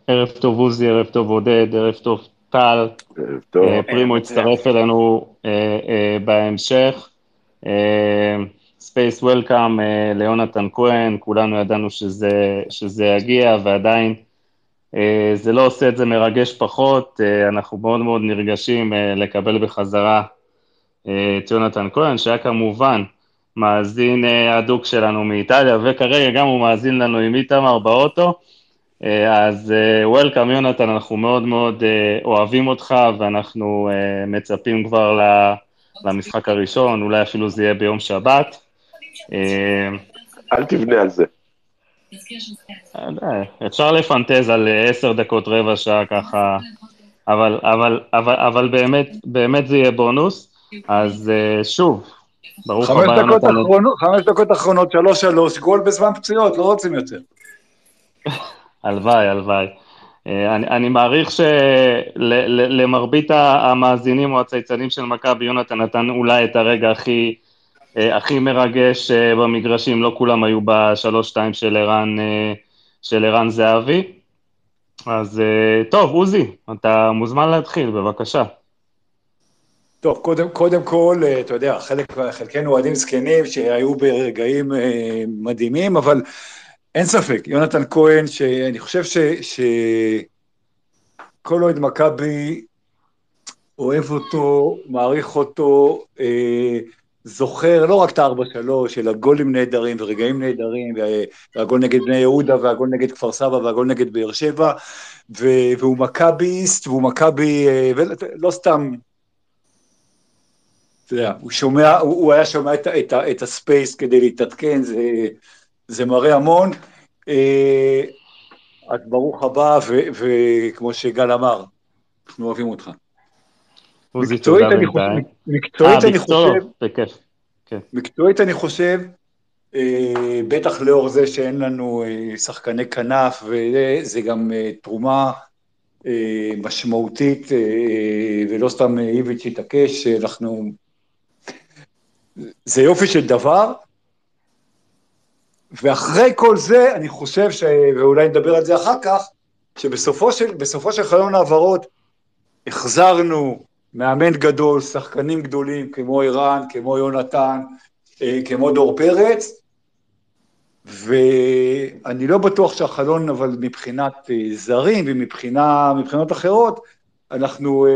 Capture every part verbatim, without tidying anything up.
ערב טוב עוזי, ערב טוב עודד, ערב טוב טל. טוב. פרימו יצטרף אלינו בהמשך. ספייס וולקאם ליונתן כהן, כולנו ידענו שזה, שזה יגיע, ועדיין זה לא עושה את זה מרגש פחות. אנחנו מאוד מאוד נרגשים לקבל בחזרה את יונתן כהן, שהיה כמובן מאזין הדוק שלנו מאיטליה, וכרגע גם הוא מאזין לנו עם איתמר באוטו. אז וולקאם יונתן, אנחנו מאוד מאוד אוהבים אותך, ואנחנו מצפים כבר למשחק הראשון, אולי אפילו זה יהיה ביום שבת. אל תבנה על זה. אפשר לפנטז על עשר דקות, רבע שעה ככה, אבל, אבל, אבל, אבל באמת, באמת זה יהיה בונוס. אז שוב, ברוך הבא יונתן. חמש דקות אחרונות, שלוש שלוש, גול בזמן פציעות, לא רוצים יותר. הלוואי, הלוואי. אני, אני מעריך שלמרבית המאזינים או הצייצנים של מכבי, יונתן נתן אולי את הרגע הכי, הכי מרגש במגרשים, לא כולם היו בשלוש שתיים של ערן, של ערן זהבי. אז טוב, עוזי, אתה מוזמן להתחיל, בבקשה. טוב, קודם, קודם כל, אתה יודע, חלק, חלקנו אוהדים זקנים שהיו ברגעים מדהימים, אבל אין ספק, יונתן כהן, שאני חושב ש, שכל אוהד מכבי אוהב אותו, מעריך אותו, אה, זוכר לא רק את הארבע שלוש, אלא גולים נהדרים ורגעים נהדרים, והגול נגד בני יהודה, והגול נגד כפר סבא, והגול נגד באר שבע, והוא מכביסט, והוא מכבי, ולא סתם, אתה יודע, הוא שומע, הוא, הוא היה שומע את, את, את הספייס כדי להתעדכן, זה, זה מראה המון. אז ברוך הבא, וכמו שגל אמר, אנחנו אוהבים אותך. מקצועית אני חושב, מקצועית אני חושב, מקצועית אני חושב, בטח לאור זה שאין לנו שחקני כנף, וזה גם תרומה משמעותית, ולא סתם איביץ' התעקש, אנחנו, זה יופי של דבר, ואחרי כל זה אני חושב, ש... ואולי נדבר על זה אחר כך, שבסופו של, בסופו של חלון העברות, החזרנו מאמן גדול, שחקנים גדולים, כמו אירן, כמו יונתן, כמו דור פרץ, ואני לא בטוח שהחלון, אבל מבחינת זרים ומבחינה, מבחינות אחרות, אנחנו,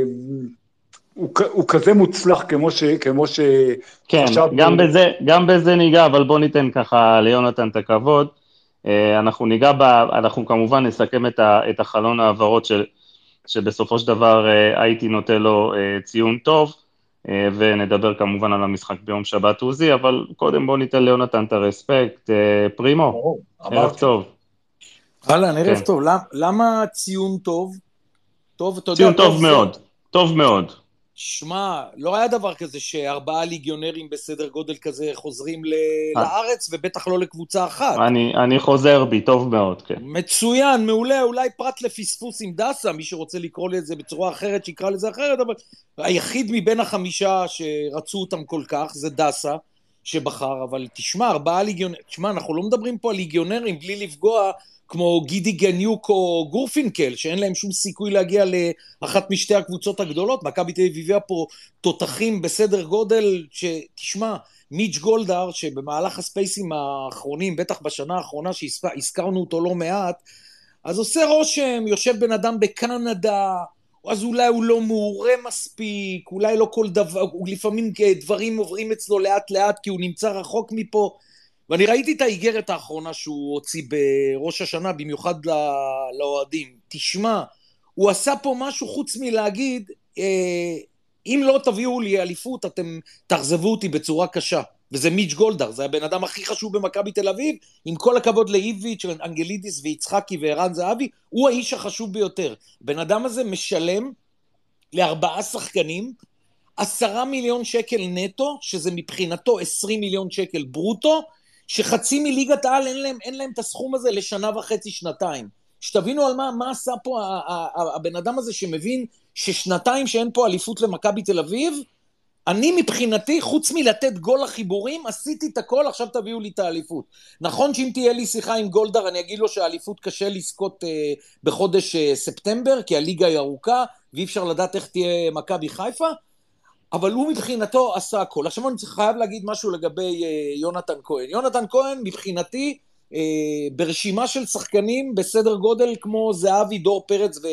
הוא, הוא כזה מוצלח כמו ש, כמו ש... כן, גם בזה, גם בזה ניגע, אבל בוא ניתן ככה ליונתן את הכבוד. אנחנו ניגע ב, אנחנו כמובן נסכם את ה, את החלון העברות של, שבסופו של דבר הייתי נוטה לו ציון טוב, ונדבר כמובן על המשחק ביום שבת עוזי, אבל קודם בוא ניתן ליונתן את הרספקט. פרימו, ערב טוב. הלאה, ערב טוב. למה ציון טוב? ציון טוב מאוד, טוב מאוד. שמע, לא היה דבר כזה שארבעה ליגיונרים בסדר גודל כזה חוזרים לארץ, ובטח לא לקבוצה אחת. אני, אני חוזר בי, טוב מאוד, כן. מצוין, מעולה, אולי פרט לפספוס עם דסה, מי שרוצה לקרוא לזה בצורה אחרת, שיקרא לזה אחרת, אבל היחיד מבין החמישה שרצו אותם כל כך, זה דסה, שבחר, אבל תשמע, ארבעה ליגיונרים, תשמע, אנחנו לא מדברים פה על ליגיונרים, בלי לפגוע, כמו גידי גניוק או גורפינקל, שאין להם שום סיכוי להגיע לאחת משתי הקבוצות הגדולות. מכבי תל אביב הביאה פה תותחים בסדר גודל, שתשמע, מיץ' גולדהר, שבמהלך הספייסים האחרונים, בטח בשנה האחרונה שהזכרנו אותו לא מעט, אז עושה רושם, יושב בן אדם בקנדה, אז אולי הוא לא מעורה מספיק, אולי לא כל דבר, לפעמים דברים עוברים אצלו לאט לאט, כי הוא נמצא רחוק מפה, ואני ראיתי את האיגרת האחרונה שהוא הוציא בראש השנה, במיוחד לאוהדים. תשמע, הוא עשה פה משהו חוץ מלהגיד, אם לא תביאו לי אליפות, אתם תחזבו אותי בצורה קשה. וזה מיץ' גולדהר, זה הבן אדם הכי חשוב במכבי תל אביב, עם כל הכבוד לאיביץ', אנגלידיס ויצחקי וערן זהבי, הוא האיש החשוב ביותר. בן אדם הזה משלם לארבעה שחקנים, עשרה מיליון שקל נטו, שזה מבחינתו עשרים מיליון שקל ברוטו, שחצי מליגת העל אין להם, אין להם את הסכום הזה לשנה וחצי, שנתיים. שתבינו על מה, מה עשה פה הבן אדם הזה שמבין ששנתיים שאין פה אליפות למכבי תל אביב, אני מבחינתי, חוץ מלתת גול לחיבורים, עשיתי את הכל, עכשיו תביאו לי את האליפות. נכון שאם תהיה לי שיחה עם גולדר, אני אגיד לו שהאליפות קשה לזכות אה, בחודש אה, ספטמבר, כי הליגה היא ארוכה, ואי אפשר לדעת איך תהיה מכבי חיפה, אבל הוא מבחינתו עשה הכל. עכשיו אני חייב להגיד משהו לגבי אה, יונתן כהן. יונתן כהן מבחינתי, אה, ברשימה של שחקנים בסדר גודל כמו זהבי, דור פרץ ו...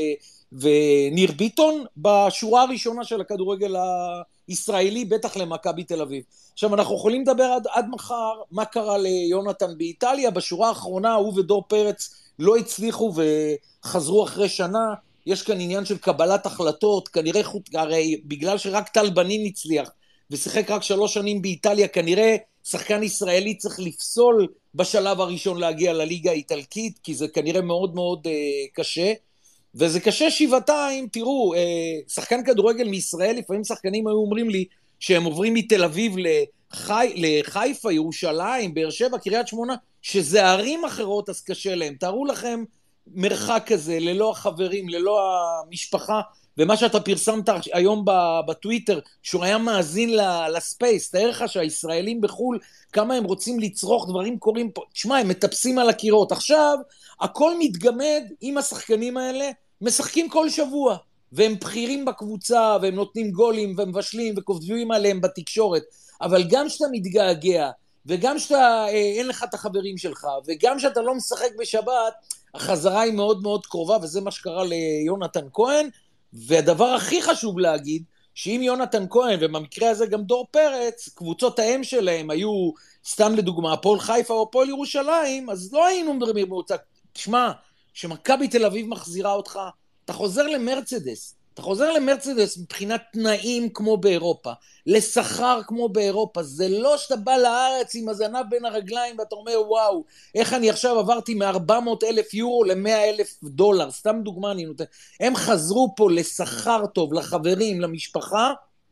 וניר ביטון, בשורה הראשונה של הכדורגל הישראלי, בטח למכבי תל אביב. עכשיו, אנחנו יכולים לדבר עד, עד מחר, מה קרה ליונתן באיטליה, בשורה האחרונה, הוא ודור פרץ לא הצליחו וחזרו אחרי שנה, יש כאן עניין של קבלת החלטות, כנראה, הרי בגלל שרק טל בנין הצליח, ושיחק רק שלוש שנים באיטליה, כנראה שחקן ישראלי צריך לפסול בשלב הראשון להגיע לליגה האיטלקית, כי זה כנראה מאוד מאוד uh, קשה, וזה קשה שבעתיים. תראו, שחקן כדורגל מישראל, לפעמים שחקנים היו אומרים לי שהם עוברים מתל אביב לחי, לחיפה, ירושלים, באר שבע, קריית שמונה, שזה ערים אחרות, אז קשה להם. תארו לכם מרחק כזה, ללא החברים, ללא המשפחה, ומה שאתה פרסמת היום בטוויטר, שהוא היה מאזין לספייס, תאר לך שהישראלים בחול, כמה הם רוצים לצרוך, דברים קורים פה, תשמע, הם מטפסים על הקירות. עכשיו, הכל מתגמד עם השחקנים האלה, משחקים כל שבוע, והם בכירים בקבוצה, והם נותנים גולים, ומבשלים, וכותבים עליהם בתקשורת, אבל גם שאתה מתגעגע, וגם שאתה, אה, אין לך את החברים שלך, וגם שאתה לא משחק בשבת, החזרה היא מאוד מאוד קרובה, וזה מה שקרה ליונתן כהן, והדבר הכי חשוב להגיד, שאם יונתן כהן, ובמקרה הזה גם דור פרץ, קבוצות האם שלהם היו, סתם לדוגמה, הפועל חיפה או הפועל ירושלים, אז לא היינו מדברים במוצא. תשמע, שמכבי תל אביב מחזירה אותך, אתה חוזר למרצדס, אתה חוזר למרצדס מבחינת תנאים כמו באירופה, לשכר כמו באירופה, זה לא שאתה בא לארץ עם הזנב בין הרגליים ואתה אומר וואו, איך אני עכשיו עברתי מ-ארבע מאות אלף יורו ל-מאה אלף דולר, סתם דוגמה אני נותן, הם חזרו פה לשכר טוב, לחברים, למשפחה,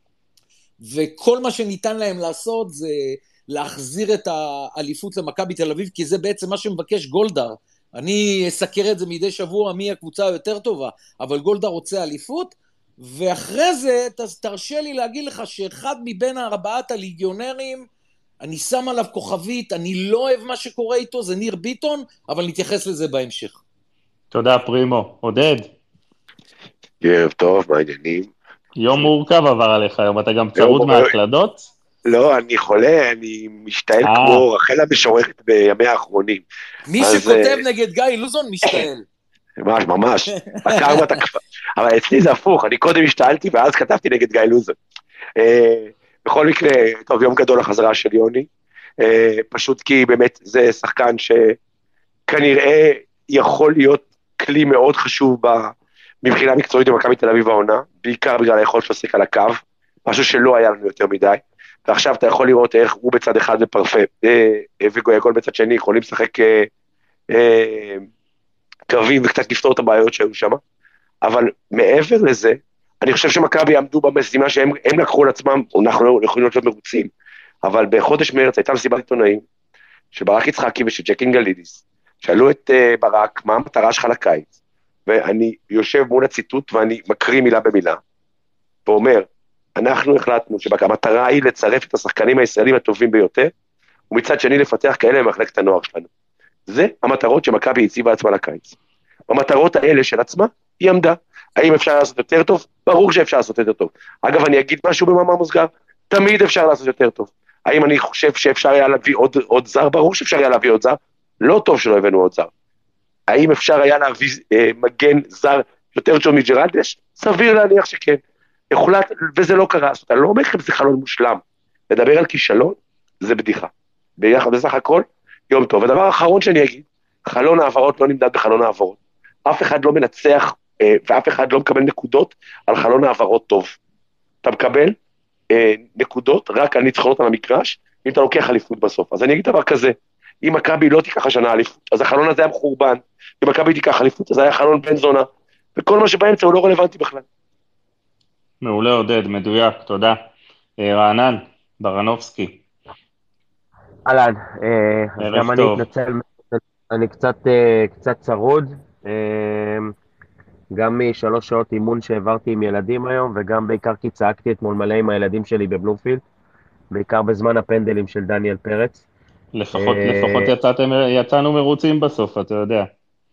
וכל מה שניתן להם לעשות זה להחזיר את האליפות למכבי תל אביב, כי זה בעצם מה שמבקש גולדר, אני אסקר את זה מדי שבוע, מי הקבוצה היותר טובה, אבל גולדה רוצה אליפות, ואחרי זה תרשה לי להגיד לך שאחד מבין ארבעת הליגיונרים, אני שם עליו כוכבית, אני לא אוהב מה שקורה איתו, זה ניר ביטון, אבל נתייחס לזה בהמשך. תודה פרימו. עודד? ערב טוב, מה העניינים? יום מורכב עבר עליך היום, אתה גם צרוד מהקלדות? לא, אני חולה, אני משתעל כמו רחל המשוררת בימי האחרונים. מי שכותב נגד גיא לוזון משתעל. ממש, ממש. אבל אצלי זה הפוך, אני קודם השתעלתי ואז כתבתי נגד גיא לוזון. בכל מקרה, טוב, יום גדול החזרה של יוני, פשוט כי באמת זה שחקן שכנראה יכול להיות כלי מאוד חשוב מבחינה מקצועית במכבי תל אביב העונה, בעיקר בגלל היכולת שלו לשחק על הקו, משהו שלא היה לנו יותר מדי. ועכשיו אתה יכול לראות איך הוא בצד אחד ופרפה, וגויגול בצד שני, יכולים לשחק קרבים וקצת לפתור את הבעיות שהיו שם, אבל מעבר לזה, אני חושב שמכבי עמדו במשימה שהם לקחו על עצמם, אנחנו לא יכולים להיות מרוצים, אבל בחודש מרץ הייתה מסיבת עיתונאים, של ברק יצחקי ושל ג'קין גלידיס, שאלו את ברק, מה המטרה שלך לקיץ, ואני יושב מול הציטוט, ואני מקריא מילה במילה, ואומר, אנחנו החלטנו שהמטרה היא לצרף את השחקנים הישראלים הטובים ביותר, ומצד שני לפתח כאלה במחלקת הנוער שלנו. זה המטרות שמכבי הציבה עצמה לקיץ. במטרות האלה של עצמה, היא עמדה. האם אפשר לעשות יותר טוב? ברור שאפשר לעשות יותר טוב. אגב, אני אגיד משהו במאמר מוסגר, תמיד אפשר לעשות יותר טוב. האם אני חושב שאפשר היה להביא עוד, עוד זר? ברור שאפשר היה להביא עוד זר. לא טוב שלא הבאנו עוד זר. האם אפשר היה להביא אה, מגן זר יותר טוב מג'רלדש? סביר להניח שכן. יוחלט, וזה לא קרה, אתה לא אומר לכם זה חלון מושלם, לדבר על כישלון, זה בדיחה, ביחד בסך הכל, יום טוב, ודבר האחרון שאני אגיד, חלון העברות לא נמדד בחלון העברות, אף אחד לא מנצח, ואף אחד לא מקבל נקודות על חלון העברות טוב, אתה מקבל אה, נקודות רק על ניצחונות על המגרש, אם אתה לוקח אליפות בסוף, אז אני אגיד דבר כזה, אם מכבי לא תיקח השנה אליפות, אז החלון הזה היה מחורבן, אם מכבי תיקח אליפות, אז היה חלון בן זונה, וכל מה שבאמצע הוא לא רלוונטי בכלל. מעולה עודד, מדויק, תודה. רענן, ברנובסקי. אהלן, גם אני אתנצל, אני קצת, קצת צרוד. גם משלוש שעות אימון שהעברתי עם ילדים היום, וגם בעיקר כי צעקתי אתמול מלא עם הילדים שלי בבלומפילד, בעיקר בזמן הפנדלים של דניאל פרץ. לפחות, לפחות יצאתם, יצאנו מרוצים בסוף, אתה יודע.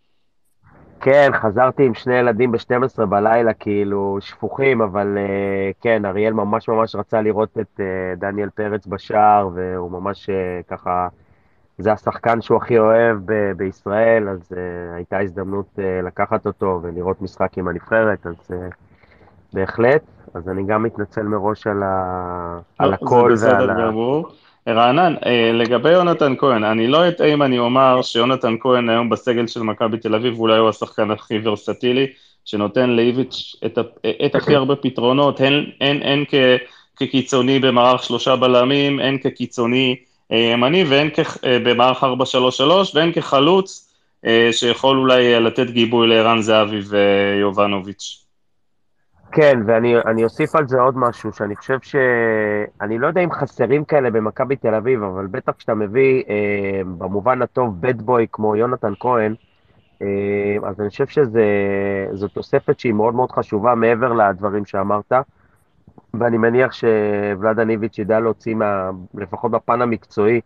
כן, חזרתי עם שני ילדים ב-שתים עשרה בלילה, כאילו שפוכים, אבל uh, כן, אריאל ממש ממש רצה לראות את uh, דניאל פרץ בשער, והוא ממש uh, ככה, זה השחקן שהוא הכי אוהב ב- בישראל, אז uh, הייתה הזדמנות uh, לקחת אותו ולראות משחק עם הנבחרת, אז uh, בהחלט, אז אני גם מתנצל מראש על, ה... על לא, זה הקול ועל בסדר ה... גמור. רענן, אה, לגבי יונתן כהן, אני לא אטעה אם אני אומר שיונתן כהן היום בסגל של מכבי תל אביב, אולי הוא השחקן הכי ורסטילי, שנותן לאיביץ' את, ה- את הכי הרבה פתרונות, הן, הן, הן כ, כקיצוני במערך שלושה בלמים, הן כקיצוני אה, ימני, והן כ, אה, במערך ארבע שלוש שלוש, והן כחלוץ, אה, שיכול אולי לתת גיבוי לערן זהבי ויובנוביץ'. כן, ואני אני אוסיף על זה עוד משהו, שאני חושב ש... אני לא יודע אם חסרים כאלה במכבי תל אביב, אבל בטח כשאתה מביא אה, במובן הטוב בד בוי כמו יונתן כהן, אה, אז אני חושב שזו תוספת שהיא מאוד מאוד חשובה מעבר לדברים שאמרת, ואני מניח שוולדה ניביץ' ידע להוציא, מה, לפחות בפן המקצועי,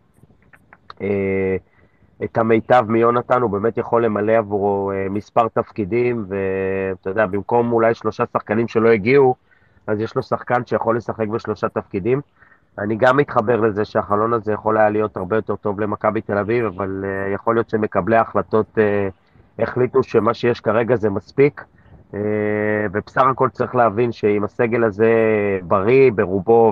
אה, את המיטב מיונתן, הוא באמת יכול למלא עבורו אה, מספר תפקידים, ואתה יודע, במקום אולי שלושה שחקנים שלא הגיעו, אז יש לו שחקן שיכול לשחק בשלושה תפקידים. אני גם מתחבר לזה שהחלון הזה יכול היה להיות הרבה יותר טוב למכבי תל אביב, אבל uh, יכול להיות שמקבלי ההחלטות uh, החליטו שמה שיש כרגע זה מספיק, uh, ובסך הכל צריך להבין שאם הסגל הזה בריא ברובו,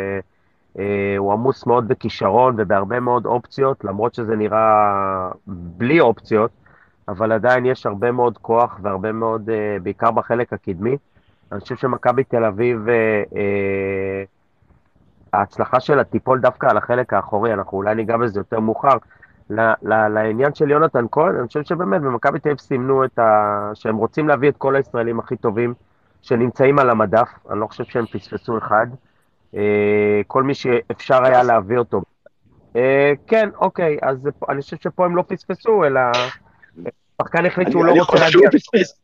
והוא עמוס מאוד בכישרון ובהרבה מאוד אופציות, למרות שזה נראה בלי אופציות, אבל עדיין יש הרבה מאוד כוח והרבה מאוד, uh, בעיקר בחלק הקדמי. אני חושב שמכבי תל אביב, אה, אה, ההצלחה שלה תיפול דווקא על החלק האחורי, אנחנו אולי ניגע בזה יותר מאוחר. ל- ל- לעניין של יונתן כהן, אני חושב שבאמת במכבי תל אביב סימנו את ה... שהם רוצים להביא את כל הישראלים הכי טובים שנמצאים על המדף, אני לא חושב שהם פספסו אחד. אה, כל מי שאפשר היה להביא אותו. אה, כן, אוקיי, אז זה- אני חושב שפה הם לא פספסו, אלא השחקן החליט שהוא אני לא אני רוצה חושב שהוא להגיע. פספס.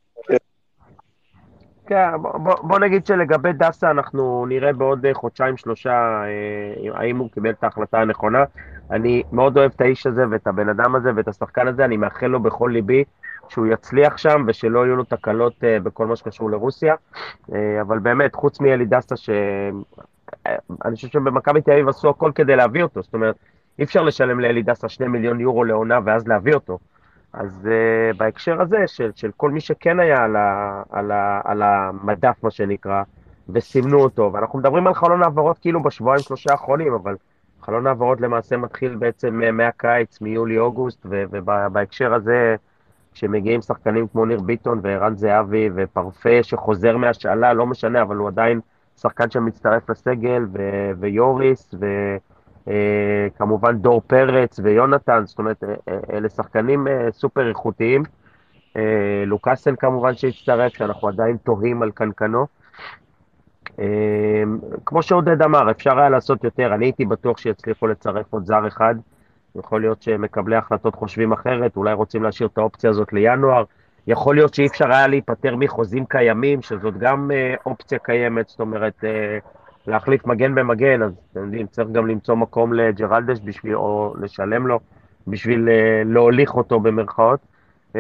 כן, בוא, בוא בוא נגיד שלגבי דסה אנחנו נראה בעוד אה, חודשיים שלושה אה, האם הוא קיבל את ההחלטה הנכונה. אני מאוד אוהב את האיש הזה ואת הבן אדם הזה ואת השחקן הזה, אני מאחל לו בכל ליבי שהוא יצליח שם ושלא יהיו לו תקלות אה, בכל מה שקשור לרוסיה. אה, אבל באמת, חוץ מאלי דסה, שאני חושב שבמכבי תל אביב עשו הכל כדי להביא אותו, זאת אומרת, אי אפשר לשלם לאלי דסה שני מיליון יורו לעונה ואז להביא אותו. אז uh, בהקשר הזה של, של כל מי שכן היה על, ה, על, ה, על המדף, מה שנקרא, וסימנו אותו, ואנחנו מדברים על חלון העברות כאילו בשבועיים שלושה האחרונים, אבל חלון העברות למעשה מתחיל בעצם מהקיץ, מיולי-אוגוסט, ובהקשר הזה, כשמגיעים שחקנים כמו ניר ביטון וערן זהבי ופרפה שחוזר מהשאלה, לא משנה, אבל הוא עדיין שחקן שמצטרף לסגל, ו- ויוריס, וכמובן דור פרץ ויונתן, זאת אומרת, אה, אה, אלה שחקנים אה, סופר איכותיים. אה, לוקאסן כמובן שהצטרף, שאנחנו עדיין תוהים על קנקנו. אה, כמו שעודד אמר, אפשר היה לעשות יותר, אני הייתי בטוח שיצליחו לצרף עוד זר אחד, יכול להיות שמקבלי ההחלטות חושבים אחרת, אולי רוצים להשאיר את האופציה הזאת לינואר, יכול להיות שאי אפשר היה להיפטר מחוזים קיימים, שזאת גם אה, אופציה קיימת, זאת אומרת, אה, להחליף מגן במגן, אז אתם יודעים, צריך גם למצוא מקום לג'רלדש בשביל, או לשלם לו, בשביל אה, להוליך אותו במרכאות. אה,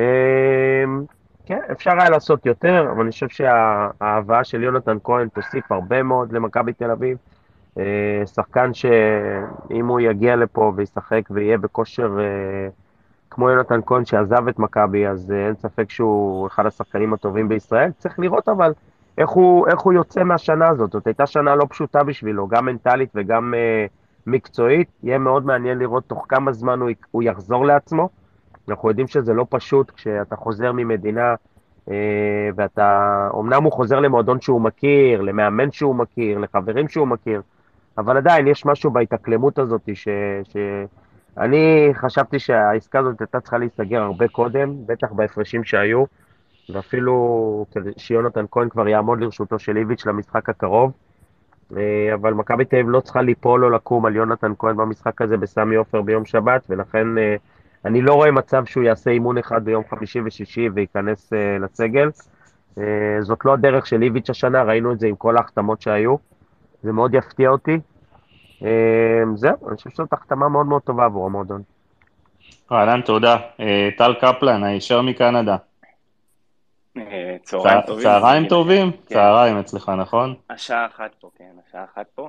כן, אפשר היה לעשות יותר, אבל אני חושב שההבאה של יונתן כהן תוסיף הרבה מאוד למכבי תל אביב. אה, שחקן שאם הוא יגיע לפה וישחק ויהיה בכושר אה, כמו יונתן כהן שעזב את מכבי, אז אה, אין ספק שהוא אחד השחקנים הטובים בישראל. צריך לראות אבל איך הוא, איך הוא יוצא מהשנה הזאת. זאת הייתה שנה לא פשוטה בשבילו, גם מנטלית וגם אה, מקצועית. יהיה מאוד מעניין לראות תוך כמה זמן הוא, הוא יחזור לעצמו. אנחנו יודעים שזה לא פשוט כשאתה חוזר ממדינה, אה, ואתה, אמנם הוא חוזר למועדון שהוא מכיר, למאמן שהוא מכיר, לחברים שהוא מכיר, אבל עדיין יש משהו בהתאקלמות הזאת ש... ש... אני חשבתי שהעסקה הזאת הייתה צריכה להיסגר הרבה קודם, בטח בהפרשים שהיו, ואפילו כדי שיונתן כהן כבר יעמוד לרשותו של איביץ' למשחק הקרוב, אה, אבל מכבי תל אביב לא צריכה ליפול או לקום על יונתן כהן במשחק הזה בסמי עופר ביום שבת, ולכן אה, אני לא רואה מצב שהוא יעשה אימון אחד ביום חמישי ושישי וייכנס אה, לסגל. זאת לא הדרך של איביץ' השנה, ראינו את זה עם כל ההחתמות שהיו, זה מאוד יפתיע אותי. זהו, אני חושב שזאת החתמה מאוד מאוד טובה עבור המועדון. רענן, תודה. טל קפלן, הישר מקנדה. צהריים טובים. צהריים טובים? צהריים אצלך, נכון? השעה אחת פה, כן, השעה אחת פה.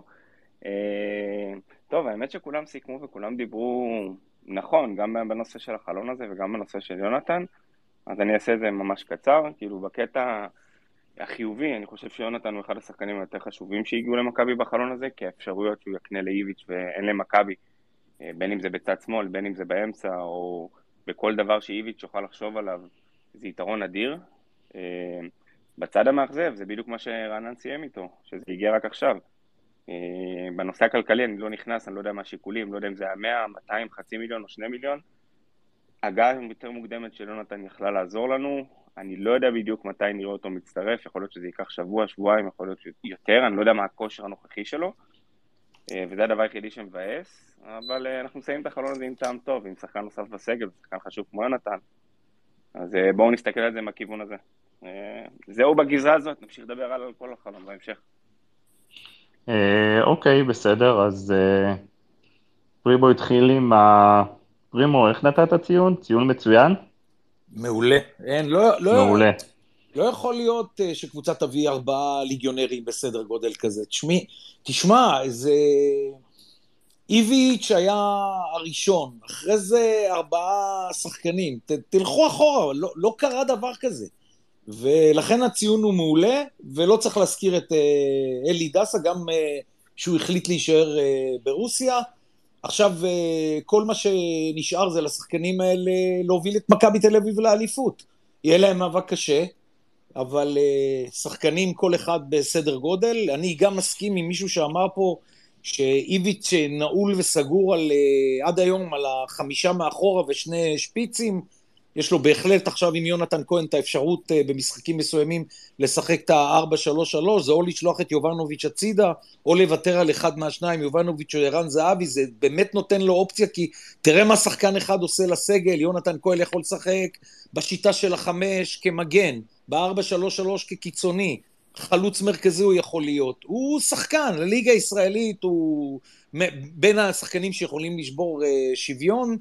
טוב, האמת שכולם סיכמו וכולם דיברו נכון, גם בנושא של החלון הזה וגם בנושא של יונתן, אז אני אעשה את זה ממש קצר, כאילו בקטע החיובי, אני חושב שיונתן הוא אחד השחקנים היותר חשובים שהגיעו למכבי בחלון הזה, כי האפשרויות שהוא יקנה לאיביץ' ואין למכבי, בין אם זה בצד שמאל, בין אם זה באמצע, או בכל דבר שאיביץ' יוכל לחשוב עליו, זה יתרון אדיר. בצד המאכזב, זה בדיוק מה שרענן סיים איתו, שזה הגיע רק עכשיו. בנושא הכלכלי אני לא נכנס, אני לא יודע מה השיקולים, לא יודע אם זה היה מאה, מאתיים, חצי מיליון או שני מיליון. הגעה יותר מוקדמת של יונתן יכלה לעזור לנו, אני לא יודע בדיוק מתי נראה אותו מצטרף, יכול להיות שזה ייקח שבוע, שבועיים, יכול להיות יותר, אני לא יודע מה הכושר הנוכחי שלו, וזה הדבר היחידי שמבאס, אבל אנחנו מסיים את החלון הזה עם טעם טוב, עם שחקן נוסף בסגל, שחקן חשוב כמו יונתן, אז בואו נסתכל על זה מהכיוון הזה. זהו בגזרה הזאת, נמשיך לדבר על כל החלון בהמשך. אוקיי, בסדר, אז פרימו התחיל עם ה... פרימו, איך נתת ציון? ציון מצוין? מעולה. אין, לא, לא, מעולה. לא יכול להיות שקבוצה תביא ארבעה ליגיונרים בסדר גודל כזה. תשמי, תשמע, זה... איביץ' היה הראשון, אחרי זה ארבעה שחקנים. ת, תלכו אחורה, לא, לא קרה דבר כזה. ולכן הציון הוא מעולה, ולא צריך להזכיר את אלי דסה, גם שהוא החליט להישאר ברוסיה. עכשיו, כל מה שנשאר זה לשחקנים האלה להוביל את מכבי תל אביב לאליפות. יהיה להם מאבק קשה, אבל שחקנים כל אחד בסדר גודל. אני גם מסכים עם מישהו שאמר פה, שאיביץ' נעול וסגור על, עד היום על החמישה מאחורה ושני שפיצים, יש לו בהחלט עכשיו עם יונתן כהן את האפשרות במשחקים מסוימים לשחק את ה-ארבע שלוש שלוש, זה או לשלוח את יובנוביץ' הצידה, או לוותר על אחד מהשניים, יובנוביץ' או ערן זהבי, זה באמת נותן לו אופציה, כי תראה מה שחקן אחד עושה לסגל, יונתן כהן יכול לשחק בשיטה של החמש כמגן, ב-ארבע שלוש שלוש כקיצוני, חלוץ מרכזי הוא יכול להיות, הוא שחקן, לליגה הישראלית הוא בין השחקנים שיכולים לשבור שוויון,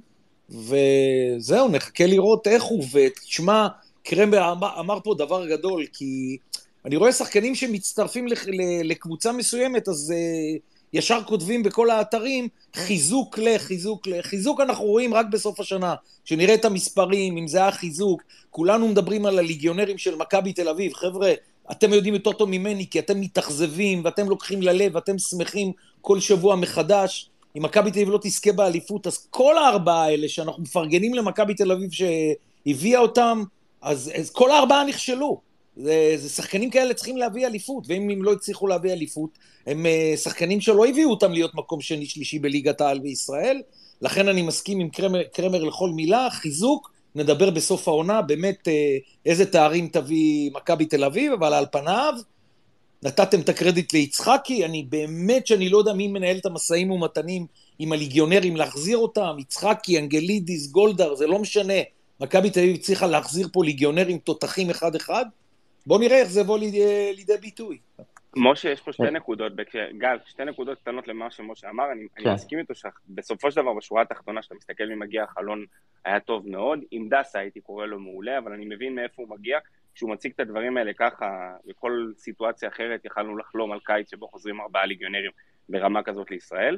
וזהו, נחכה לראות איך הוא, ותשמע, קרמר אמר, אמר פה דבר גדול, כי אני רואה שחקנים שמצטרפים לקבוצה מסוימת, אז uh, ישר כותבים בכל האתרים, חיזוק לחיזוק לחיזוק אנחנו רואים רק בסוף השנה, שנראה את המספרים, אם זה היה חיזוק, כולנו מדברים על הליגיונרים של מכבי תל אביב, חבר'ה, אתם יודעים יותר טוב ממני, כי אתם מתאכזבים, ואתם לוקחים ללב, ואתם שמחים כל שבוע מחדש, אם מכבי תל אביב לא תזכה באליפות, אז כל הארבעה האלה שאנחנו מפרגנים למכבי תל אביב שהביאה אותם, אז, אז כל הארבעה נכשלו. זה, זה שחקנים כאלה צריכים להביא אליפות, ואם הם לא הצליחו להביא אליפות, הם שחקנים שלא הביאו אותם להיות מקום שני שלישי בליגת העל בישראל, לכן אני מסכים עם קרמר, קרמר לכל מילה, חיזוק, נדבר בסוף העונה, באמת איזה תארים תביא מכבי תל אביב, אבל על פניו, נתתם את הקרדיט ליצחקי, אני באמת שאני לא יודע מי מנהל את המסעים ומתנים עם הליגיונרים להחזיר אותם, יצחקי, אנגלידיס, גולדר, זה לא משנה, מכבי תל אביב צריכה להחזיר פה ליגיונרים תותחים אחד אחד, בואו נראה איך זה יבוא לידי, לידי ביטוי. משה, יש פה שתי נקודות, גל, שתי נקודות קטנות למה שמשה אמר, אני, אני מסכים איתו שבסופו של דבר בשורה התחתונה שאתה מסתכל ממגיע החלון היה טוב מאוד, עם דסה הייתי קורא לו מעולה, אבל אני מבין מאיפה הוא מגיע, כשהוא מציג את הדברים האלה ככה, בכל סיטואציה אחרת יכלנו לחלום על קיץ שבו חוזרים ארבעה ליגיונרים ברמה כזאת לישראל,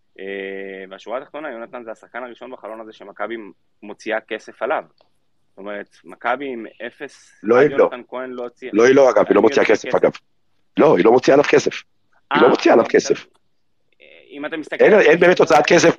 והשורה התחתונה, יונתן זה השחקן הראשון בחלון הזה שמכבי מוציאה כסף עליו, זאת אומרת, מכבי עם אפס, לא, היא לא. כהן לא הוציאה. לא, היא לא, אגב, היא לא מוציאה כסף, אגב. לא, היא לא מוציאה עליו כסף. היא לא מוציאה עליו כסף. אם אתה מסתכל... אין באמת הוצאת כסף,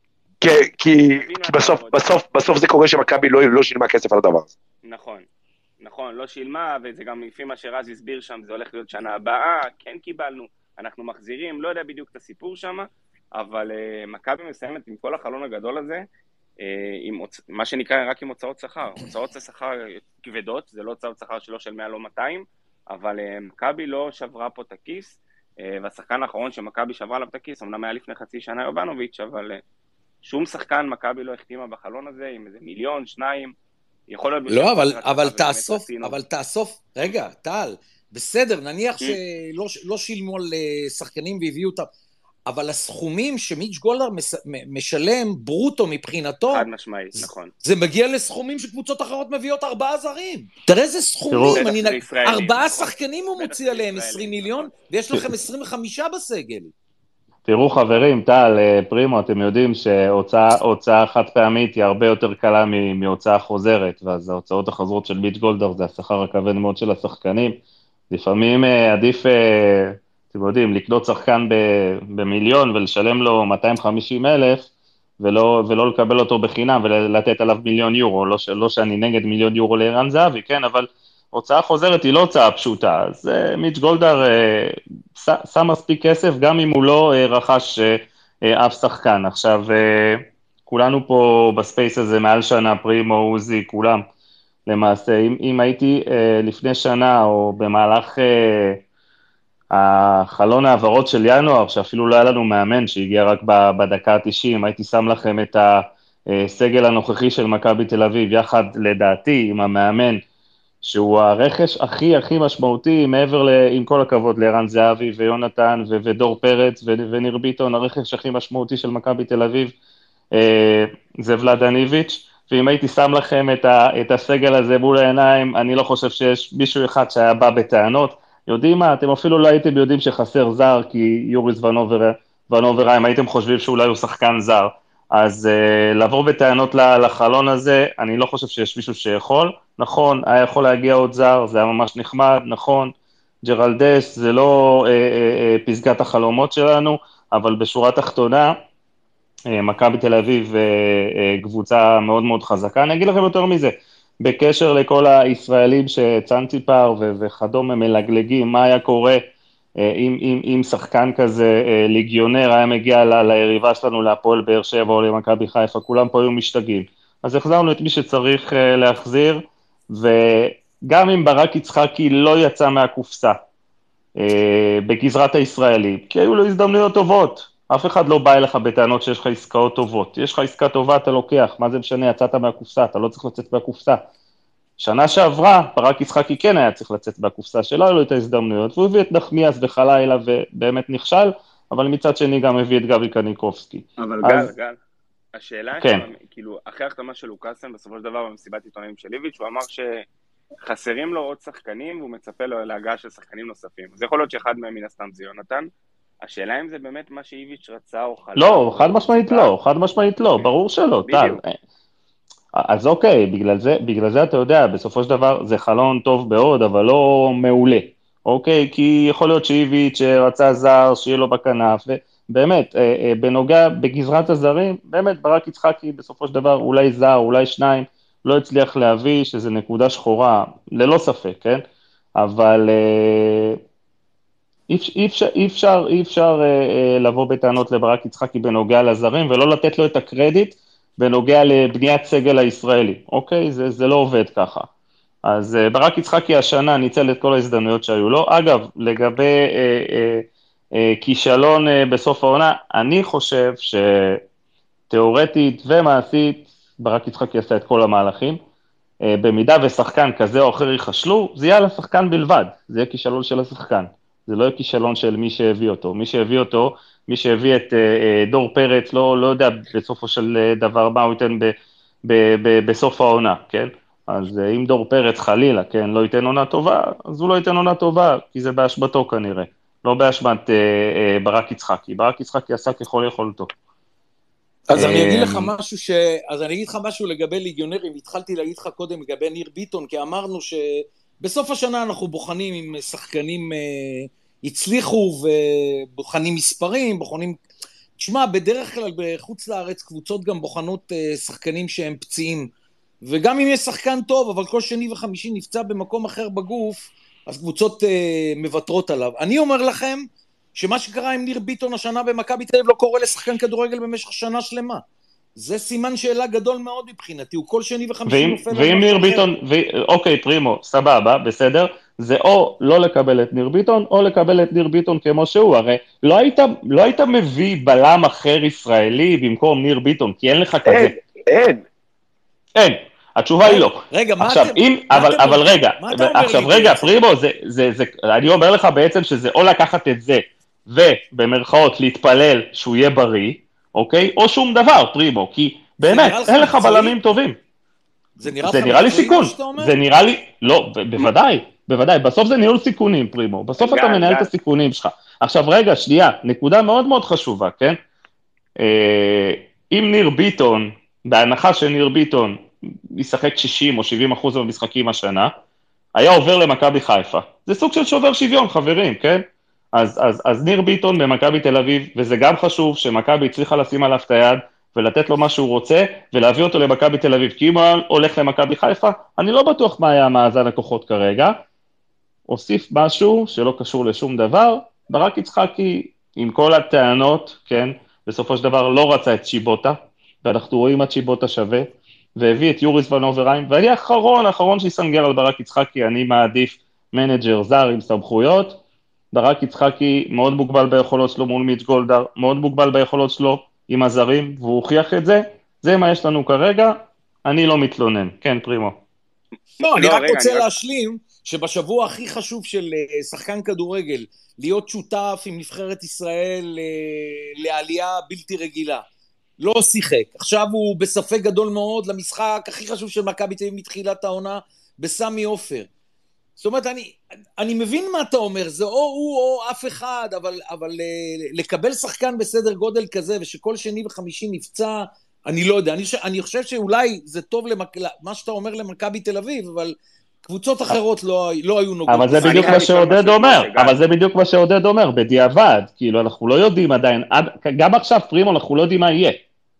כי בסוף זה קורה שמכבי לא שילמה כסף על הדבר הזה. נכון, נכון, לא שילמה, וזה גם לפי מה שרז הסביר שם, זה הולך להיות שנה הבאה, כן קיבלנו, אנחנו מחזירים, לא יודע בדיוק את הסיפור שם, אבל מכבי מסיימת עם כל החלון הגדול הזה, עם מה שנקרא רק עם הוצאות שכר, הוצאות שכר כבדות, זה לא הוצאות שכר שלו של מאה לא מאתיים, אבל מכבי לא שברה פה את הכיס, והשחקן האחרון שמכבי שברה עליו את הכיס, אמנם היה לפני חצי שנה יובנוביץ', אבל שום שחקן מכבי לא החתימה בחלון הזה, עם איזה מיליון, שניים, יכול להיות... לא, אבל, אבל תאסוף, אבל תאסוף, רגע, טל, בסדר, נניח שלא לא שילמו על שחקנים והביאו אותם, אבל הסכומים שמיץ' גולדהר משלם ברוטו מבחינתו, חד משמעית, נכון. זה מגיע לסכומים שקבוצות אחרות מביאות ארבעה זרים. תראה איזה סכומים, אני נ... ארבעה נכון. שחקנים הוא מוציא עליהם עשרים מיליון, נכון. ויש לכם עשרים וחמישה בסגל. תראו חברים, טל, פרימו, אתם יודעים שהוצאה חד פעמית היא הרבה יותר קלה מהוצאה חוזרת, ואז ההוצאות החוזרות של מיץ' גולדהר זה השכר הכבד מאוד של השחקנים. לפעמים עדיף, אתם יודעים, לקנות שחקן במיליון ולשלם לו מאתיים וחמישים אלף, ולא, ולא לקבל אותו בחינם ולתת עליו מיליון יורו, לא, לא שאני נגד מיליון יורו לערן זהבי, כן, אבל הוצאה חוזרת היא לא הוצאה פשוטה, אז מיץ' גולדהר שם מספיק כסף, גם אם הוא לא רכש אף שחקן. עכשיו, כולנו פה בספייס הזה מעל שנה, פרימו, עוזי, כולם, למעשה, אם, אם הייתי לפני שנה או במהלך החלון העברות של ינואר, שאפילו לא היה לנו מאמן שהגיע רק בדקה ה-תשעים, הייתי שם לכם את הסגל הנוכחי של מכבי תל אביב, יחד לדעתי עם המאמן, שהוא הרכש הכי הכי משמעותי, מעבר ל, עם כל הכבוד לערן זהבי ויונתן ו- ודור פרץ ו- וניר ביטון, הרכש הכי משמעותי של מכבי תל אביב, אה, זה ולדניביץ', ואם הייתי שם לכם את, ה- את הסגל הזה מול העיניים, אני לא חושב שיש מישהו אחד שהיה בא בטענות, יודעים מה, אתם אפילו לא הייתם יודעים שחסר זר, כי יוריס ונובר, ונובר, אם הייתם חושבים שאולי הוא שחקן זר, אז uh, לבוא בטענות לחלון הזה, אני לא חושב שיש מישהו שיכול, נכון, היה יכול להגיע עוד זר, זה היה ממש נחמד, נכון, ג'רלדש, זה לא uh, uh, uh, פסגת החלומות שלנו, אבל בשורה תחתונה, uh, מכבי תל אביב uh, uh, קבוצה מאוד מאוד חזקה, אני אגיד לכם יותר מזה, בקשר לכל הישראלים שצנתי פער ו- וכדומה מלגלגים, מה היה קורה, אם, אם, אם שחקן כזה ליגיונר היה מגיע ל, ליריבה שלנו להפועל באר שבע או למכבי חיפה, כולם פה היו משתגעים. אז החזרנו את מי שצריך להחזיר, וגם אם ברק יצחקי לא יצא מהקופסה בגזרת הישראלים, כי היו לו הזדמנויות טובות, אף אחד לא בא אליך בטענות שיש לך עסקאות טובות, יש לך עסקה טובה, אתה לוקח, מה זה משנה, יצאת מהקופסה, אתה לא צריך לצאת מהקופסה. שנה שעברה, ברק יצחקי כן היה צריך לצאת בקופסה, שלא היו לו את ההזדמנויות, והוא הביא את נחמיאס וחלילה ובאמת נכשל, אבל מצד שני גם הביא את גבי קניקובסקי. אבל אז... גל, גל, השאלה כן. היא, כאילו, אחרי החתמה של לוקאסן, בסופו של דבר במסיבת עיתונאים של איביץ', הוא אמר שחסרים לו עוד שחקנים, והוא מצפה לו להגעה של שחקנים נוספים. זה יכול להיות שאחד מהם מן הסתם זה יונתן. השאלה אם זה באמת מה שאיביץ' רצה או חלם. לא, חד משמעית לא, חד משמעית לא, ברור שלא, טל. אז אוקיי, בגלל זה, בגלל זה אתה יודע, בסופו של דבר זה חלון טוב מאוד, אבל לא מעולה, אוקיי? כי יכול להיות שאיביץ' רצה זר, שיהיה לו בכנף, ובאמת, בנוגע, בגזרת הזרים, באמת ברק יצחקי בסופו של דבר, אולי זר, אולי שניים, לא הצליח להביא שזה נקודה שחורה, ללא ספק, כן? אבל אי אפשר, אי אפשר, אי אפשר לבוא בטענות לברק יצחקי בנוגע לזרים, ולא לתת לו את הקרדיט, בנוגע לבניית סגל הישראלי, אוקיי? זה, זה לא עובד ככה. אז ברק יצחקי השנה ניצל את כל ההזדמנויות שהיו לו. אגב, לגבי אה, אה, אה, כישלון אה, בסוף העונה, אני חושב שתיאורטית ומעשית, ברק יצחקי עשה את כל המהלכים. אה, במידה ושחקן כזה או אחר יחשלו, זה יהיה על השחקן בלבד. זה יהיה כישלון של השחקן. זה לא יהיה כישלון של מי שהביא אותו. מי שהביא אותו, מי שהביא את uh, דור פרץ, לא, לא יודע בסופו של דבר מה הוא ייתן ב, ב, ב, בסוף העונה, כן? אז uh, אם דור פרץ חלילה, כן, לא ייתן עונה טובה, אז הוא לא ייתן עונה טובה, כי זה באשמתו כנראה, לא באשמת uh, uh, ברק יצחקי. ברק יצחקי עשה ככל יכולתו. אז אני אגיד לך משהו ש... אז אני אגיד לך משהו לגבי ליגיונרים, התחלתי להגיד לך קודם לגבי ניר ביטון, כי אמרנו שבסוף השנה אנחנו בוחנים עם שחקנים... הצליחו ובוחנים מספרים, בוחנים... תשמע, בדרך כלל בחוץ לארץ קבוצות גם בוחנות שחקנים שהם פציעים, וגם אם יש שחקן טוב, אבל כל שני וחמישי נפצע במקום אחר בגוף, אז קבוצות מבטרות עליו. אני אומר לכם, שמה שקרה עם ניר ביטון השנה במכבי תל אביב לא קורה לשחקן כדורגל במשך שנה שלמה. זה סימן שאלה גדול מאוד מבחינתי, הוא כל שני וחמישי נופל... ואם ניר ביטון, אוקיי, פרימו, סבבה, בסדר, זה או לא לקבל את ניר ביטון, או לקבל את ניר ביטון כמו שהוא, הרי לא היית, לא היית מביא בלם אחר ישראלי במקום ניר ביטון, כי אין לך כזה. אין, אין. אין. התשובה היא לא. רגע, מה עכשיו, אתם... אם, אבל, אבל רגע, עכשיו רגע, פרימו, זה, זה, זה, אני אומר לך בעצם שזה או לקחת את זה, ובמרכאות להתפלל שהוא יהיה בריא, אוקיי? או שום דבר, פרימו, כי באמת, אין לך בלמים טובים. זה נראה, זה נראה לי סיכון, זה נראה לי, לא, בוודאי, בוודאי, בסוף זה ניהול סיכונים, פרימו, בסוף אתה מנהל את הסיכונים שלך. עכשיו רגע, שנייה, נקודה מאוד מאוד חשובה, כן? אם ניר ביטון, בהנחה שניר ביטון ישחק שישים או שבעים אחוז במשחקים השנה, היה עובר למכבי חיפה. זה סוג של שובר שוויון, חברים, כן? אז, אז, אז ניר ביטון במכבי תל אביב, וזה גם חשוב שמכבי הצליחה לשים עליו את היד, ולתת לו מה שהוא רוצה, ולהביא אותו למכבי תל אביב. כי אם הוא הולך למכבי חיפה, אני לא בטוח מה היה מאזן הכוחות כרגע. הוסיף משהו שלא קשור לשום דבר, ברק יצחקי, עם כל הטענות, כן, בסופו של דבר לא רצה את שיבוטה, ואנחנו רואים את שיבוטה שווה, והביא את יוריס ונובריים, ואני האחרון, האחרון שיסנגר על ברק יצחקי, אני מעדיף מנג'ר זר עם סמכויות, ברק יצחקי מאוד מוגבל ביכולות שלו מול מיץ' גולדהר, מאוד מוגבל ביכולות שלו עם הזרים, והוא הוכיח את זה, זה מה יש לנו כרגע, אני לא מתלונן, כן פרימו. לא, אני רק רוצה להשלים, שבשבוע הכי חשוב של שחקן כדורגל, להיות שותף עם נבחרת ישראל לעלייה בלתי רגילה, לא שיחק. עכשיו הוא בספק גדול מאוד למשחק הכי חשוב של מכבי תל אביב מתחילת העונה, בסמי עופר. זאת אומרת, אני, אני מבין מה אתה אומר, זה או הוא או אף אחד, אבל, אבל לקבל שחקן בסדר גודל כזה, ושכל שני וחמישי נפצע, אני לא יודע. אני, אני חושב שאולי זה טוב למק... מה שאתה אומר למכבי תל אביב, אבל קבוצות אחרות לא, לא היו נוגעות. אבל זה בדיוק מה שעודד אומר, אבל זה בדיוק מה שעודד אומר, בדיעבד, כאילו אנחנו לא יודעים עדיין, גם עכשיו פרימו אנחנו לא יודעים מה יהיה.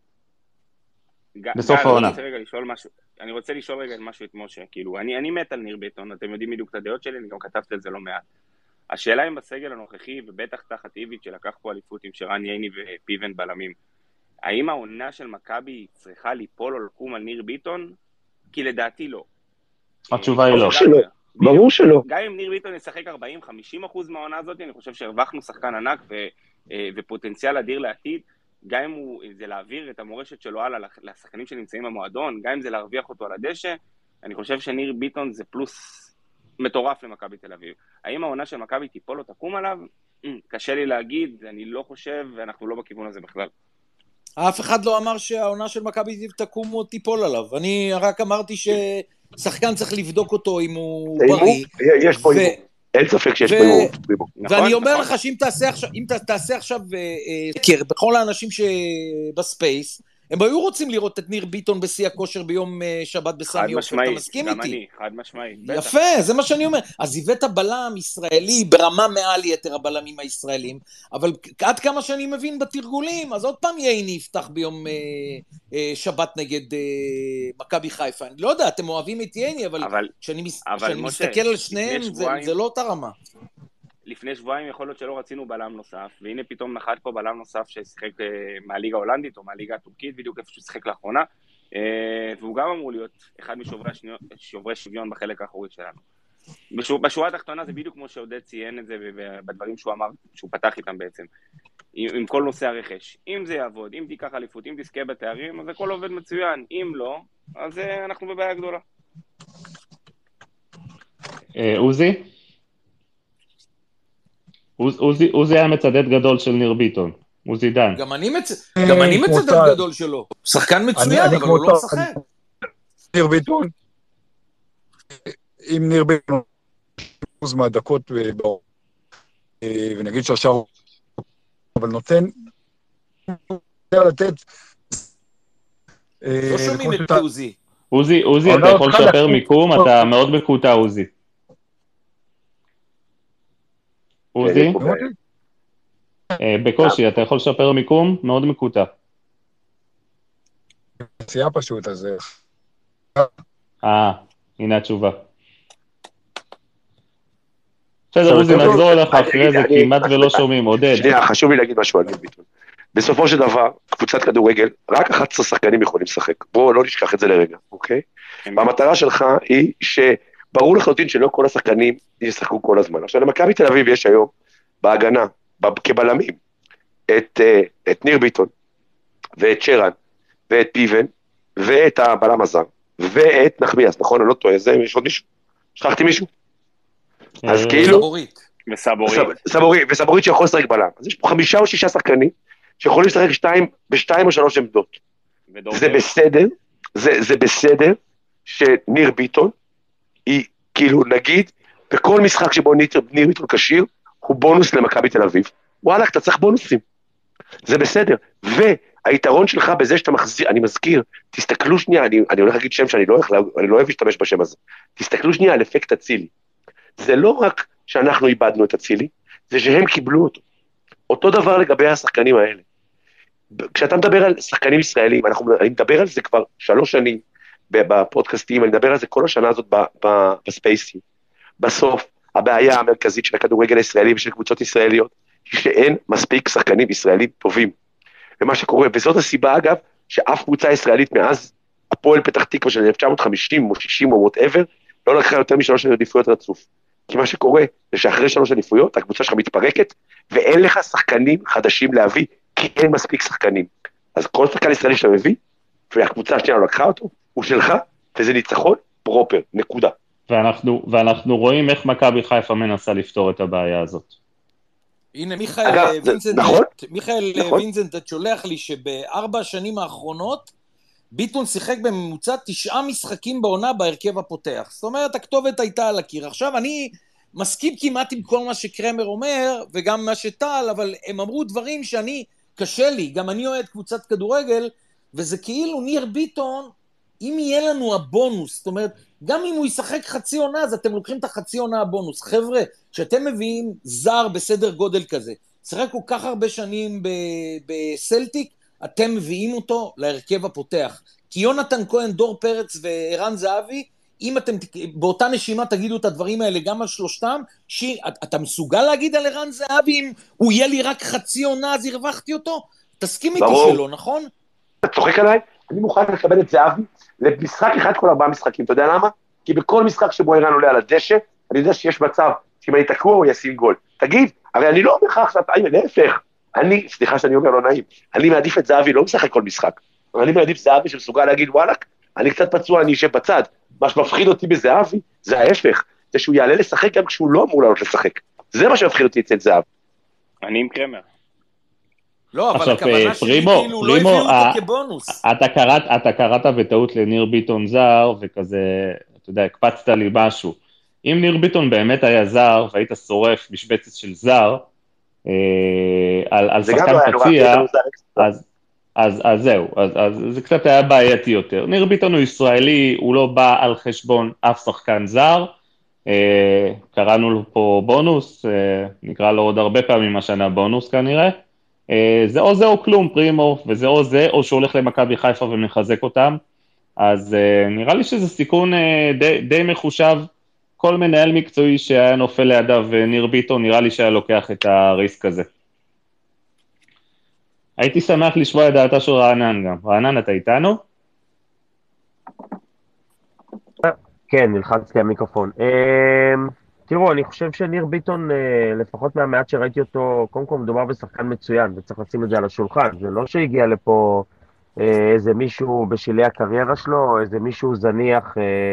בסוף העונה. אני רוצה לשאול רגע משהו את משה, כאילו, אני, אני מת על ניר ביטון, אתם יודעים בדיוק את הדעות שלי, אני גם כתבתי את זה לא מעט. השאלה אם בסגל הנוכחי, ובטח תחת איביץ' שלקח פה אליפות עם שרן ייני ופיבן בלמים, האם העונה של מכבי צריכה ליפול או לקום על ניר ביטון? כי לדעתי לא. התשובה היא לא. ברור שלא. גם אם ניר ביטון ישחק ארבעים חמישים אחוז מהעונה הזאת, אני חושב שהרווחנו שחקן ענק ופוטנציאל אדיר לעתיד, גם אם הוא, זה להעביר את המורשת שלו הלאה לשחקנים שנמצאים במועדון, גם אם זה להרוויח אותו על הדשא, אני חושב שניר ביטון זה פלוס מטורף למכבי תל אביב. האם העונה של מכבי תיפול או תקום עליו? קשה לי להגיד, אני לא חושב, ואנחנו לא בכיוון הזה בכלל. אף אחד לא אמר שהעונה של מכבי תל אביב תקום או תיפול עליו. אני רק אמרתי ששחקן צריך לבדוק אותו אם הוא בריא. יש פה אימור. אין ספק שיש פה אימור. ואני אומר לך שאם תעשה עכשיו, אם תעשה עכשיו סקר בכל האנשים שבספייס, הם היו רוצים לראות את ניר ביטון בשיא הכושר ביום שבת בסמי עופר, אתה מסכים איתי? גם אני, חד משמעי. יפה, זה מה שאני אומר. אז הבאת בלם ישראלי ברמה מעל יתר הבלמים הישראלים, אבל עד כמה שאני מבין בתרגולים, אז עוד פעם ייני יפתח ביום שבת נגד מכבי חיפה. אני לא יודע, אתם אוהבים את ייני, אבל כשאני מסתכל על שניהם, זה לא אותה רמה. לפני שבועיים יכול להיות שלא רצינו בלם נוסף, והנה פתאום נחת פה בלם נוסף ששיחק מהליגה ההולנדית או מהליגה הטורקית, בדיוק איפה שהוא שיחק לאחרונה, והוא גם אמור להיות אחד משוברי שוויון בחלק האחורי שלנו. בשורה התחתונה זה בדיוק כמו שעודד ציין את זה בדברים שהוא אמר, שהוא פתח איתם בעצם, עם כל נושא הרכש. אם זה יעבוד, אם תיקח אליפות, אם תזכה בתארים, אז הכל עובד מצוין. אם לא, אז אנחנו בבעיה גדולה. עוזי? עוזי היה מצדד גדול של ניר ביטון, עוזי דן. גם אני מצדד גדול שלו. שחקן מצוין, אבל הוא לא משחק. ניר ביטון, אם ניר ביטון, אחוז מהדקות, ונגיד שהשאר, אבל נותן, לתת... לא שומעים את עוזי. עוזי, עוזי, אתה יכול לשפר מיקום, אתה מאוד מקוטע, עוזי. עוזי? בקושי, אתה יכול לשפר מיקום? מאוד מקוטע. נסיעה פשוט, אז... אה, הנה התשובה. בסדר, עוזי, נחזור אליך אחרי זה, כמעט ולא שומעים, עודד. שנייה, חשוב לי להגיד משהו על ניר ביטון. בסופו של דבר, קבוצת כדורגל, רק אחת עשרה שחקנים יכולים לשחק. בואו לא נשכח את זה לרגע, אוקיי? והמטרה שלך היא שברור לחלוטין שלא כל השחקנים ישחקו כל הזמן. עכשיו, למכבי תל אביב יש היום בהגנה, כבלמים, את, את ניר ביטון, ואת שרן, ואת פיבן, ואת הבלם הזר, ואת נחמיאס, נכון? אני לא טועה, זה, יש עוד מישהו? שכחתי מישהו? אז אה, כאילו, סבורית. וסבורית. סבורית, וסבורית שיכול לשחק בלם. אז יש פה חמישה או שישה שחקנים, שיכולים לשחק שתיים, בשתיים או שלוש עמדות. ודור זה פרץ. בסדר, זה, זה בסדר, שניר ביטון, היא כאילו נגיד, בכל משחק שבו ניר, ניר ביטון כשיר, הוא בונוס למכבי תל אביב. וואלה, אתה צריך בונוסים. זה בסדר. והיתרון שלך בזה שאתה מחזיר, אני מזכיר, תסתכלו שנייה, אני, אני הולך להגיד שם שאני לא, אני לא אוהב להשתמש בשם הזה. תסתכלו שנייה על אפקט אצילי. זה לא רק שאנחנו איבדנו את אצילי, זה שהם קיבלו אותו. אותו דבר לגבי השחקנים האלה. כשאתה מדבר על שחקנים ישראלים, אנחנו, אני מדבר על זה כבר שלוש שנים בפודקאסטים, אני מדבר על זה כל השנה הזאת בספייסים. בסוף, הבעיה המרכזית של הכדורגל הישראלי ושל קבוצות ישראליות, היא שאין מספיק שחקנים ישראלים טובים. ומה שקורה, וזאת הסיבה אגב, שאף קבוצה ישראלית מאז הפועל פתח תקווה של אלף תשע מאות חמישים או שישים או whatever, לא לקחה יותר משלוש אליפויות רצוף. כי מה שקורה, זה שאחרי שלוש אליפויות, הקבוצה שלך מתפרקת, ואין לך שחקנים חדשים להביא, כי אין מספיק שחקנים. אז כל שחקן ישראלי שאתה מביא, והקבוצה השנייה לא לקחה אותו, הוא שלך, וזה ניצחון פרופר, נקודה. ואנחנו, ואנחנו רואים איך מכבי חיפה מנסה לפתור את הבעיה הזאת. הנה, מיכאל אגב, וינזנט, נכון? מיכאל נכון. וינזנט שולח לי שבארבע השנים האחרונות, ביטון שיחק בממוצע תשעה משחקים בעונה בהרכב הפותח. זאת אומרת, הכתובת הייתה על הקיר. עכשיו, אני מסכים כמעט עם כל מה שקרמר אומר, וגם מה שטל, אבל הם אמרו דברים שאני, קשה לי, גם אני אוהד קבוצת כדורגל, וזה כאילו ניר ביטון, אם יהיה לנו הבונוס, זאת אומרת, גם אם הוא ישחק חצי עונה, אז אתם לוקחים את החצי עונה הבונוס. חבר'ה, שאתם מביאים זר בסדר גודל כזה, שחק כל כך הרבה שנים בסלטיק, אתם מביאים אותו להרכב הפותח. כי יונתן כהן, דור פרץ וערן זהבי, אם אתם באותה נשימה תגידו את הדברים האלה גם על שלושתם, שיר, אתה מסוגל להגיד על ערן זהבי, אם הוא יהיה לי רק חצי עונה, אז הרווחתי אותו? תסכים איתי שלא, נכון? אתה צוחק עליי? אני מוכן לקבל את זהבי למשחק אחד כל ארבעה משחקים, אתה יודע למה? כי בכל משחק שבו ערן עולה על הדשא, אני יודע שיש מצב שאם אני תקוע הוא ישים גול. תגיד, הרי אני לא אומר לך עכשיו, להפך, אני, סליחה שאני אומר לא נעים, אני מעדיף את זהבי, לא משחק כל משחק, אני מעדיף זהבי שמסוגל להגיד, וואלק, אני קצת פצוע, אני אשב בצד, מה שמפחיד אותי בזהבי, זה ההפך, זה שהוא יעלה לשחק גם כשהוא לא אמור לעלות לשחק, זה מה שמפחיד אותי אצל זהבי. אני עם קרמר. לא, אבל עכשיו, הכוונה שלי פרימו, כאילו לא פרימו, הביאו ה- אותו כבונוס. אתה קראת, אתה קראת בטעות לניר ביטון זר, וכזה, אתה יודע, הקפצת לי משהו. אם ניר ביטון באמת היה זר, והיית שורף משבצת של זר, אה, על, על זה גם שחקן לא היה נורא, פציע, כי אתה לא אז, אז, אז זהו, אז, אז זה קצת היה בעייתי יותר. ניר ביטון הוא ישראלי, הוא לא בא על חשבון אף שחקן זר, אה, קראנו לו פה בונוס, אה, נקרא לו עוד הרבה פעמים השנה בונוס כנראה, זה או זה או כלום, פרימו, וזה או זה, או שהולך למכבי חיפה ומחזק אותם, אז uh, נראה לי שזה סיכון uh, די, די מחושב, כל מנהל מקצועי שהיה נופל לידיו ניר ביטון, נראה לי שהיה לוקח את הריסק הזה. הייתי שמח לשמוע את דעתה של רענן גם. רענן, אתה איתנו? כן, נלחצתי המיקרופון. תראו, אני חושב שניר ביטון, לפחות מהמעט שראיתי אותו, קודם כל מדובר בשחקן מצוין, וצריך לשים את זה על השולחן. זה לא שהגיע לפה איזה מישהו בשלהי הקריירה שלו, או איזה מישהו זניח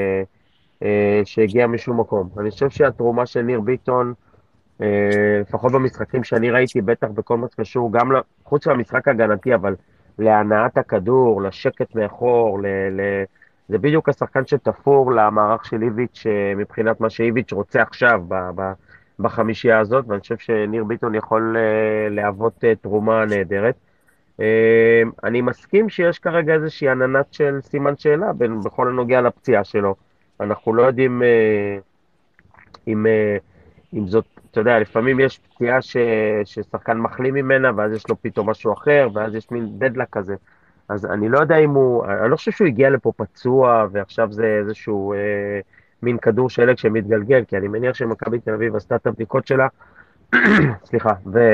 שהגיע משום מקום. אני חושב שהתרומה של ניר ביטון, לפחות במשחקים שאני ראיתי, בטח בכל מה שקשור, גם חוץ מהמשחק הגנתי, אבל להנעת הכדור, לשקט מאחור, ל... ל זה בדיוק השחקן שתפור למערך של איביץ' מבחינת מה שאיביץ' רוצה עכשיו ב- ב- בחמישייה הזאת, ואני חושב שניר ביטון יכול להוות תרומה נהדרת. אני מסכים שיש כרגע איזושהי עננת של סימן שאלה בין, בכל הנוגע לפציעה שלו. אנחנו לא יודעים אם, אם זאת, אתה יודע, לפעמים יש פציעה ש, ששחקן מחלים ממנה, ואז יש לו פתאום משהו אחר, ואז יש מין דדלק כזה. אז אני לא יודע אם הוא, אני לא חושב שהוא הגיע לפה פצוע, ועכשיו זה איזשהו אה, מין כדור שלג שמתגלגל, כי אני מניח שמכבי תל אביב עשתה את הבדיקות שלה, סליחה,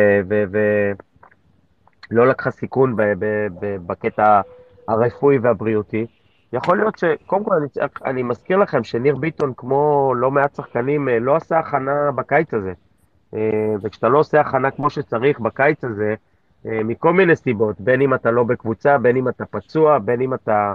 ולא לקחה סיכון ב, ב, ב, בקטע הרפואי והבריאותי. יכול להיות שקודם כל אני, אני מזכיר לכם שניר ביטון, כמו לא מעט שחקנים, לא עשה הכנה בקיץ הזה. אה, וכשאתה לא עושה הכנה כמו שצריך בקיץ הזה, מכל מיני סיבות, בין אם אתה לא בקבוצה, בין אם אתה פצוע, בין אם אתה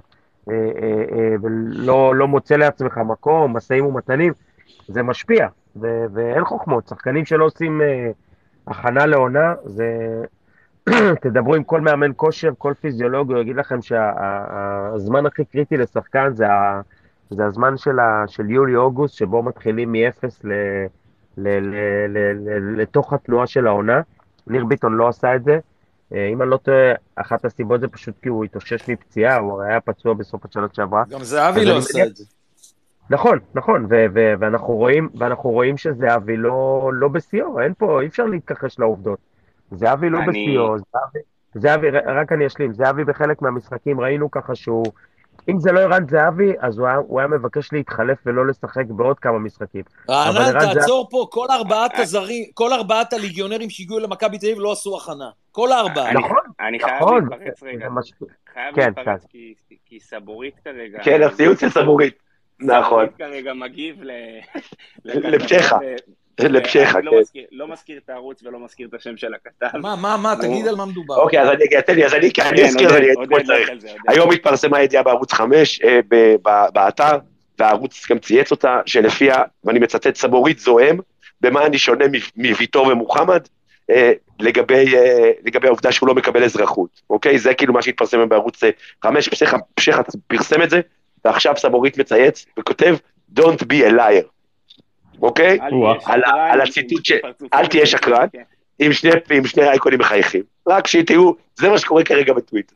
ולא לא מוצא לעצמך מקום, מסעים ומתנים, זה משפיע, ו- ואין חוכמות, שחקנים שלא עושים אה, הכנה לעונה, זה... תדברו עם כל מאמן כושר, כל פיזיולוג, הוא יגיד לכם שהזמן הכי קריטי לשחקן זה, ה, זה הזמן של, ה, של יולי-אוגוסט, שבו מתחילים מ-אפס ל, ל, ל, ל, ל, לתוך התנועה של העונה. ניר ביטון לא עשה את זה. אה, אם אני לא טועה, אחת הסיבות זה פשוט כי הוא התאושש מפציעה, הוא הרי היה פצוע בסוף השנה שעברה. גם זהבי אז לא אני עשה מניח- את זה. נכון, נכון, ו- ו- ואנחנו רואים, ואנחנו רואים שזהבי לא, לא בשיאו, אין פה, אי אפשר להתכחש לעובדות. זהבי לא אני, בשיאו, זהבי, זהבי, ר- רק אני אשלים, זהבי בחלק מהמשחקים ראינו ככה שהוא, אם זה לא ערן זהבי, אז הוא היה, הוא היה מבקש להתחלף ולא לשחק בעוד כמה משחקים. אבל רענן, ערן זהבי, תעצור פה, כל ארבעת הזרים, כל ארבעת הליגיונרים שהגיעו למכבי תל אביב לא עשו הכנה. כל הארבעה. אני, נכון, אני חייב נכון, להתפרץ זה- רגע, זה משפיע. חייב כן, להתפרץ כן. כי, כי סבורית כרגע, כן, הציוץ של סבורית. נכון. סבורית כרגע מגיב ל... לכתבה לפשחה. ו- לפשחה, ואני כן. לא מזכיר, לא מזכיר את הערוץ ולא מזכיר את השם של הכתב. מה, מה, מה, נו. תגיד על מה מדובר. אוקיי, אז אני אגיד, תן לי, אז אני אני כן, אזכיר, אז אני עודד, אגיד כמו עודד, שצריך. לך על זה, עודד. היום התפרסמה ידיעה בערוץ חמש, אה, ב- ב- באתר, והערוץ גם צייץ אותה, שלפיה, ואני מצטט, סבורית זוהם, במה אני שונה מ- מוויטור ומוחמד, אה, לגבי אה, לגבי העובדה שהוא לא מקבל אזרחות, אוקיי? זה כאילו מה שהתפרסם היום בערוץ אה, חמש, פשחה פשחה פרסם את זה, ועכשיו סבורית מצייץ וכותב, Don't be a liar, אוקיי? אל וואו. תהיה על ה- שקרן על עם- הציטוט עם ש- פרצופים אל תהיה מצייצים, שקרן. כן. עם שני, עם שני אייקונים מחייכים, רק שתראו, זה מה שקורה כרגע בטוויטר.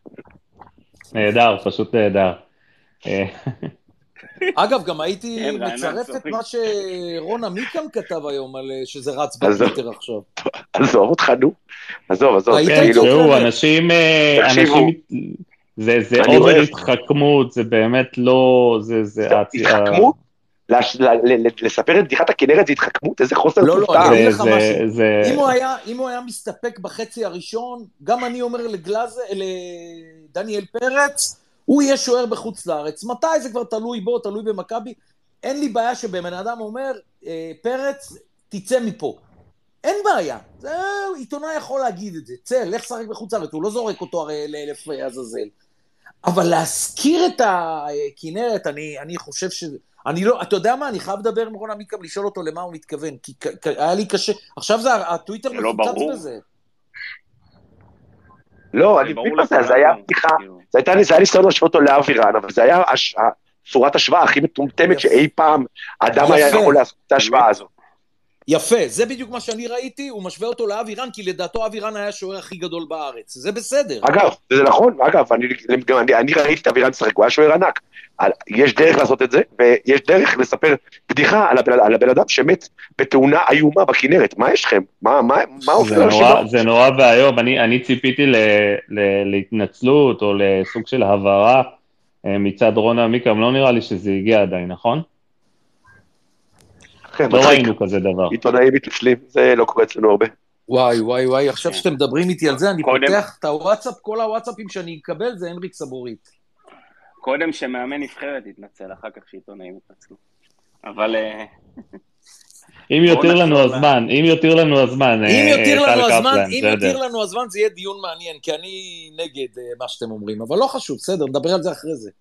נהדר, פשוט נהדר. אה, אגב, גם הייתי כן, רענן, מצרף את סופי. מה שרון עמיקם כתב היום, על אה, שזה רץ אז זהו. בטוויטר עכשיו. עזוב אותך, נו. עזוב, עזוב. ראית זה כן, את זה? כאילו, תראו, באמת. אנשים, אה, תקשיבו. אנשים, זה, זה אני אובר אוהב. התחכמות, זה באמת לא, זה, זה, הצ- התחכמות? לש- ל- ל- ל- לספר את בדיחת הכנרת זה התחכמות? איזה חוסר לא, לא, טומטם. אני אגיד זה, לך זה, משהו. זה, אם הוא היה, אם הוא היה מסתפק בחצי הראשון, גם אני אומר לגלאזר, לדניאל פרץ, הוא יהיה שוער בחוץ לארץ. מתי זה כבר תלוי בו, תלוי במכבי? אין לי בעיה שבן אדם אומר, אה, פרץ, תצא מפה. אין בעיה. זה עיתונאי יכול להגיד את זה. צא, לך שחק בחוץ לארץ, הוא לא זורק אותו הרי לאלף עזאזל. אבל להזכיר את הכנרת, אני, אני חושב ש... אני לא, אתה יודע מה, אני חייב לדבר עם רון עמיקם, לשאול אותו למה הוא מתכוון, כי כ- כ- היה לי קשה, עכשיו זה, הטוויטר זה לא מפוצץ ברור. בזה. לא, אני ברור מבין מה זה, זה לכולנו, היה בדיחה, כאילו. זה הייתה- זה היה ניסיון להשוות אותו לאבירן, אבל זה היה הש- צורת השוואה הכי מטומטמת יפה. שאי פעם אדם היה יפה. יכול לעשות את ההשוואה הזו. יפה, זה בדיוק מה שאני ראיתי, הוא משווה אותו לאבי רן, כי לדעתו אבי רן היה השוער הכי גדול בארץ, זה בסדר. אגב, זה נכון, אגב, אני, גם אני, אני ראיתי את אבירן שחק, הוא היה שוער ענק. על- יש דרך לעשות את זה, ויש דרך לספר בדיחה על הבן, על הבן אדם שמת בתאונה איומה בכנרת. מה יש לכם? מה, מה, מה אופי זה האנשים? נורא, זה נורא ואיום, אני, אני ציפיתי ל, ל, להתנצלות או לסוג של הבהרה אה, מצד רון עמיקם, לא נראה לי שזה הגיע עדיין, נכון? לא ראינו כזה דבר. עיתונאים מתנצלים, זה לא קורה אצלנו הרבה. וואי, וואי, וואי, עכשיו כן. שאתם מדברים איתי על זה, אני קודם- פותח את הוואטסאפ, כל הוואטסאפים שאני אקבל זה הנריק סבורית. קודם שמאמן נבחרת יתנצל, אחר כך שעיתונאים יתנצלו. אבל אה, אם יותיר נחזור לנו ל- הזמן, אם יותיר לנו הזמן, אם אה, יותיר אה, לנו טל הזמן, קפלן, אם בסדר. יותיר לנו הזמן זה יהיה דיון מעניין, כי אני נגד אה, מה שאתם אומרים, אבל לא חשוב, בסדר, נדבר על זה אחרי זה.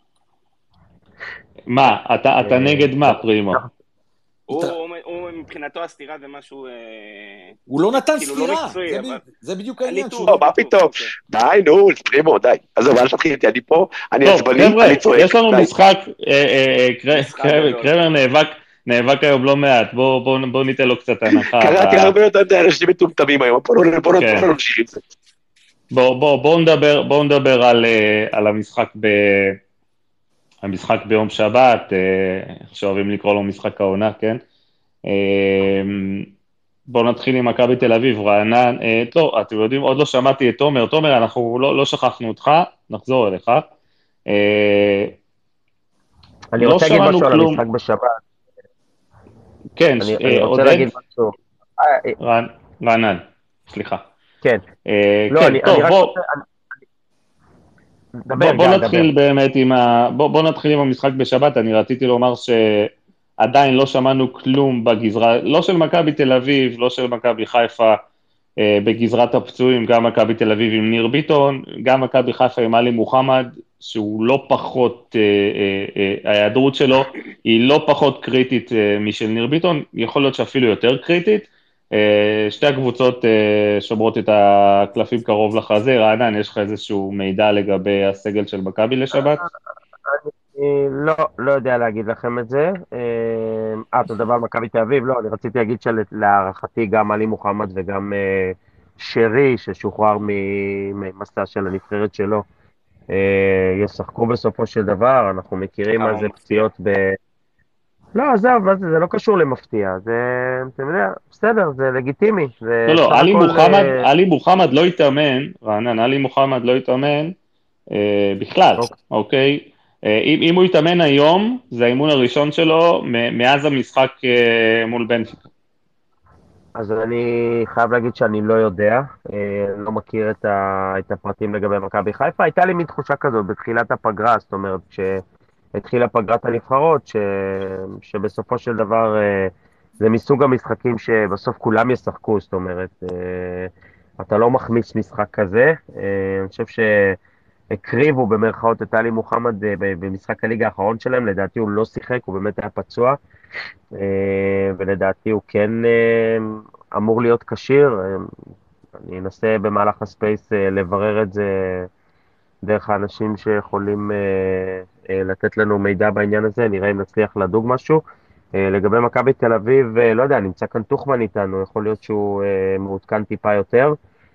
מה, אתה, אתה אה, נגד מה, פרימו? הוא איתה- הוא- הוא מבחינתו הסתירה זה משהו... אה, הוא לא נתן כאילו, לא סתירה, מקצועי, זה אבל- בדיוק- זה בדיוק העניין. הליטוף. שהוא- לא, מה פתאום? די, נו, פרימו, די. עזוב, אל תתחיל איתי, אני פה, אני טוב, עצבני, חבר'ה, אני צועק. יש לנו די. משחק, אה, אה, אה, קר- משחק קר- גדול. קרמר נאבק, נאבק היום לא מעט, בואו בוא, בוא ניתן לו קצת הנחה. קראתי ב- הרבה יותר מדי אנשים מטומטמים היום, בואו לא- בואו לא- כן. בואו לא נמשיך עם זה. בואו בוא, בוא נדבר, בוא נדבר על, אה, על המשחק, ב, המשחק ביום שבת, אה, איך שאוהבים לקרוא לו משחק העונה, כן? אה, בואו נתחיל עם מכבי תל אביב, רענן, אה, טוב, אתם יודעים, עוד לא שמעתי את תומר, תומר, אנחנו לא, לא שכחנו אותך, נחזור אליך. אה, אני לא רוצה להגיד שמענו משהו על כלום. המשחק בשבת. כן, אני אה, אני רוצה עודד, להגיד משהו. אה, אה, רענ- רענן, סליחה. כן. אה, לא, כן, אני טוב, אני רק בוא, רוצה... אני- דבר, בוא, בוא גל, נתחיל דבר. באמת עם ה... בוא, בוא נתחיל עם המשחק בשבת, אני רציתי לומר שעדיין לא שמענו כלום בגזרה, לא של מכבי תל אביב, לא של מכבי חיפה, בגזרת הפצועים, גם מכבי תל אביב עם ניר ביטון, גם מכבי חיפה עם עלי מוחמד, שהוא לא פחות, ההיעדרות שלו היא לא פחות קריטית משל ניר ביטון, יכול להיות שאפילו יותר קריטית, שתי הקבוצות שומרות את הקלפים קרוב לחזה. רענן, יש לך איזשהו מידע לגבי הסגל של מכבי לשבת? לא, לא יודע להגיד לכם את זה. אה, אתה מדבר על מכבי תל אביב? לא, אני רציתי להגיד שלהערכתי גם עלי מוחמד וגם שרי, ששוחרר ממסע של הנבחרת שלו, ישחקו בסופו של דבר. אנחנו מכירים מה זה פציעות ב... לא, עזב, מה זה, זה לא קשור למפתיע, זה, אתה יודע, בסדר, זה לגיטימי. לא, לא, עלי מוחמד, עלי מוחמד לא יתאמן, רענן, עלי מוחמד לא יתאמן בכלל, אוקיי? אם, אם הוא יתאמן היום, זה האימון הראשון שלו מאז המשחק מול בנפיקה. אז אני חייב להגיד שאני לא יודע, לא מכיר את, ה, את הפרטים לגבי מכבי חיפה. הייתה לי מין תחושה כזאת בתחילת הפגרה, זאת אומרת, כשהתחילה פגרת הנבחרות, ש, שבסופו של דבר זה מסוג המשחקים שבסוף כולם ישחקו, זאת אומרת, אתה לא מחמיץ משחק כזה. אני חושב ש... הקריבו במרכאות את עלי מוחמד במשחק הליגה האחרון שלהם, לדעתי הוא לא שיחק, הוא באמת היה פצוע, ולדעתי הוא כן אמור להיות כשיר. אני אנסה במהלך הספייס לברר את זה דרך האנשים שיכולים לתת לנו מידע בעניין הזה, נראה אם נצליח לדוג משהו. לגבי מכבי תל אביב, לא יודע, נמצא כאן תוכמן איתנו, יכול להיות שהוא מעודכן טיפה יותר.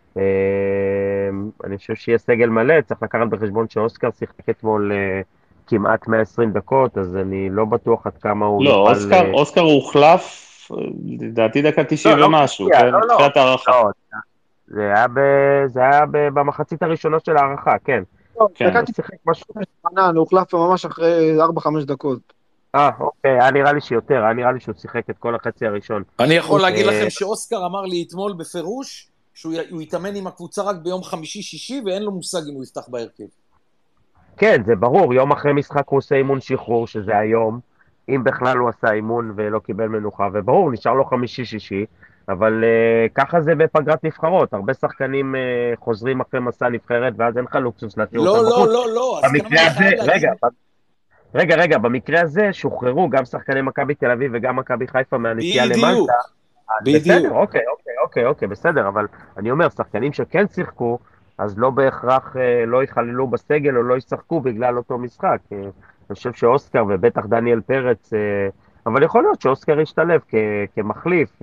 אני חושב שיהיה סגל מלא, צריך לקחת בחשבון שאוסקר שיחק אתמול כמעט מאה ועשרים דקות, אז אני לא בטוח עד כמה הוא לא, יוכל... לא, אוסקר, אוסקר הוא הוחלף, לדעתי דקה תשעים לא, ומשהו, לא, כן? לא, לא, תחילת הערכה. לא, זה היה, ב... זה היה ב... במחצית הראשונה של הערכה, כן. לא, כן. דקה תשעים משהו, הוא הוחלף ממש אחרי ארבע חמש דקות. אה, אוקיי, היה נראה לי שיותר, היה נראה לי שהוא שיחק את כל החצי הראשון. אני יכול להגיד לכם שאוסקר אמר לי אתמול בפירוש, שהוא יתאמן עם הקבוצה רק ביום חמישי-שישי, ואין לו מושג אם הוא יפתח בהרכב. כן, זה ברור, יום אחרי משחק הוא עושה אימון שחרור, שזה היום, אם בכלל הוא עשה אימון ולא קיבל מנוחה, וברור, נשאר לו חמישי-שישי, אבל uh, ככה זה בפגרת נבחרות, הרבה שחקנים uh, חוזרים אחרי מסע נבחרת, ואז אין לך לוקסוס להתיר לא, אותם לא, בחוץ. לא, לא, במקרה הזה, רגע, רגע, רגע, במקרה הזה שוחררו גם שחקני מכבי תל אביב וגם מכבי חיפה מהנסיעה למלטה. בדיוק. בסדר, אוקיי, אוקיי, אוקיי, אוקיי, בסדר, אבל אני אומר, שחקנים שכן שיחקו, אז לא בהכרח לא יחללו בסגל או לא ישחקו בגלל אותו משחק. אני חושב שאוסקר ובטח דניאל פרץ, אבל יכול להיות שאוסקר ישתלב כמחליף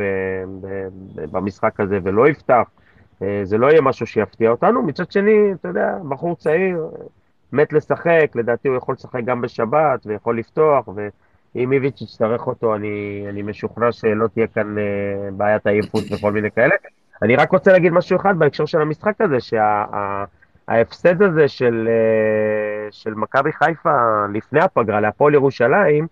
במשחק הזה ולא יפתח. זה לא יהיה משהו שיפתיע אותנו. מצד שני, אתה יודע, בחור צעיר, מת לשחק, לדעתי הוא יכול לשחק גם בשבת ויכול לפתוח, ואם איביץ' יצטרך אותו, אני, אני משוכנע שלא תהיה כאן בעיית עייפות וכל מיני כאלה. אני רק רוצה להגיד משהו אחד בהקשר של המשחק הזה, שההפסד הזה של, של מכבי חיפה לפני הפגרה, להפועל ירושלים,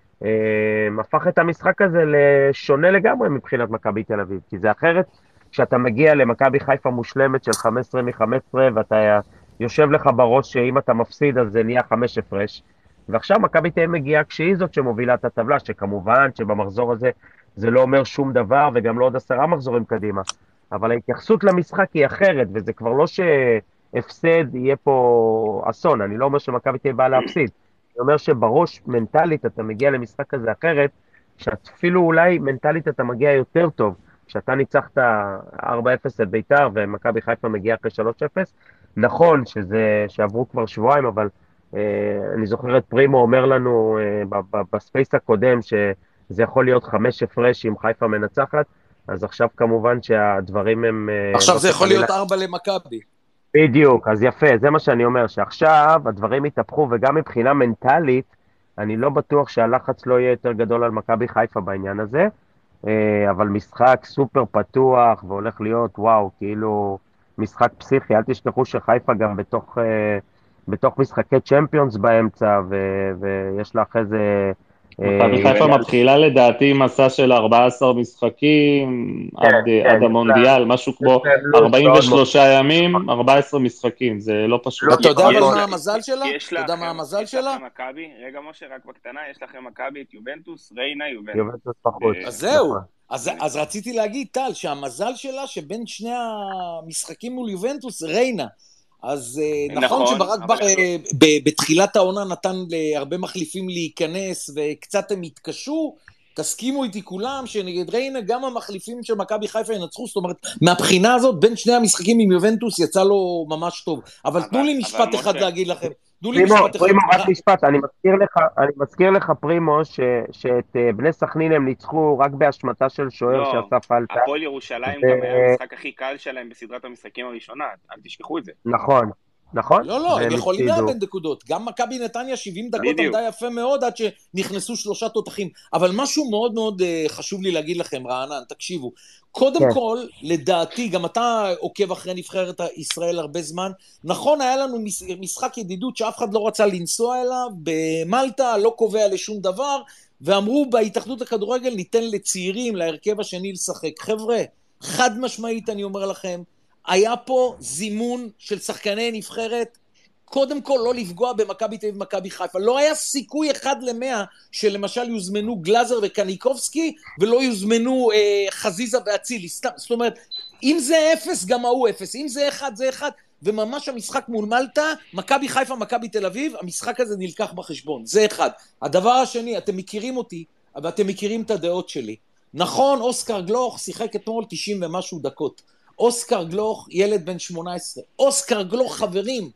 הפך את המשחק הזה לשונה לגמרי מבחינת מכבי תל אביב, כי זה אחרת כשאתה מגיע למכבי חיפה מושלמת של חמש עשרה מ-חמש עשרה, ואתה יושב לך בראש שאם אתה מפסיד אז זה נהיה חמש הפרש, ועכשיו מכבי תל אביב מגיעה כשהיא זאת שמובילה את הטבלה, שכמובן שבמחזור הזה זה לא אומר שום דבר, וגם לא עוד עשרה מחזורים קדימה, אבל ההתייחסות למשחק היא אחרת, וזה כבר לא שהפסד יהיה פה אסון. אני לא אומר שמכבי תהיה באה להפסיד, אני אומר שבראש מנטלית אתה מגיע למשחק הזה אחרת, שאפילו אולי מנטלית אתה מגיע יותר טוב, כשאתה ניצחת ארבע אפס את ביתר, ומכבי חיפה מגיע אחרי שלוש אפס, נכון שזה, שעברו כבר שבועיים, אבל אה, אני זוכר את פרימו אומר לנו אה, ב- ב- בספייס הקודם, שזה יכול להיות חמש הפרש אם חיפה מנצחת, אז עכשיו כמובן שהדברים הם... עכשיו זה יכול להיות ארבע למכבי. בדיוק, אז יפה, זה מה שאני אומר, שעכשיו הדברים יתהפכו, וגם מבחינה מנטלית, אני לא בטוח שהלחץ לא יהיה יותר גדול על מכבי חיפה בעניין הזה, אבל משחק סופר פתוח, והולך להיות, וואו, כאילו משחק פסיכי, אל תשכחו שחיפה גם בתוך, בתוך משחקי צ'מפיונס באמצע, ו- ויש לה אחרי זה מכבי חיפה מתחילה לדעתי מסע של ארבעה עשר משחקים עד המונדיאל, משהו כמו ארבעים ושלושה ימים, ארבעה עשר משחקים, זה לא פשוט. אתה יודע אבל מה המזל שלה? אתה יודע מה המזל שלה? יש לכם מכבי, רגע משה, רק בקטנה, יש לכם מכבי את יובנטוס, ריינה, יובנטוס. יובנטוס פחות. אז זהו, אז רציתי להגיד, טל, שהמזל שלה שבין שני המשחקים מול יובנטוס, ריינה, אז נכון שברק בתחילת העונה נתן להרבה מחליפים להיכנס וקצת הם התקשו, תסכימו איתי כולם שנגד ריינה גם המחליפים של מכבי חיפה ינצחו, זאת אומרת מהבחינה הזאת בין שני המשחקים עם יובנטוס יצא לו ממש טוב, אבל תנו לי משפט אחד להגיד לכם, תנו לי משפט אחד. פרימו, רק משפט, אני מזכיר לך, אני מזכיר לך פרימו שאת בני סכנין הם ניצחו רק בהשמטה של שוער שעשה פלטה. הפועל ירושלים גם היה המשחק הכי קל שלהם בסדרת המשחקים הראשונה, אל תשכחו את זה. נכון. נכון? לא, לא, הם יכולים לאבד נקודות. גם מכבי נתניה שבעים דקות עמדה יפה מאוד עד שנכנסו שלושה תותחים. אבל משהו מאוד מאוד חשוב לי להגיד לכם, רענן, תקשיבו. קודם כל, לדעתי, גם אתה עוקב אחרי נבחרת ישראל הרבה זמן, נכון, היה לנו משחק ידידות שאף אחד לא רצה לנסוע אליו, במלטה, לא קובע לשום דבר, ואמרו בהתאחדות הכדורגל ניתן לצעירים, להרכב השני לשחק. חבר'ה, חד משמעית אני אומר לכם, היה פה זימון של שחקני נבחרת, קודם כל לא לפגוע במכבי תל אביב ומכבי חיפה, לא היה סיכוי אחד למאה שלמשל יוזמנו גלאזר וקניקובסקי, ולא יוזמנו אה, חזיזה ואצילי, זאת אומרת, אם זה אפס גם הוא אפס, אם זה אחד זה אחד, וממש המשחק מול מלטה, מכבי חיפה, מכבי תל אביב, המשחק הזה נלקח בחשבון, זה אחד. הדבר השני, אתם מכירים אותי, אבל אתם מכירים את הדעות שלי, נכון, אוסקר גלוך שיחק אתמול תשעים ומשהו דקות, אוסקר גלוך, ילד בן שמונה עשרה. אוסקר גלוך, חברים,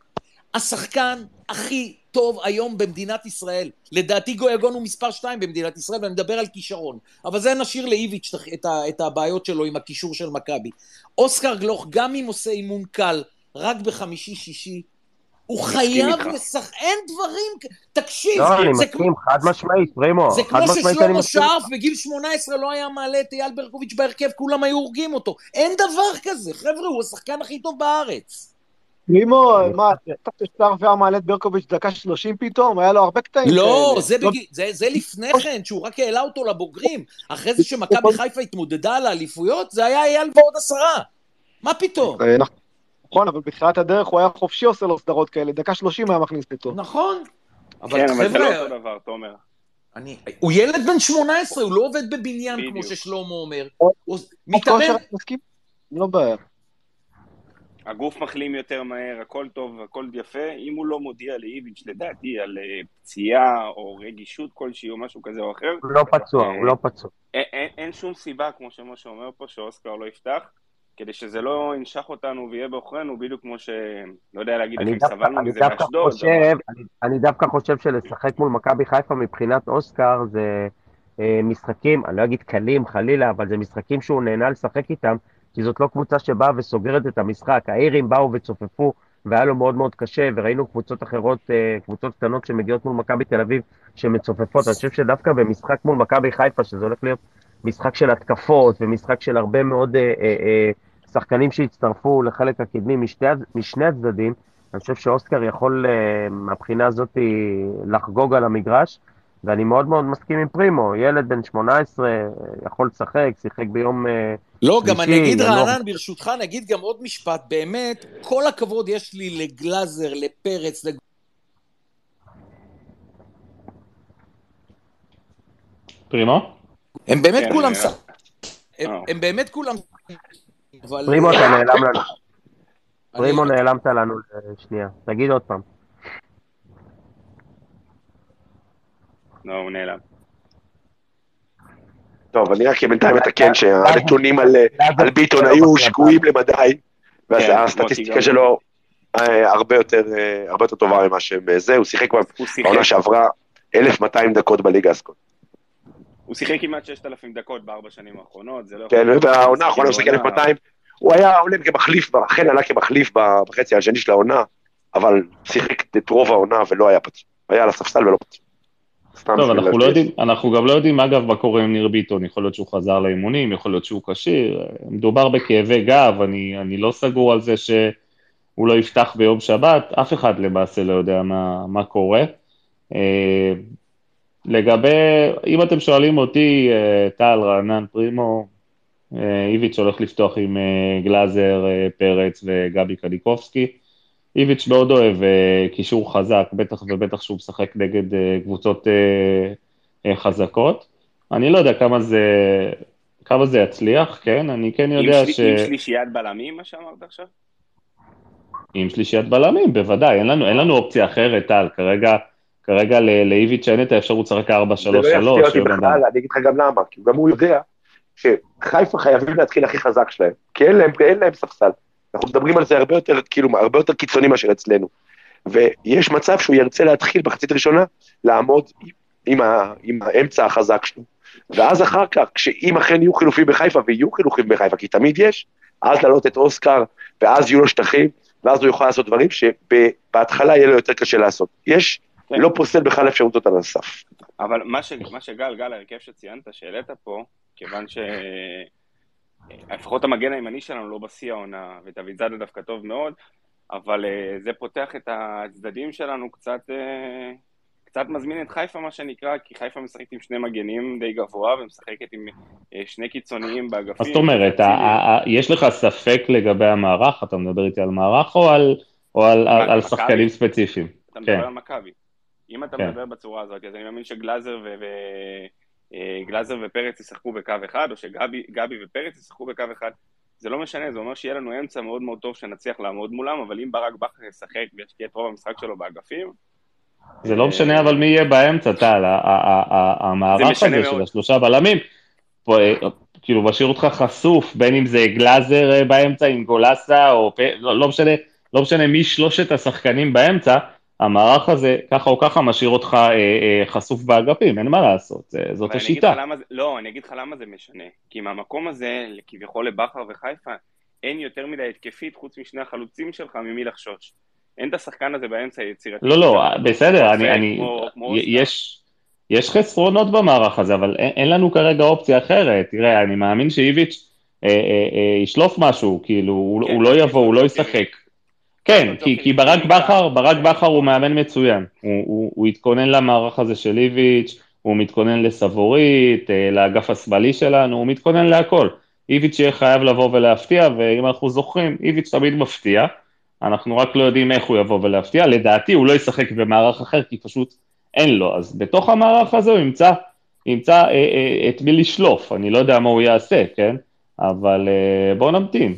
השחקן הכי טוב היום במדינת ישראל. לדעתי גויגון הוא מספר שתיים במדינת ישראל, ואני מדבר על כישרון. אבל זה נשאיר לאיביץ' את, את הבעיות שלו עם הכישור של מכבי. אוסקר גלוך, גם אם עושה אימון קל, רק בחמישי-שישי, הוא חייב לשחק, אין דברים, תקשיב. לא, אני מסכים, חד משמעית, פרימו. זה כמו ששלמה שרף בגיל שמונה עשרה לא היה מעלה את אייל ברקוביץ' בהרכב, כולם היו הורגים אותו. אין דבר כזה, חבר'ה, הוא השחקן הכי טוב בארץ. פרימו, מה, אתה שרף היה מעלה את ברקוביץ' דקה שלושים פתאום, היה לו הרבה קטעים. לא, זה לפני כן, שהוא רק העלה אותו לבוגרים. אחרי זה שמכבי חיפה התמודדה על האליפויות, זה היה אייל ועוד עשרה. מה פתאום? נכון, אבל בתחילת הדרך הוא היה חופשי עושה לו סדרות כאלה, דקה שלושים היה מכניס אותו. נכון. כן, אבל זה לא אותו דבר, תומר. הוא ילד בן שמונה עשרה, הוא לא עובד בבניין כמו ששלמה אומר. מתאמן. לא בעיה. הגוף מחלים יותר מהר, הכל טוב, הכל יפה. אם הוא לא מודיע לאיביץ' לדעתי על פציעה או רגישות כלשהי או משהו כזה או אחר. הוא לא פצוע, הוא לא פצוע. אין שום סיבה, כמו שמשה אומר פה, שאוסקר לא יפתח. כדי שזה לא ינשך אותנו ויהיה באוכרנו, בדיוק כמו ש... לא יודע להגיד לכם, סבלנו מזה באשדוד. אני דווקא חושב שלשחק מול מכבי חיפה מבחינת אוסקר זה משחקים, אני לא אגיד קלים חלילה, אבל זה משחקים שהוא נהנה לשחק איתם, כי זאת לא קבוצה שבאה וסוגרת את המשחק. האירים באו וצופפו, והיה לו מאוד מאוד קשה, וראינו קבוצות אחרות, קבוצות קטנות שמגיעות מול מכבי תל אביב, שמצופפות. אני חושב שדווקא במשחק מול מכבי חיפה, שזה הולך להיות משחק של התקפות, ומשחק של הרבה מאוד אה, אה, שחקנים שהצטרפו לחלק הקדמי משתי, משני הצדדים, אני חושב שאוסקר יכול אה, מהבחינה הזאת לחגוג על המגרש, ואני מאוד מאוד מסכים עם פרימו, ילד בן שמונה עשרה יכול לשחק, שיחק ביום אה, לא, גם אני אגיד רענן, ברשותך, נגיד גם עוד משפט, באמת, כל הכבוד יש לי לגלאזר, לפרץ, לג... פרימו? הם באמת כולם סך. הם באמת כולם... פרימו, אתה נעלם לנו. פרימו, נעלמת לנו שנייה. תגיד עוד פעם. לא, הוא נעלם. טוב, אני רק בינתיים מתקן שהנתונים על ביטון היו שקועים למדי, והסטטיסטיקה שלו הרבה יותר טובה ממה שהם זה, הוא שיחק בעונה שעברה אלף ומאתיים דקות בליגה הסקוט. הוא שיחק כמעט ששת אלפים דקות בארבע שנים האחרונות, זה לא... כן, והעונה האחרונה הוא שיחק אלף ומאתיים, הוא היה עולה כמחליף, אכן עלה כמחליף בחצי השני של העונה, אבל שיחק את רוב העונה ולא היה פצוע, היה על הספסל ולא פצוע. טוב, אנחנו לא יודעים, אנחנו גם לא יודעים, אגב, מה קורה עם ניר ביטון, יכול להיות שהוא חזר לאימונים, יכול להיות שהוא קשיר, מדובר בכאבי גב, אני, אני לא סגור על זה שהוא לא יפתח ביום שבת, אף אחד למעשה לא יודע מה, מה קורה. לגבי, אם אתם שואלים אותי, טל, רענן, פרימו, איביץ' הולך לפתוח עם גלאזר, פרץ וגבי קליקובסקי. איביץ' מאוד אוהב קישור חזק, בטח ובטח שהוא משחק נגד קבוצות חזקות. אני לא יודע כמה זה, כמה זה יצליח, כן? אני כן יודע ש... עם שלישיית בלמים, מה שאמרת עכשיו? עם שלישיית בלמים, בוודאי, אין לנו, אין לנו אופציה אחרת, טל, כרגע, כרגע לאיביץ' אין את האפשרות לשחק ארבע שלוש שלוש. זה לא יפתיע אותי בכלל, אני אגיד לך גם למה, כי גם הוא יודע שחיפה חייבים להתחיל הכי חזק שלהם, כי אין להם, אין להם ספסל. אנחנו מדברים על זה הרבה יותר, כאילו, הרבה יותר קיצוני מאשר אצלנו. ויש מצב שהוא ירצה להתחיל בחצית ראשונה, לעמוד עם, ה, עם האמצע החזק שלו. ואז אחר כך, כשאם אכן יהיו חילופים בחיפה, ויהיו חילופים בחיפה, כי תמיד יש, אז לעלות את אוסקר, ואז יהיו לו שטחים, ואז הוא יוכל לעשות דברים שבהתחלה יהיה לו יותר קשה לעשות. יש, כן. לא פוסל בכלל אפשרות אותה לסף. אבל מה, ש, מה שגל, גל, הרכב שציינת, שהעלית פה, כיוון ש... לפחות המגן הימני שלנו לא בשיא העונה, ודוד זאדה דווקא טוב מאוד, אבל uh, זה פותח את הצדדים שלנו קצת, uh, קצת מזמין את חיפה מה שנקרא, כי חיפה משחקת עם שני מגנים די גבוה, ומשחקת עם uh, שני קיצוניים באגפים. זאת אומרת, ה- ה- ה- יש לך ספק לגבי המערך? אתה מדבר איתי על מערך או על, או על, על, על שחקנים ספציפיים? אתה מדבר כן. על מכבי. אם אתה כן. מדבר בצורה הזאת, אז אני מאמין שגלאזר ו... ו... גלאזר ופרץ ישחקו בקו אחד, או שגבי ופרץ ישחקו בקו אחד, זה לא משנה, זה אומר שיהיה לנו אמצע מאוד מאוד טוב שנצליח לעמוד מולם, אבל אם ברק בכר ישחק וישקיע את רוב המשחק שלו באגפים... זה לא משנה, אבל מי יהיה באמצע, טל, המערך הזה של השלושה בלמים, כאילו משאיר אותך חשוף, בין אם זה גלאזר באמצע עם גולסה, או לא משנה, לא משנה מי שלושת השחקנים באמצע, המערך הזה, ככה או ככה, משאיר אותך אה, אה, חשוף באגפים, אין מה לעשות, זה, זאת השיטה. זה, לא, אני אגיד לך למה זה משנה, כי מהמקום הזה, כביכול לבחר וחיפה, אין יותר מדי התקפית, חוץ משני החלוצים שלך, ממי לחשוש. אין את השחקן הזה באמצע יצירתי. לא, לא, בסדר, אני, אני, כמו, כמו יש, יש חסרונות במערך הזה, אבל אין, אין לנו כרגע אופציה אחרת. תראה, אני מאמין שאיביץ' אה, אה, אה, ישלוף משהו, כאילו, כן, הוא לא יבוא, הוא לא ישחק. כן, כי, כי ברק בכר, ברק בכר הוא מאמן מצוין, הוא, הוא, הוא התכונן למערך הזה של איביץ', הוא מתכונן לסבורית, לאגף השמאלי שלנו, הוא מתכונן להכל. איביץ' יהיה חייב לבוא ולהפתיע, ואם אנחנו זוכרים, איביץ' תמיד מפתיע, אנחנו רק לא יודעים איך הוא יבוא ולהפתיע, לדעתי הוא לא ישחק במערך אחר, כי פשוט אין לו, אז בתוך המערך הזה הוא ימצא, ימצא אה, אה, את מי לשלוף, אני לא יודע מה הוא יעשה, כן? אבל אה, בואו נמתין.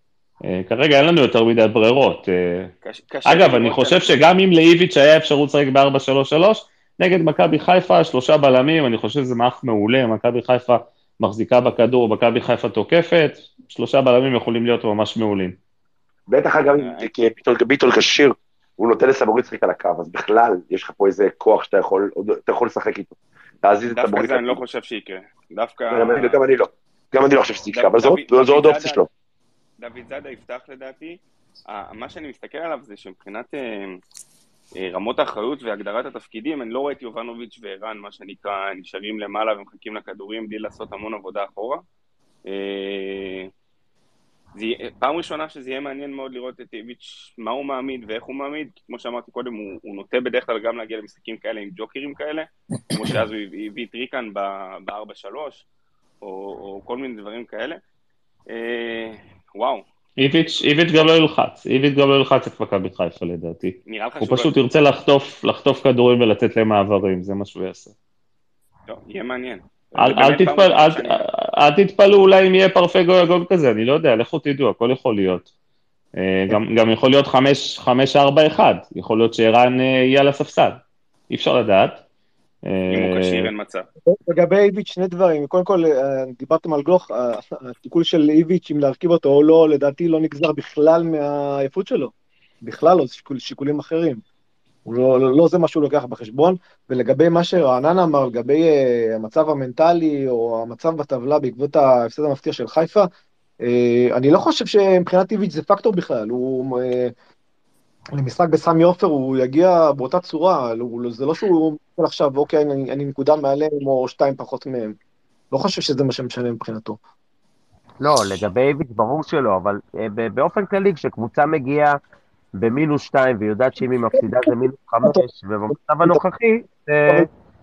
כרגע אין לנו יותר מדי ברירות. אגב, אני חושב שגם אם לאיביץ' היה אפשרות לשחק ב-ארבע שלוש שלוש, נגד מכבי חיפה, שלושה בלמים, אני חושב שזה מערך מעולה, מכבי חיפה מחזיקה בכדור, מכבי חיפה תוקפת, שלושה בלמים יכולים להיות ממש מעולים. בטח אגב, כי ביטול כשיר, הוא נותן לסבורית לשחק על הקו, אז בכלל יש לך פה איזה כוח שאתה יכול, אתה יכול לשחק איתו. דווקא זה אני לא חושב שיקרה. דווקא... גם אני לא. גם אני לא חושב שזה יקרה, אבל זו עוד אופציה שלו. דוד זאדה יפתח לדעתי, מה שאני מסתכל עליו זה שמבחינת רמות האחריות והגדרת התפקידים, אני לא רואה את יובנוביץ' וערן, מה שנקרא, נשארים למעלה ומחכים לכדורים בלי לעשות המון עבודה אחורה. פעם ראשונה שזה יהיה מעניין מאוד לראות את איביץ' מה הוא מעמיד ואיך הוא מעמיד, כי כמו שאמרתי קודם, הוא, הוא נוטה בדרך כלל גם להגיע למשחקים כאלה עם ג'וקרים כאלה, כמו שאז הוא הביא את ריקן ב-ארבע שלוש, או, או כל מיני דברים כאלה. וואו. איביץ' איביץ' גם לא ילחץ, איביץ' גם לא ילחץ את מכבי חיפה לדעתי. הוא פשוט ירצה לחטוף, לחטוף כדורים ולתת להם מעברים, זה מה שהוא יעשה. טוב, יהיה מעניין. אל תתפלו אולי אם יהיה פרפי גול כזה, אני לא יודע, לכו תדעו, הכל יכול להיות. גם יכול להיות חמש ארבע אחד, יכול להיות שערן יהיה על הספסל, אי אפשר לדעת. אם הוא קשיר אין מצב. לגבי איביץ' שני דברים, קודם כל דיברתם על גלוך, התיקול של איביץ' אם להרכיב אותו או לא, לדעתי לא נגזר בכלל מהעייפות שלו, בכלל לא, זה שיקולים אחרים. לא, לא, לא זה מה שהוא לוקח בחשבון, ולגבי מה שרענן אמר, לגבי uh, המצב המנטלי, או המצב בטבלה בעקבות ההפסד המפתיע של חיפה, uh, אני לא חושב שמבחינת איביץ' זה פקטור בכלל, הוא, uh, למשחק בסמי עופר, הוא יגיע באותה צורה, הוא, זה לא שהוא אומר עכשיו, אוקיי, אני, אני נקודה מעליהם, או שתיים פחות מהם, לא חושב שזה מה שמשנה מבחינתו. לא, לגבי איביץ' ברור שלא, אבל uh, באופן כללי, כשקבוצה מגיעה, במינוס שתיים, ויודעת שאם היא מפסידה זה מינוס חמש, ובמצב הנוכחי,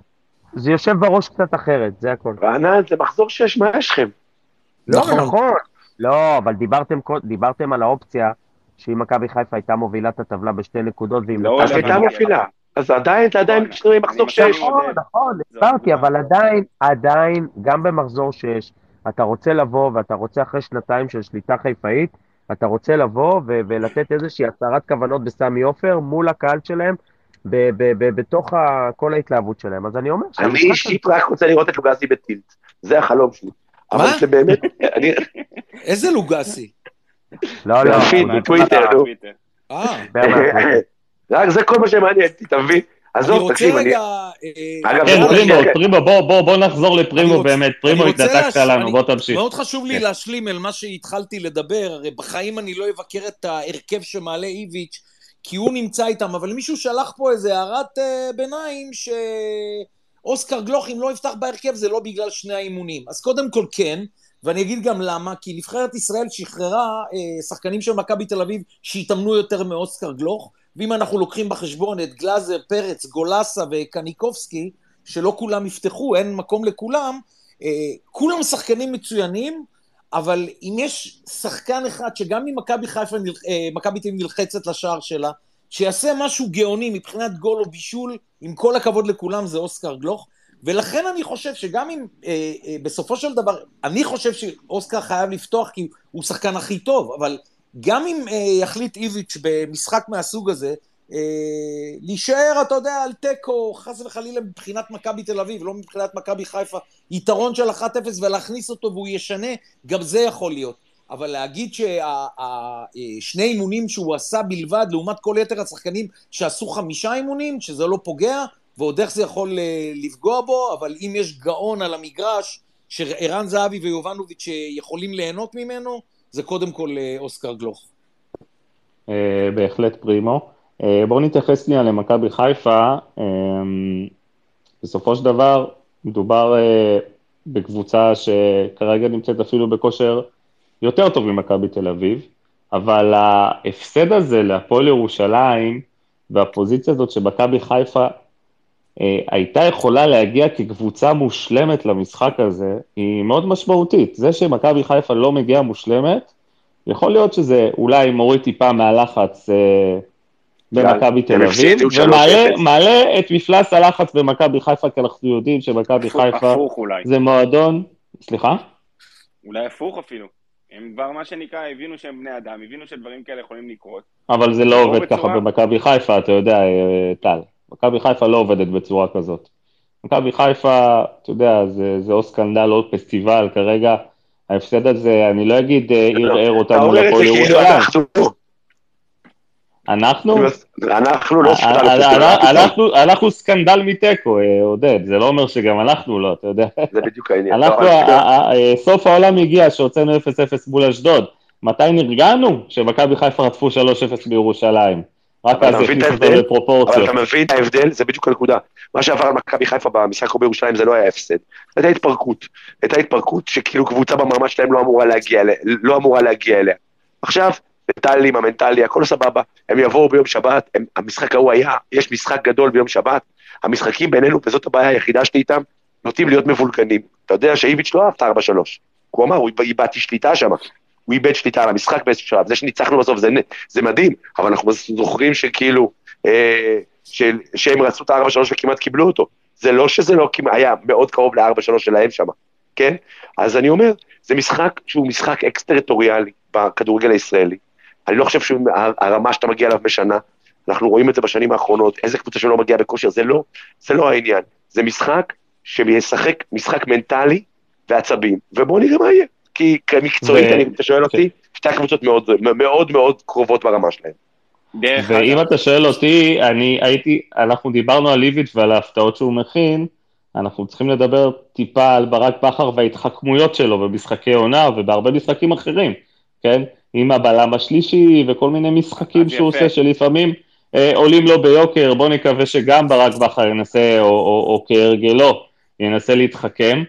זה יושב בראש קצת אחרת, זה הכל. רענן, זה מחזור שש, מה יש לכם? לא, נכון. נכון. לא, אבל דיברתם, קוד- דיברתם על האופציה שאם מכבי חיפה הייתה מובילה את הטבלה בשתי נקודות, ואם לא אז הולך הייתה להגיע. מופילה. אז עדיין, זה עדיין נכון, שינוי אני מחזור מסכים שש. עם עודד. נכון, נכון, זו הסברתי, הקבוצה. אבל עדיין, עדיין, גם במחזור שש, אתה רוצה לבוא, ואתה רוצה אחרי שנתיים של שליטה חיפאית, אתה רוצה לבוא ו- ולתת איזושהי הצהרת כוונות בסמי עופר מול הקהל שלהם, ב- ב- ב- בתוך ה- כל ההתלהבות שלהם. אז אני אומר אני שהמשחק הזה, אישית רק רוצה לראות את לוגסי בטילט. זה החלום שלי. אבל מה? זה באמת, אני... איזה לוגסי? לא, לא, בפיד, הוא דיבר בטוויטר, על- נו. טוויטר. אה, דיבר מהטוויטר. רק זה כל מה שמעניין, אתה מבין? אני עזוב, רוצה תקשיב, אני... רגע... אה, אגב, כן, זה פרימו, מוזר, פרימו, בוא, בוא, בוא נחזור אני לפרימו רוצה- באמת, אני פרימו רוצה התנתקת להש- לנו, אני- בוא תמשיך. מאוד חשוב לי כן. להשלים אל מה שהתחלתי לדבר, הרי בחיים אני לא אבקר את ההרכב שמעלה איביץ', כי הוא נמצא איתם, אבל מישהו שלח פה איזה הערת אה, ביניים, שאוסקר גלוך אם לא יפתח בהרכב זה לא בגלל שני האימונים. אז קודם כל כן, ואני אגיד גם למה, כי נבחרת ישראל שחררה אה, שחקנים של מכבי תל אביב שהתאמנו יותר מאוסקר גלוך, ואם אנחנו לוקחים בחשבון את גלאזר, פרץ, גולסה וקניקובסקי, שלא כולם יפתחו, אין מקום לכולם, אה, כולם שחקנים מצוינים, אבל אם יש שחקן אחד שגם אם מכבי חיפה, אה, מכבי תל אביב נלחצת לשער שלה, שיעשה משהו גאוני מבחינת גול או בישול, עם כל הכבוד לכולם, זה אוסקר גלוך, ולכן אני חושב שגם אם אה, אה, בסופו של דבר, אני חושב שאוסקר חייב לפתוח כי הוא שחקן הכי טוב, אבל גם אם אה, יחליט איביץ' במשחק מהסוג הזה, אה, להישאר, אתה יודע, על טקו, חס וחלילה מבחינת מכבי תל אביב, לא מבחינת מכבי חיפה, יתרון של אחת אפס ולהכניס אותו והוא ישנה, גם זה יכול להיות. אבל להגיד ששני אימונים שהוא עשה בלבד, לעומת כל יתר השחקנים שעשו חמישה אימונים, שזה לא פוגע, ועוד איך זה יכול לפגוע בו, אבל אם יש גאון על המגרש, שערן זהבי ויובנוביץ' יכולים ליהנות ממנו, זה קודם כל אוסקר גלוך. אה, בהחלט פרימו. אה, בואו נתייחס שנייה למכבי חיפה. אה, בסופו של דבר, מדובר אה, בקבוצה שכרגע נמצאת אפילו בכושר יותר טוב ממכבי תל אביב, אבל ההפסד הזה להפועל ירושלים, והפוזיציה הזאת שמכבי חיפה אה, הייתה יכולה להגיע כקבוצה מושלמת למשחק הזה, היא מאוד משמעותית. זה שמכבי חיפה לא מגיעה מושלמת, יכול להיות שזה אולי מוריד טיפה מהלחץ אה, במכבי תל אביב, ומעלה את מפלס הלחץ במכבי חיפה, כי אנחנו יודעים שמכבי חיפה הפוך אולי. זה מועדון, סליחה? אולי הפוך אפילו. הם כבר מה שנקרא, הבינו שהם בני אדם, הבינו שדברים כאלה יכולים לקרות. אבל זה לא עובד בצורה... ככה במכבי חיפה, אתה יודע, טל. מכבי חיפה לא עובדת בצורה כזאת. מכבי חיפה, אתה יודע, זה, זה או סקנדל או פסטיבל כרגע. ההפסד הזה, אני לא אגיד ערער אותנו לפועל ירושלים. אנחנו? אנחנו לא אנחנו, אנחנו סקנדל מתיקו, עודד, זה לא אומר שגם אנחנו לא, אתה יודע. זה בדיוק העניין. אנחנו, סוף העולם הגיע שהוצאנו אפס אפס מול אשדוד. מתי נרגענו? שמכבי חיפה רדפו שלוש אפס בירושלים. רק אז הכניס אותו לפרופורציות. אבל אתה מבין את ההבדל, זה בדיוק הנקודה. מה שעבר על מכבי חיפה במשחק או בירושלים זה לא היה הפסד. הייתה התפרקות. הייתה התפרקות שכאילו קבוצה במעמד שלהם לא אמורה להגיע אליה. לא אמורה להגיע אליה. עכשיו, מנטלי, המנטלי, הכל סבבה. הם יבואו ביום שבת, הם, המשחק ההוא היה, יש משחק גדול ביום שבת. המשחקים בינינו, וזאת הבעיה היחידה שלי איתם, נוטים להיות מבולגנים. אתה יודע שאיביץ' לא אהב את ארבע שלוש. הוא אמר, הוא איבדתי שליטה שם. הוא איבד שליטה על המשחק באיזשהו שלב, זה שניצחנו בסוף זה, זה מדהים, אבל אנחנו זוכרים שכאילו, אה, של, שהם רצו את ה-ארבע שלוש וכמעט קיבלו אותו, זה לא שזה לא היה מאוד קרוב ל-ארבע שלוש שלהם שם, כן? אז אני אומר, זה משחק שהוא משחק אקסטריטוריאלי בכדורגל הישראלי, אני לא חושב שהרמה שאתה מגיע אליו בשנה, אנחנו רואים את זה בשנים האחרונות, איזה קבוצה שלא מגיעה בכושר, זה לא, זה לא העניין, זה משחק שישחק משחק מנטלי ועצבים, ובואו נראה מה יהיה. כי מקצועית, אתה שואל אותי, שתי הקבוצות מאוד מאוד קרובות ברמה שלהן. ואם אתה שואל אותי, אני הייתי, אנחנו דיברנו על איביץ' ועל ההפתעות שהוא מכין, אנחנו צריכים לדבר טיפה על ברק בכר וההתחכמויות שלו במשחקי עונה ובהרבה משחקים אחרים, כן? עם הבלם השלישי וכל מיני משחקים שהוא עושה שלפעמים עולים לו ביוקר, בוא נקווה שגם ברק בכר ינסה, או כהרגלו, ינסה להתחכם,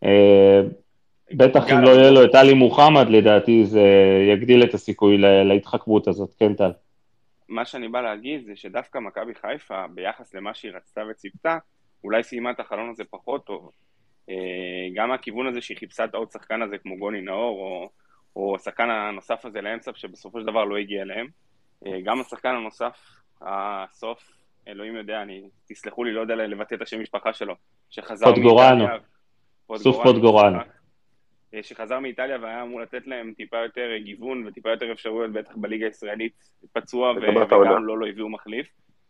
בטח אם לא יהיה לו את אלי מוחמד, לדעתי זה יגדיל את הסיכוי להתחכמות הזאת, כן טל? מה שאני בא להגיד זה שדווקא מכבי חיפה, ביחס למה שהיא רצתה וציפתה, אולי סיימה את החלון הזה פחות טוב. גם הכיוון הזה שהיא חיפשה את העוד שחקן הזה כמו גוני נאור, או, או השחקן הנוסף הזה לאמצע, שבסופו של דבר לא הגיע אליהם. גם השחקן הנוסף, הסוף, אלוהים יודע, אני, תסלחו לי, לא יודע לבטא את השם משפחה שלו, שחזר מאיטליה. סוף פוטגורנו. שחזר מאיטליה והיה אמור לתת להם טיפה יותר גיוון וטיפה יותר אפשרויות, בטח בליגה הישראלית, פצוע וגם לא לא הביאו מחליף.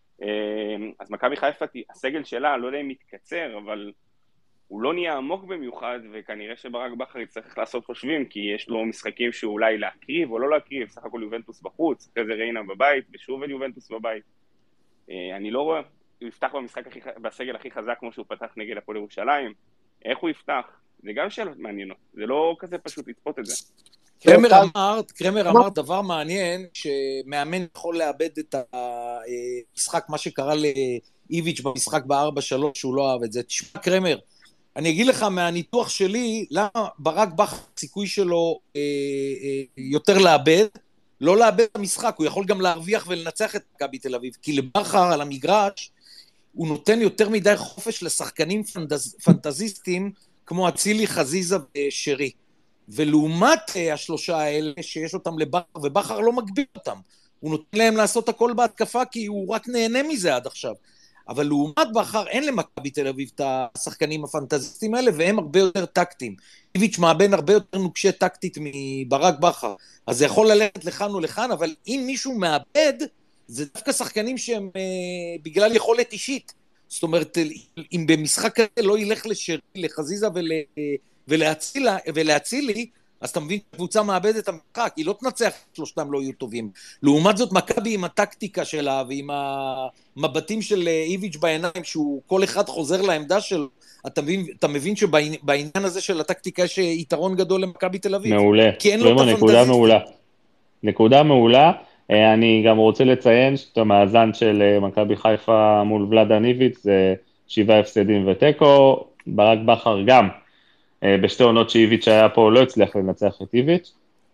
אז מכבי חיפה, הסגל שלה, לא יודע אם מתקצר, אבל הוא לא נהיה עמוק במיוחד, וכנראה שברק בכר יצטרך לעשות חושבים, כי יש לו משחקים שהוא אולי להקריב או לא להקריב, סך הכל יובנטוס בחוץ, אחרי זה ריינה בבית, ושוב את יובנטוס בבית. אני לא רואה, הוא יפתח במשחק הכי, בסגל הכי חזק כמו שהוא פתח נגד הפועל ירושלים, איך הוא יפתח? זה גם שאלות מעניינות, זה לא כזה פשוט לצפות את זה. קרמר אמר, קרמר אמר דבר מעניין, שמאמן יכול לאבד את המשחק, מה שקרה לאיביץ' במשחק ב-ארבע שלוש, שהוא לא אהב את זה. תשמע קרמר, אני אגיד לך מהניתוח שלי, למה ברק בכר הסיכוי שלו אה, אה, יותר לאבד, לא לאבד את המשחק, הוא יכול גם להרוויח ולנצח את מכבי תל אביב, כי לבכר על המגרש, הוא נותן יותר מדי חופש לשחקנים פנטז, פנטזיסטים, כמו אצילי, חזיזה ושרי. ולעומת השלושה האלה שיש אותם לבכר, ובכר לא מגביל אותם. הוא נותן להם לעשות הכל בהתקפה, כי הוא רק נהנה מזה עד עכשיו. אבל לעומת בכר אין למכבי תל אביב את השחקנים הפנטזיסטים האלה, והם הרבה יותר טקטיים. איביץ' מאבן הרבה יותר נוקשה טקטית מברק בכר. אז זה יכול ללכת לכאן או לכאן, אבל אם מישהו מאבד, זה דווקא שחקנים שהם אה, בגלל יכולת אישית. זאת אומרת, אם במשחק כזה לא ילך לשרי, לחזיזה ול, ולהצילה, ולהצילי, אז אתה מבין, קבוצה מאבדת את המשחק, היא לא תנצח, שלושתם לא יהיו טובים. לעומת זאת, מכבי עם הטקטיקה שלה, ועם המבטים של איביץ' בעיניים, שהוא כל אחד חוזר לעמדה שלו, אתה מבין, אתה מבין שבעניין הזה של הטקטיקה יש יתרון גדול למכבי תל אביב. מעולה. כי אין לו את נקודה הפנטזיסטים. מעולה. נקודה מעולה. אני גם רוצה לציין שאת המאזן של מכבי חיפה מול ולאדן איביץ' זה שבעה הפסדים וטקו, ברק בכר גם. בשתי עונות שאיביץ' היה פה לא הצליח לנצח את איביץ'.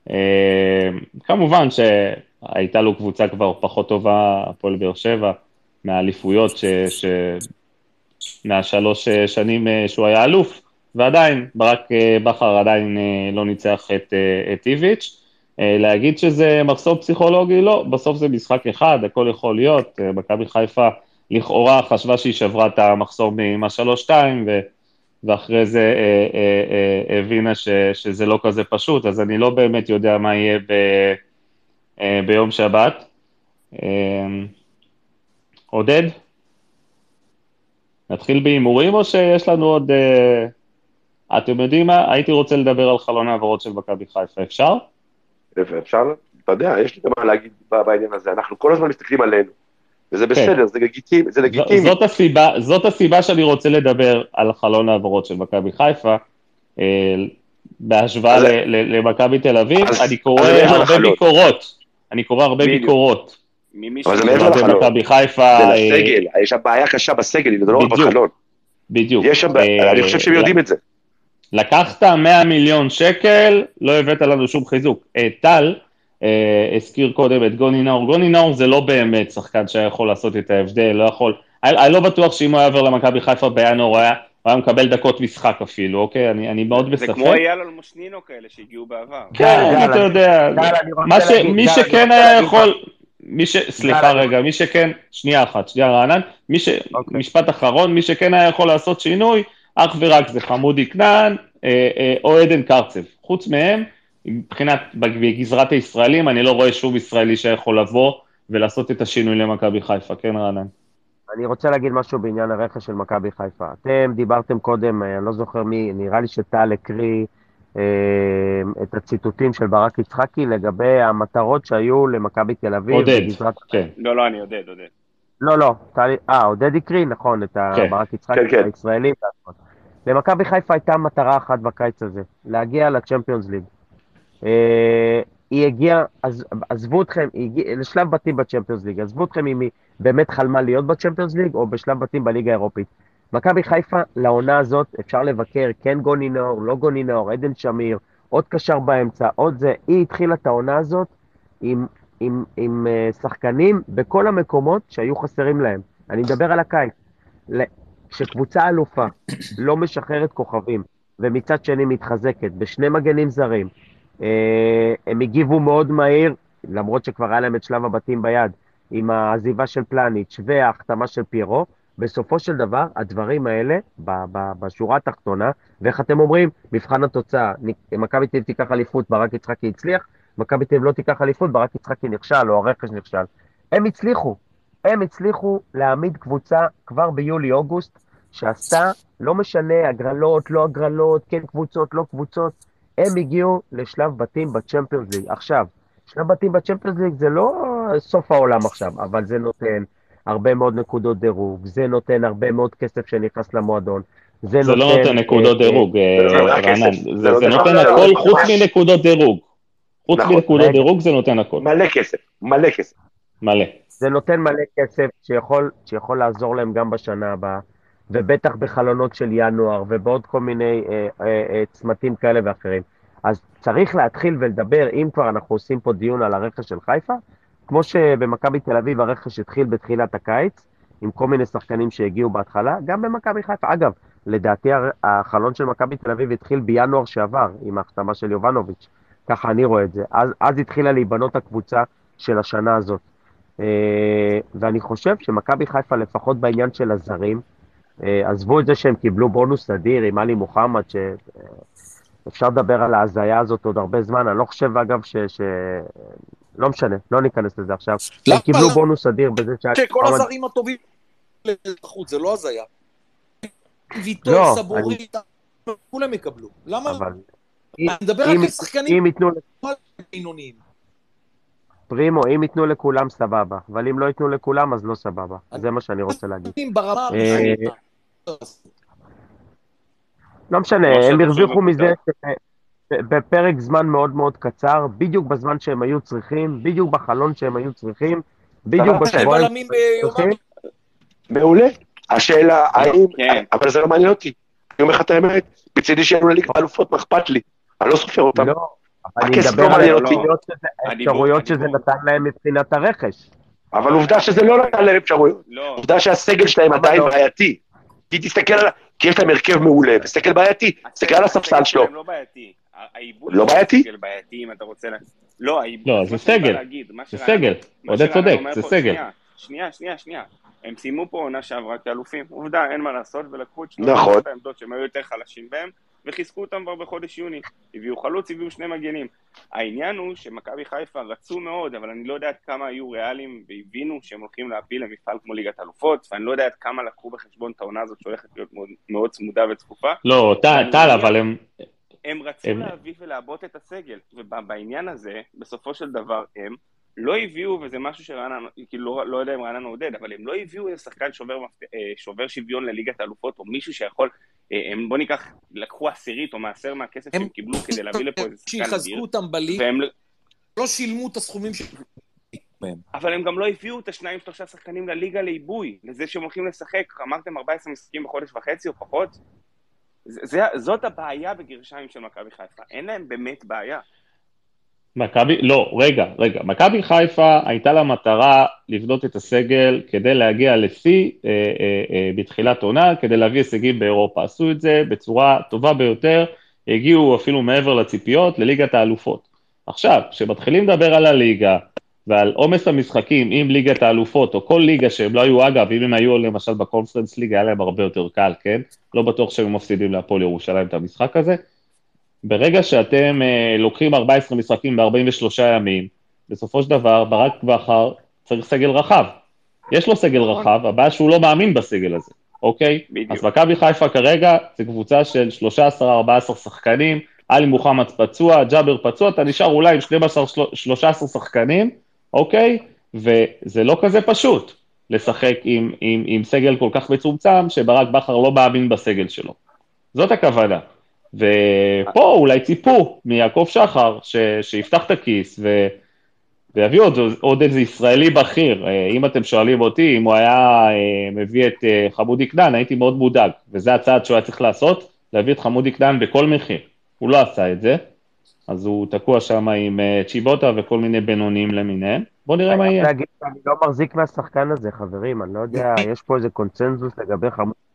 כמובן שהייתה לו קבוצה כבר פחות טובה, הפועל באר שבע, מהאליפויות ש... ש... מהשלוש שנים שהוא היה אלוף, ועדיין ברק בכר עדיין לא ניצח את, את איביץ'. להגיד שזה מחסור פסיכולוגי, לא, בסוף זה משחק אחד, הכל יכול להיות, מכבי חיפה לכאורה חשבה שהיא שברה את המחסור מה-שלוש שתיים, ו... ואחרי זה אה, אה, אה, הבינה ש, שזה לא כזה פשוט, אז אני לא באמת יודע מה יהיה ב, אה, ביום שבת. אה, עודד? נתחיל באימורים או שיש לנו עוד... אה, אתם יודעים מה? הייתי רוצה לדבר על חלון העברות של מכבי חיפה, אפשר? אפשר? אתה יודע, יש לי גם מה להגיד בעניין הזה, אנחנו כל הזמן מסתכלים עלינו. וזה בסדר, זה לגיטימי, זה לגיטימי. זאת הסיבה, זאת הסיבה שאני רוצה לדבר על חלון העברות של מכבי חיפה, בהשוואה למכבי תל אביב, אני קורא הרבה ביקורות, אני קורא הרבה ביקורות. אבל זה מעבר לחלון. מכבי חיפה... זה לסגל, יש שם בעיה קשה בסגל, זה לא רק בחלון. בדיוק. אני חושב שהם יודעים את זה. לקחת מאה מיליון שקל, לא הבאת לנו שום חיזוק. טל, הזכיר קודם את גוני נאור, גוני נאור זה לא באמת שחקן שהיה יכול לעשות את ההבדל, לא יכול, אני לא בטוח שאם הוא היה עבר למכבי חיפה בינואר, הוא היה מקבל דקות משחק אפילו, אוקיי, אני מאוד בספק. זה כמו אייל אלמושנינו כאלה שהגיעו בעבר. כן, אתה יודע, מי שכן היה יכול, סליחה רגע, מי שכן, שנייה אחת, שנייה רענן, משפט אחרון, מי שכן היה יכול לעשות שינוי, אך ורק זה חמודי כנען, או עדן קרצב, חוץ מהם, מבחינת, בגזרת הישראלים, אני לא רואה שום ישראלי שיכול לבוא ולעשות את השינוי למכבי חיפה, כן רענן? אני רוצה להגיד משהו בעניין הרכש של מכבי חיפה. אתם דיברתם קודם, אני לא זוכר מי, נראה לי שטל הקריא אה, את הציטוטים של ברק יצחקי לגבי המטרות שהיו למכבי תל אביב. עודד, בגזרת... כן. לא, לא, אני עודד, עודד. לא, לא, טל... אה, עודד הקריא, נכון, את כן. ברק יצחקי כן, כן. הישראלי. למכבי חיפה הייתה מטרה אחת בקיץ הזה, להגיע לצ'מפיונס ליג. Uh, היא הגיעה, עזבו אתכם, היא הגיע, לשלב בתים בצ'מפיונס ליג, עזבו אתכם אם היא באמת חלמה להיות בצ'מפיונס ליג, או בשלב בתים בליגה האירופית. מכבי חיפה, לעונה הזאת, אפשר לבקר, כן גוני נאור, לא גוני נאור, עדן שמיר, עוד קשר באמצע, עוד זה, היא התחילה את העונה הזאת, עם, עם, עם uh, שחקנים, בכל המקומות שהיו חסרים להם. אני מדבר על הקיץ. שקבוצה אלופה לא משחררת כוכבים, ומצד שני מתחזקת בשני מגנים זרים, אה, הם הגיבו מאוד מהיר, למרות שכבר היה להם את שלב הבתים ביד, עם העזיבה של פלניץ' וההחתמה של פיירו, בסופו של דבר, הדברים האלה, ב- ב- בשורה התחתונה, ואיך אתם אומרים, מבחן התוצאה, מכבי תל אביב תיקח אליפות, ברק יצחקי הצליח, מכבי תל אביב לא תיקח אליפות, ברק יצחקי נכשל, או הרכש נכשל. הם הצליחו, הם הצליחו להעמיד קבוצה כבר ביולי-אוגוסט, שעשתה, לא משנה, הגרלות, לא הגרלות, כן קבוצות, לא קבוצות, הם הגיעו לשלב בתים בצ'מפיונס ליג. עכשיו, שלב בתים בצ'מפיונס ליג זה לא סוף העולם עכשיו, אבל זה נותן הרבה מאוד נקודות דירוג, זה נותן הרבה מאוד כסף שנכנס למועדון, זה זה נותן... לא נותן נקודות דירוג, רענן, זה נותן הכל חוץ מנקודות דירוג. חוץ מנקודות דירוג זה נותן הכל. מלא כסף, מלא כסף. מלא. זה נותן מלא כסף שיכול, שיכול לעזור להם גם בשנה הבאה, ובטח בחלונות של ינואר, ובעוד כל מיני אה, אה, אה, צמתים כאלה ואחרים. אז צריך להתחיל ולדבר, אם כבר אנחנו עושים פה דיון על הרכש של חיפה, כמו שבמכבי תל אביב הרכש התחיל בתחילת הקיץ, עם כל מיני שחקנים שהגיעו בהתחלה, גם במכבי חיפה. אגב, לדעתי החלון של מכבי תל אביב התחיל בינואר שעבר, עם ההחתמה של יובנוביץ', ככה אני רואה את זה. אז, אז התחילה להיבנות הקבוצה של השנה הזאת. ואני חושב שמכבי חיפה, לפחות בעניין של הזרים, עזבו את זה שהם קיבלו בונוס אדיר עם אלי מוחמד, שאפשר לדבר על ההזיה הזאת עוד הרבה זמן, אני לא חושב אגב ש... ש... לא משנה, לא ניכנס לזה עכשיו. הם קיבלו בונוס אדיר בזה ש... שכל הזרים הטובים לחוץ, זה לא הזיה. ויטור, סבורי, כולם יקבלו. למה? אני מדבר רק על שחקנים בינוניים. פרימו, אם ייתנו לכולם סבבה, אבל אם לא ייתנו לכולם אז לא סבבה. זה מה שאני רוצה להגיד. לא משנה, הם הרוויחו מזה בפרק זמן מאוד מאוד קצר, בדיוק בזמן שהם היו צריכים, בדיוק בחלון שהם היו צריכים, בדיוק בשבועיים. מעולה. השאלה, האם, אבל זה לא מעניין אותי. אני אומר לך את האמת, בצדי שאין לי כבר אלופות, מה אכפת לי? אני לא סופר אותם. לא, אבל אני מדבר על האפשרויות שזה נתן להם מבחינת הרכש. אבל עובדה שזה לא נתן להם אפשרויות. עובדה שהסגל שלהם עדיין בעייתי. כי תסתכל על... כי יש להם הרכב מעולה, תסתכל בעייתי, תסתכל על הספסל שלו. לא בעייתי. לא בעייתי? בעייתי אם אתה רוצה... לא, לא, זה סגל. זה סגל. עודד צודק, זה סגל. שנייה, שנייה, שנייה. הם סיימו פה עונה שעברה כאלופים. עובדה, אין מה לעשות, ולקחו את שני העמדות שהם היו יותר חלשים בהם, וחיזקו אותם כבר בחודש יוני. הביאו חלוץ, הביאו שני מגנים. העניין הוא שמכבי חיפה רצו מאוד, אבל אני לא יודע עד כמה היו ריאליים והבינו שהם הולכים להפיל למפעל כמו ליגת אלופות, ואני לא יודע עד כמה לקחו בחשבון את העונה הזאת שהולכת להיות מאוד, מאוד צמודה וצפופה. לא, טל, אבל הם... הם רצו הם... להביא ולעבות את הסגל, ובעניין הזה, בסופו של דבר הם לא הביאו, וזה משהו שרענן, כאילו לא, לא יודע אם רענן עודד, אבל הם לא הביאו איזה שחקן שובר, שובר שוויון לליגת אלופות, או מישהו שיכול... הם בוא ניקח, לקחו עשירית או מעשר מהכסף שהם קיבלו כדי להביא לפה איזה שחקן אדיר. שיחזקו אותם בליג, לא שילמו את הסכומים ש... אבל הם גם לא הביאו את השניים שלושה שחקנים לליגה לעיבוי, לזה שהם הולכים לשחק, אמרתם ארבעה עשר משחקים בחודש וחצי או פחות, זאת הבעיה בגרשיים של מכבי חיפה, אין להם באמת בעיה. מכבי, לא, רגע, רגע, מכבי חיפה הייתה לה מטרה לבנות את הסגל כדי להגיע לשיא אה, אה, אה, בתחילת עונה, כדי להביא הישגים באירופה, עשו את זה בצורה טובה ביותר, הגיעו אפילו מעבר לציפיות לליגת האלופות. עכשיו, כשמתחילים לדבר על הליגה ועל עומס המשחקים עם ליגת האלופות, או כל ליגה שהם לא היו, אגב, אם הם היו למשל בקונפרנס ליגה, היה להם הרבה יותר קל, כן? לא בטוח שהם מפסידים להפועל ירושלים את המשחק הזה, ברגע שאתם אה, לוקחים ארבעה עשר משחקים ב-ארבעים ושלושה ימים, בסופו של דבר, ברק בכר צריך סגל רחב. יש לו סגל רחב, הבעיה שהוא לא מאמין בסגל הזה, אוקיי? בדיוק. אז מכבי חיפה כרגע, זה קבוצה של שלושה עשר ארבעה עשר שחקנים, עלי מוחמד פצוע, ג'אבר פצוע, אתה נשאר אולי עם שנים עשר שלושה עשר שחקנים, אוקיי? וזה לא כזה פשוט לשחק עם, עם, עם סגל כל כך מצומצם, שברק בכר לא מאמין בסגל שלו. זאת הכוונה. ופה אולי ציפו מיעקב שחר, ש, שיפתח את הכיס, ו, ויביא עוד, עוד איזה ישראלי בכיר. אם אתם שואלים אותי, אם הוא היה מביא את חמודי קנן, הייתי מאוד מודאג, וזה הצעד שהוא היה צריך לעשות, להביא את חמודי קנן בכל מחיר. הוא לא עשה את זה, אז הוא תקוע שם עם צ'יבוטה וכל מיני בינוניים למיניהם. בוא נראה מה יהיה. אני לא מחזיק מהשחקן הזה, חברים, אני לא יודע, יש פה איזה קונצנזוס לגבי חמודי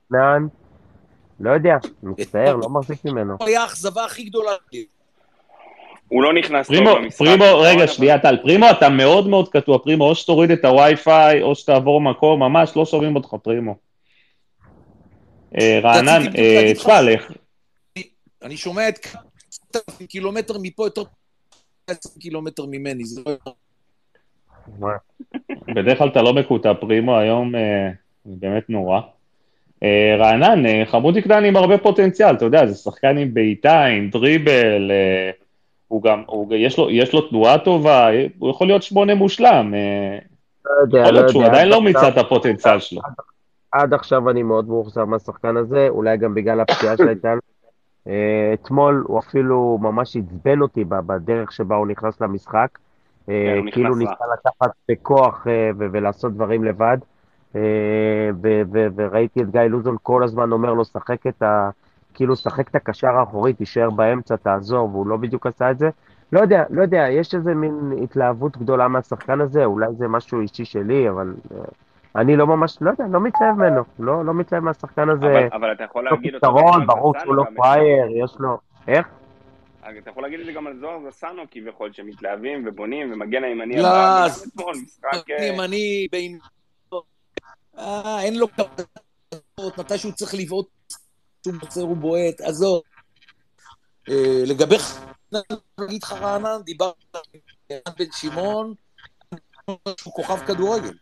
קטנן, לא יודע, מצטער, לא מחזיק ממנו. הוא היה האכזבה הכי גדולה. הוא לא נכנס טוב פרימו, למשחק. פרימו, נכון, רגע, אבל- שנייה, טל, פרימו, אתה מאוד מאוד קטוע, פרימו, או שתוריד את הווי-פיי, או שתעבור מקום, ממש לא שומעים אותך, פרימו. אה, רענן, רציתי בדיוק אה, להגיד לך תשמע, ש- לך, אני שומע את עשרת קילומטר מפה, יותר עשרה קילומטר ממני, זה לא... בדרך כלל אתה לא מקוטע, פרימו, היום אה, זה באמת נורא. אה, רענן, אה, חמודי קטן עם הרבה פוטנציאל, אתה יודע, זה שחקן עם בעיטה, עם דריבל, אה, הוא גם, הוא, יש לו, יש לו תנועה טובה, הוא יכול להיות שמונה מושלם, אה, לא יודע, יכול לא להיות שהוא יודע. עדיין עד לא מיצה עכשיו- את הפוטנציאל שלו. עד עכשיו אני מאוד מאוכזב מהשחקן הזה, אולי גם בגלל הפציעה שהייתה לו. אה, אתמול הוא אפילו ממש עצבן אותי ב- בדרך שבה הוא נכנס למשחק. אה, כן, הוא נכנס כאילו רע. ניסה לקחת בכוח אה, ו- ולעשות דברים לבד. אה, ו- ו- וראיתי את גיא לוזון כל הזמן אומר לו, שחק את ה... כאילו, שחק את הקשר האחורי, תישאר באמצע, תעזור, והוא לא בדיוק עשה את זה. לא יודע, לא יודע, יש איזה מין התלהבות גדולה מהשחקן הזה, אולי זה משהו אישי שלי, אבל אה, אני לא ממש, לא יודע, לא מתלהב ממנו, לא, לא מתלהב מהשחקן הזה. אבל, אבל אתה יכול יש לו להגיד אותו גם פתרון, על ברור זסנו שהוא לא גם פרייר, יש לו... איך? אצלנו. אתה יכול להגיד את זה גם על זוהר זסנו כביכול, שמתלהבים ובונים, ומגן הימני לא, הבא, אז- וגם אתמול משחק... אה, ימני, בין... אה, אין לו כבוד, מתי שהוא צריך לבעוט, שהוא מוצר, הוא בועט, עזוב. אה, לגבי, נגיד לך רענן, דיברתי על בן שמעון, שהוא כוכב כדורגל.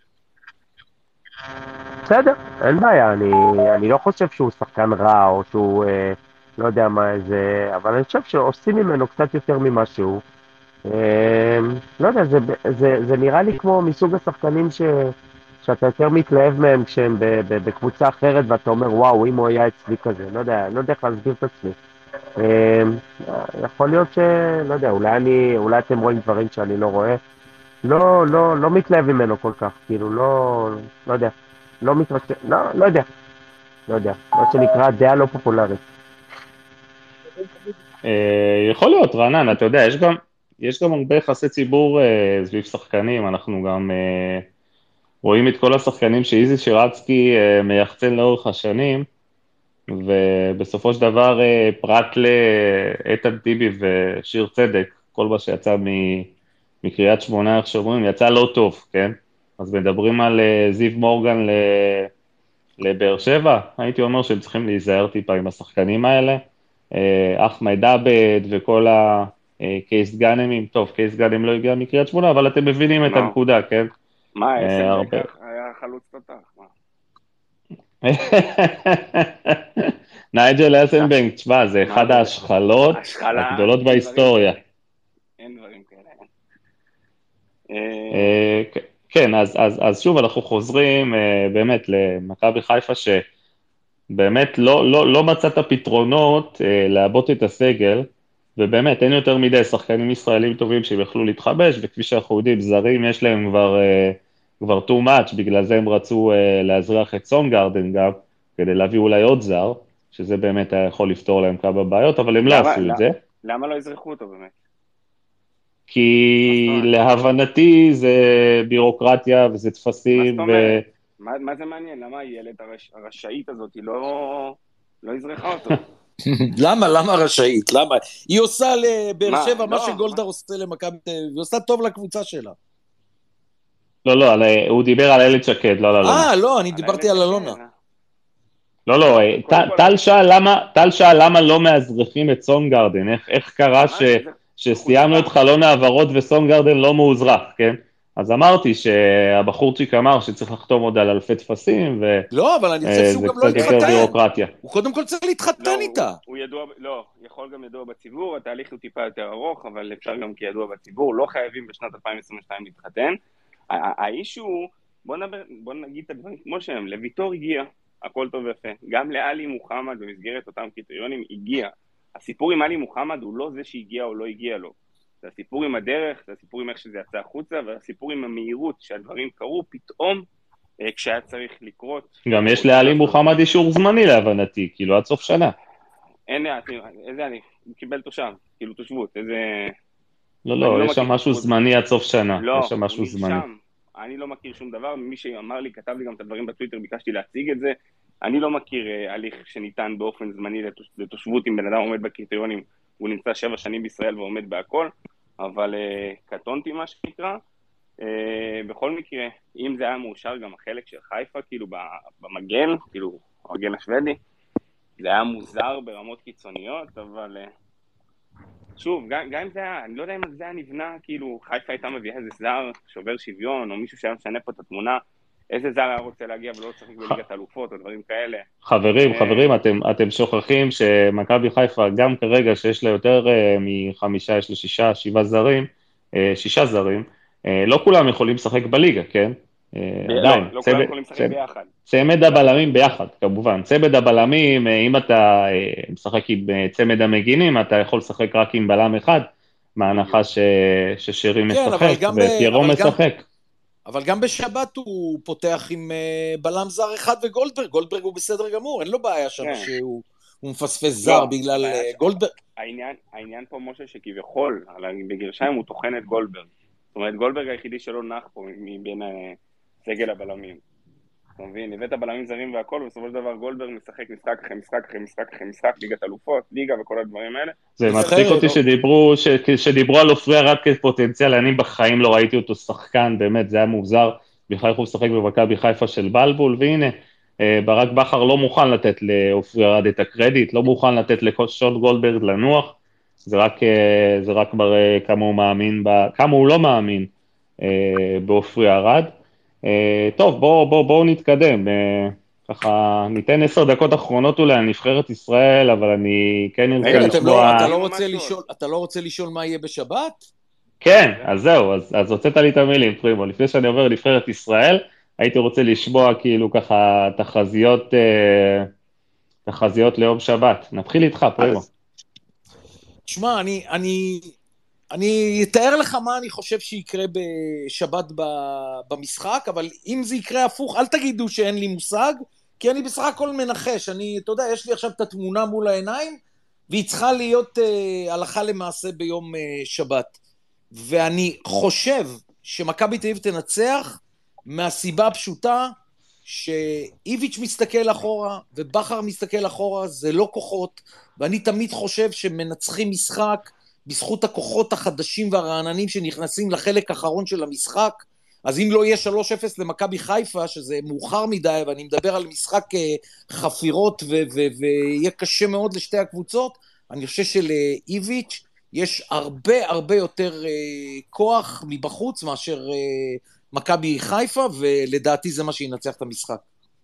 בסדר, אין בעיה, אני, אני לא חושב שהוא שחקן רע, או שהוא, אה, לא יודע מה איזה, אבל אני חושב שעושים ממנו קצת יותר ממה שהוא. אה, לא יודע, זה, זה, זה נראה לי כמו מסוג השחקנים ש, שאתה יותר מתלהב מהם כשהם ב, ב, בקבוצה אחרת, ואתה אומר, וואו, אם הוא היה אצלי כזה, לא יודע, לא יודע איך להסביר את עצמי. אה, יכול להיות ש... לא יודע, אולי אני, אולי אתם רואים דברים שאני לא רואה. לא, לא, לא מתלהב ממנו כל כך, כאילו, לא, לא יודע, לא מתרשם, לא, לא יודע, לא יודע, מה שנקרא דעה לא פופולרית. אה, יכול להיות, רענן, אתה יודע, יש גם, יש גם הרבה יחסי ציבור אה, סביב שחקנים, אנחנו גם אה, רואים את כל השחקנים שאיזי שירצקי אה, מייחצן לאורך השנים, ובסופו של דבר, אה, פרט לאיתן טיבי ושיר צדק, כל מה שיצא מ- מקריית שמונה, איך שאומרים, יצא לא טוב, כן? אז מדברים על אה, זיו מורגן ל- לבאר שבע, הייתי אומר שהם צריכים להיזהר טיפה עם השחקנים האלה, אה, אחמד עבד וכל הקייס גאנמים, טוב, קייס גאנם לא הגיע מקריית שמונה, אבל אתם מבינים את מה? הנקודה, כן? מה, אה, אסן הרבה. בקח היה חלוץ תותח, מה? נייג'ל אסנבנק, תשמע, זה מה אחד זה? ההשחלות השחלה, הגדולות אין דברים בהיסטוריה. כאלה. אין דברים כאלה. אה, אה, כ- כן, אז, אז, אז שוב אנחנו חוזרים אה, באמת למכבי חיפה שבאמת לא, לא, לא מצאת פתרונות אה, לעבות את הסגל, ובאמת אין יותר מדי שחקנים ישראלים טובים שהם יכלו להתחבש, וכפי שאנחנו יודעים, זרים יש להם כבר, אה, כבר too much, בגלל זה הם רצו אה, להזריח את סונגרדן גם, כדי להביא אולי עוד זר, שזה באמת היה יכול לפתור להם כמה בעיות, אבל הם לא למה- עשו למה- את זה. למה לא יזרחו אותו באמת? כי מה זאת אומרת? להבנתי זה בירוקרטיה וזה מה טפסים, זאת ו... אומרת? מה מה זה מעניין? למה הילד הרש- הרשאית הזאת היא לא לא יזרחה אותו? למה? למה רשאית? למה? היא עושה לבאר מה? שבע מה לא, שגולדה מה? עושה למכבי תל אביב, היא עושה טוב לקבוצה שלה. לא, לא, על- הוא דיבר על איילת שקד, לא על אלונה. אה, לא, אני דיברתי על הילד אלונה. הזה, לא, לא, אה, קודם טל- כל- טל שאל למה, טל שאל למה לא מאזרחים את סונגרדן, איך, איך קרה מה ש, זה? זה שסיימנו חוצפה. את חלון העברות וסונגרדן לא מאוזרח, כן? אז אמרתי שהבחורצ'יק אמר שצריך לחתום עוד על אלפי טפסים, לא, אבל אני חושב שהוא וזה גם לא קצת יותר התחתן. בירוקרטיה. הוא קודם כל צריך לא, להתחתן הוא- איתה. הוא ידוע, לא, יכול גם ידוע בציבור, התהליך הוא טיפה יותר ארוך, אבל אפשר גם כידוע בציבור, לא חייבים בשנת אלפיים עשרים ושתיים להתחתן. ה- האיש הוא, בוא נדבר, בוא נגיד את הדברים כמו שהם, לויטור הגיע, הכל טוב ויפה, גם לאלי מוחמד במסגרת אותם קריטריונים הגיע. הסיפור עם אלי מוחמד הוא לא זה שהגיע או לא הגיע לו, זה הסיפור עם הדרך, זה הסיפור עם איך שזה יצא החוצה, והסיפור עם המהירות שהדברים קרו פתאום אה, כשהיה צריך לקרות. גם יש לאלי מוחמד אישור זמני להבנתי, כאילו עד סוף שנה. אין, איזה אני, הוא קיבל תושב, כאילו תושבות, איזה... לא, אני לא, לא יש שם מכיר. משהו הוא- זמני עד סוף שנה, לא, יש שם משהו הוא זמני. נרשם, אני לא מכיר שום דבר, מי שאמר לי, כתב לי גם את הדברים בטוויטר, ביקשתי להציג את זה, אני לא מכיר uh, הליך שניתן באופן זמני לתוש, לתושבות אם בן אדם עומד בקריטריונים, הוא נמצא שבע שנים בישראל ועומד בהכל, אבל uh, קטונתי מה שנקרא. Uh, בכל מקרה, אם זה היה מאושר גם החלק של חיפה, כאילו במגן, כאילו המגן השוודי, זה היה מוזר ברמות קיצוניות, אבל uh, שוב, גם, גם אם זה היה, אני לא יודע אם זה היה נבנה, כאילו חיפה הייתה מביאה איזה זר שובר שוויון, או מישהו שהיה משנה פה את התמונה, איזה זר היה רוצה להגיע ולא צריך בליגת אלופות או דברים כאלה. חברים, חברים, אתם, אתם שוכחים שמכבי חיפה, גם כרגע שיש לה יותר מחמישה, יש לה שישה, שבעה זרים, שישה זרים, לא כולם יכולים לשחק בליגה, כן? עדיין. לא, לא כולם יכולים לשחק ביחד. צמד הבלמים ביחד, כמובן. צמד הבלמים, אם אתה משחק עם צמד המגינים, אתה יכול לשחק רק עם בלם אחד, מההנחה ששירי משחק ופיירו משחק. אבל גם בשבת הוא פותח עם בלם זר אחד וגולדברג, גולדברג הוא בסדר גמור, אין לו בעיה שם שהוא מפספס זר בגלל גולדברג. העניין פה משה שכביכול, בגרשיים הוא תוכן את גולדברג, זאת אומרת גולדברג היחידי שלא נח פה מבין סגל הבלמים. אתה מבין, הבאת בלמים זרים והכל, ובסופו של דבר גולדברג משחק משחק אחרי משחק אחרי משחק אחרי משחק, ליגת אלופות, ליגה וכל הדברים האלה. זה מצחיק אותי שדיברו, שדיברו על עופרי ארד כפוטנציאל, אני בחיים לא ראיתי אותו שחקן, באמת, זה היה מוזר, בכלל הוא משחק במכבי חיפה של בלבול, והנה, ברק בכר לא מוכן לתת לעופרי ארד את הקרדיט, לא מוכן לתת לשון גולדברג לנוח, זה רק, זה רק מראה כמה הוא מאמין, כמה הוא לא מאמין בעופרי ארד. טוב, בואו בוא, בוא נתקדם, ככה ניתן עשר דקות אחרונות אולי על נבחרת ישראל, אבל אני כן נרצה לשמוע... אתה לא רוצה לשאול, אתה לא רוצה לשאול מה יהיה בשבת? כן, אז זהו, אז, אז הוצאת לי את המילים, פרימו, לפני שאני עובר לנבחרת ישראל, הייתי רוצה לשמוע כאילו ככה תחזיות, תחזיות ליום שבת. נתחיל איתך, פרימו. תשמע, אני... אני... אני אתאר לך מה אני חושב שיקרה בשבת במשחק, אבל אם זה יקרה הפוך, אל תגידו שאין לי מושג, כי אני בסך הכל מנחש. אני, אתה יודע, יש לי עכשיו את התמונה מול העיניים, והיא צריכה להיות uh, הלכה למעשה ביום uh, שבת. ואני חושב שמכבי תל אביב תנצח מהסיבה הפשוטה, שאיביץ' מסתכל אחורה, ובכר מסתכל אחורה, זה לא כוחות, ואני תמיד חושב שמנצחים משחק, בזכות הכוחות החדשים והרעננים שנכנסים לחלק האחרון של המשחק, אז אם לא יהיה שלוש אפס למכבי חיפה, שזה מאוחר מדי, ואני מדבר על משחק חפירות, ויהיה קשה מאוד לשתי הקבוצות, אני חושב שלאיביץ' יש הרבה הרבה יותר כוח מבחוץ, מאשר מכבי חיפה, ולדעתי זה מה שינצח את המשחק.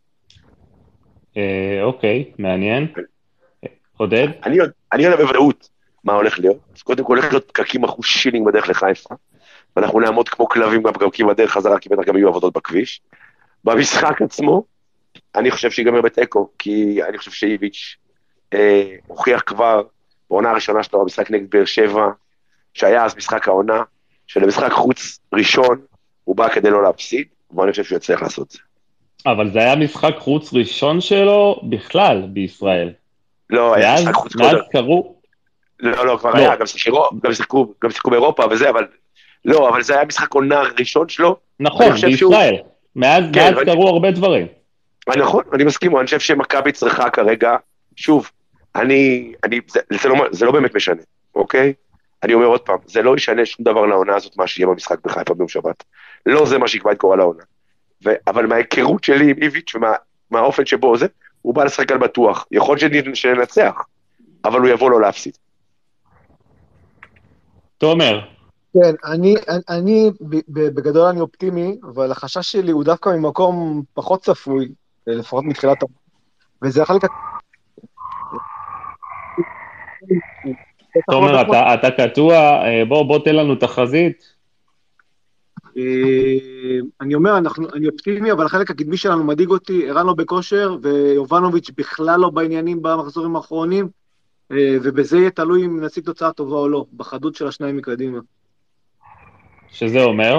אוקיי, מעניין. עודד? אני יודע בוודאות מה הולך להיות. אז קודם כל הולך להיות פקקים אחוז שילינג בדרך לחיפה, ואנחנו נעמוד כמו כלבים גם פקקים בדרך חזרה, כי בטח גם יהיו עבודות בכביש. במשחק עצמו, אני חושב שיגמר בתיקו, כי אני חושב שאיביץ' אה, הוכיח כבר בעונה הראשונה שלו, במשחק נגד באר שבע, שהיה אז משחק העונה, שלמשחק חוץ ראשון, הוא בא כדי לא להפסיד, ואני חושב שהוא יצליח לעשות זה. אבל זה היה משחק חוץ ראשון שלו בכלל בישראל. לא, היה משחק חוץ קודם. מאז קראו... לא, לא, כבר היה, גם שיחקו באירופה וזה, אבל לא, אבל זה היה משחק עונה ראשון שלו. נכון, בישראל. מאז קראו הרבה דברים. נכון, אני מסכים, אני חושב שמכבי צריכה כרגע, שוב, אני, זה לא באמת משנה, אוקיי? אני אומר עוד פעם, זה לא ישנה שום דבר לעונה הזאת, מה שיהיה במשחק בחיפה ביום שבת. לא זה מה שיקבע את גורל העונה. אבל מההיכרות שלי עם איביץ' ומהאופן שבו זה, הוא בא לשחק על בטוח. יכול שננצח, אבל הוא יבוא לו להפסיד. תומר. כן, אני, אני בגדול אני אופטימי, אבל החשש שלי הוא דווקא ממקום פחות צפוי, לפחות מתחילת ה... וזה החלק... תומר, אתה, אתה קטוע, בוא, בוא תן לנו תחזית. אני אומר, אנחנו, אני אופטימי, אבל החלק הקדמי שלנו מדאיג אותי, ערן לא בכושר, ויובנוביץ' בכלל לא בעניינים במחזורים האחרונים, ובזה יהיה תלוי אם נשיג תוצאה טובה או לא, בחדות של השניים מקדימה. שזה אומר?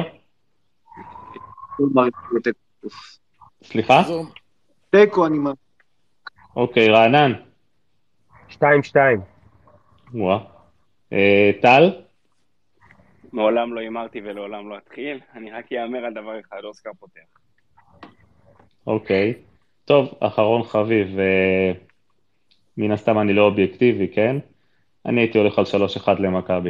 סליחה? תיקו אני מה. אוקיי, רענן. שתיים שתיים. וואה. טל? מעולם לא אמרתי ולעולם לא אתחיל, אני רק יאמר על דבר אחד, אוסקר פותח. אוקיי. טוב, אחרון חביב, מן הסתם אני לא אובייקטיבי, כן? אני הייתי הולך על שלוש אחד למכבי.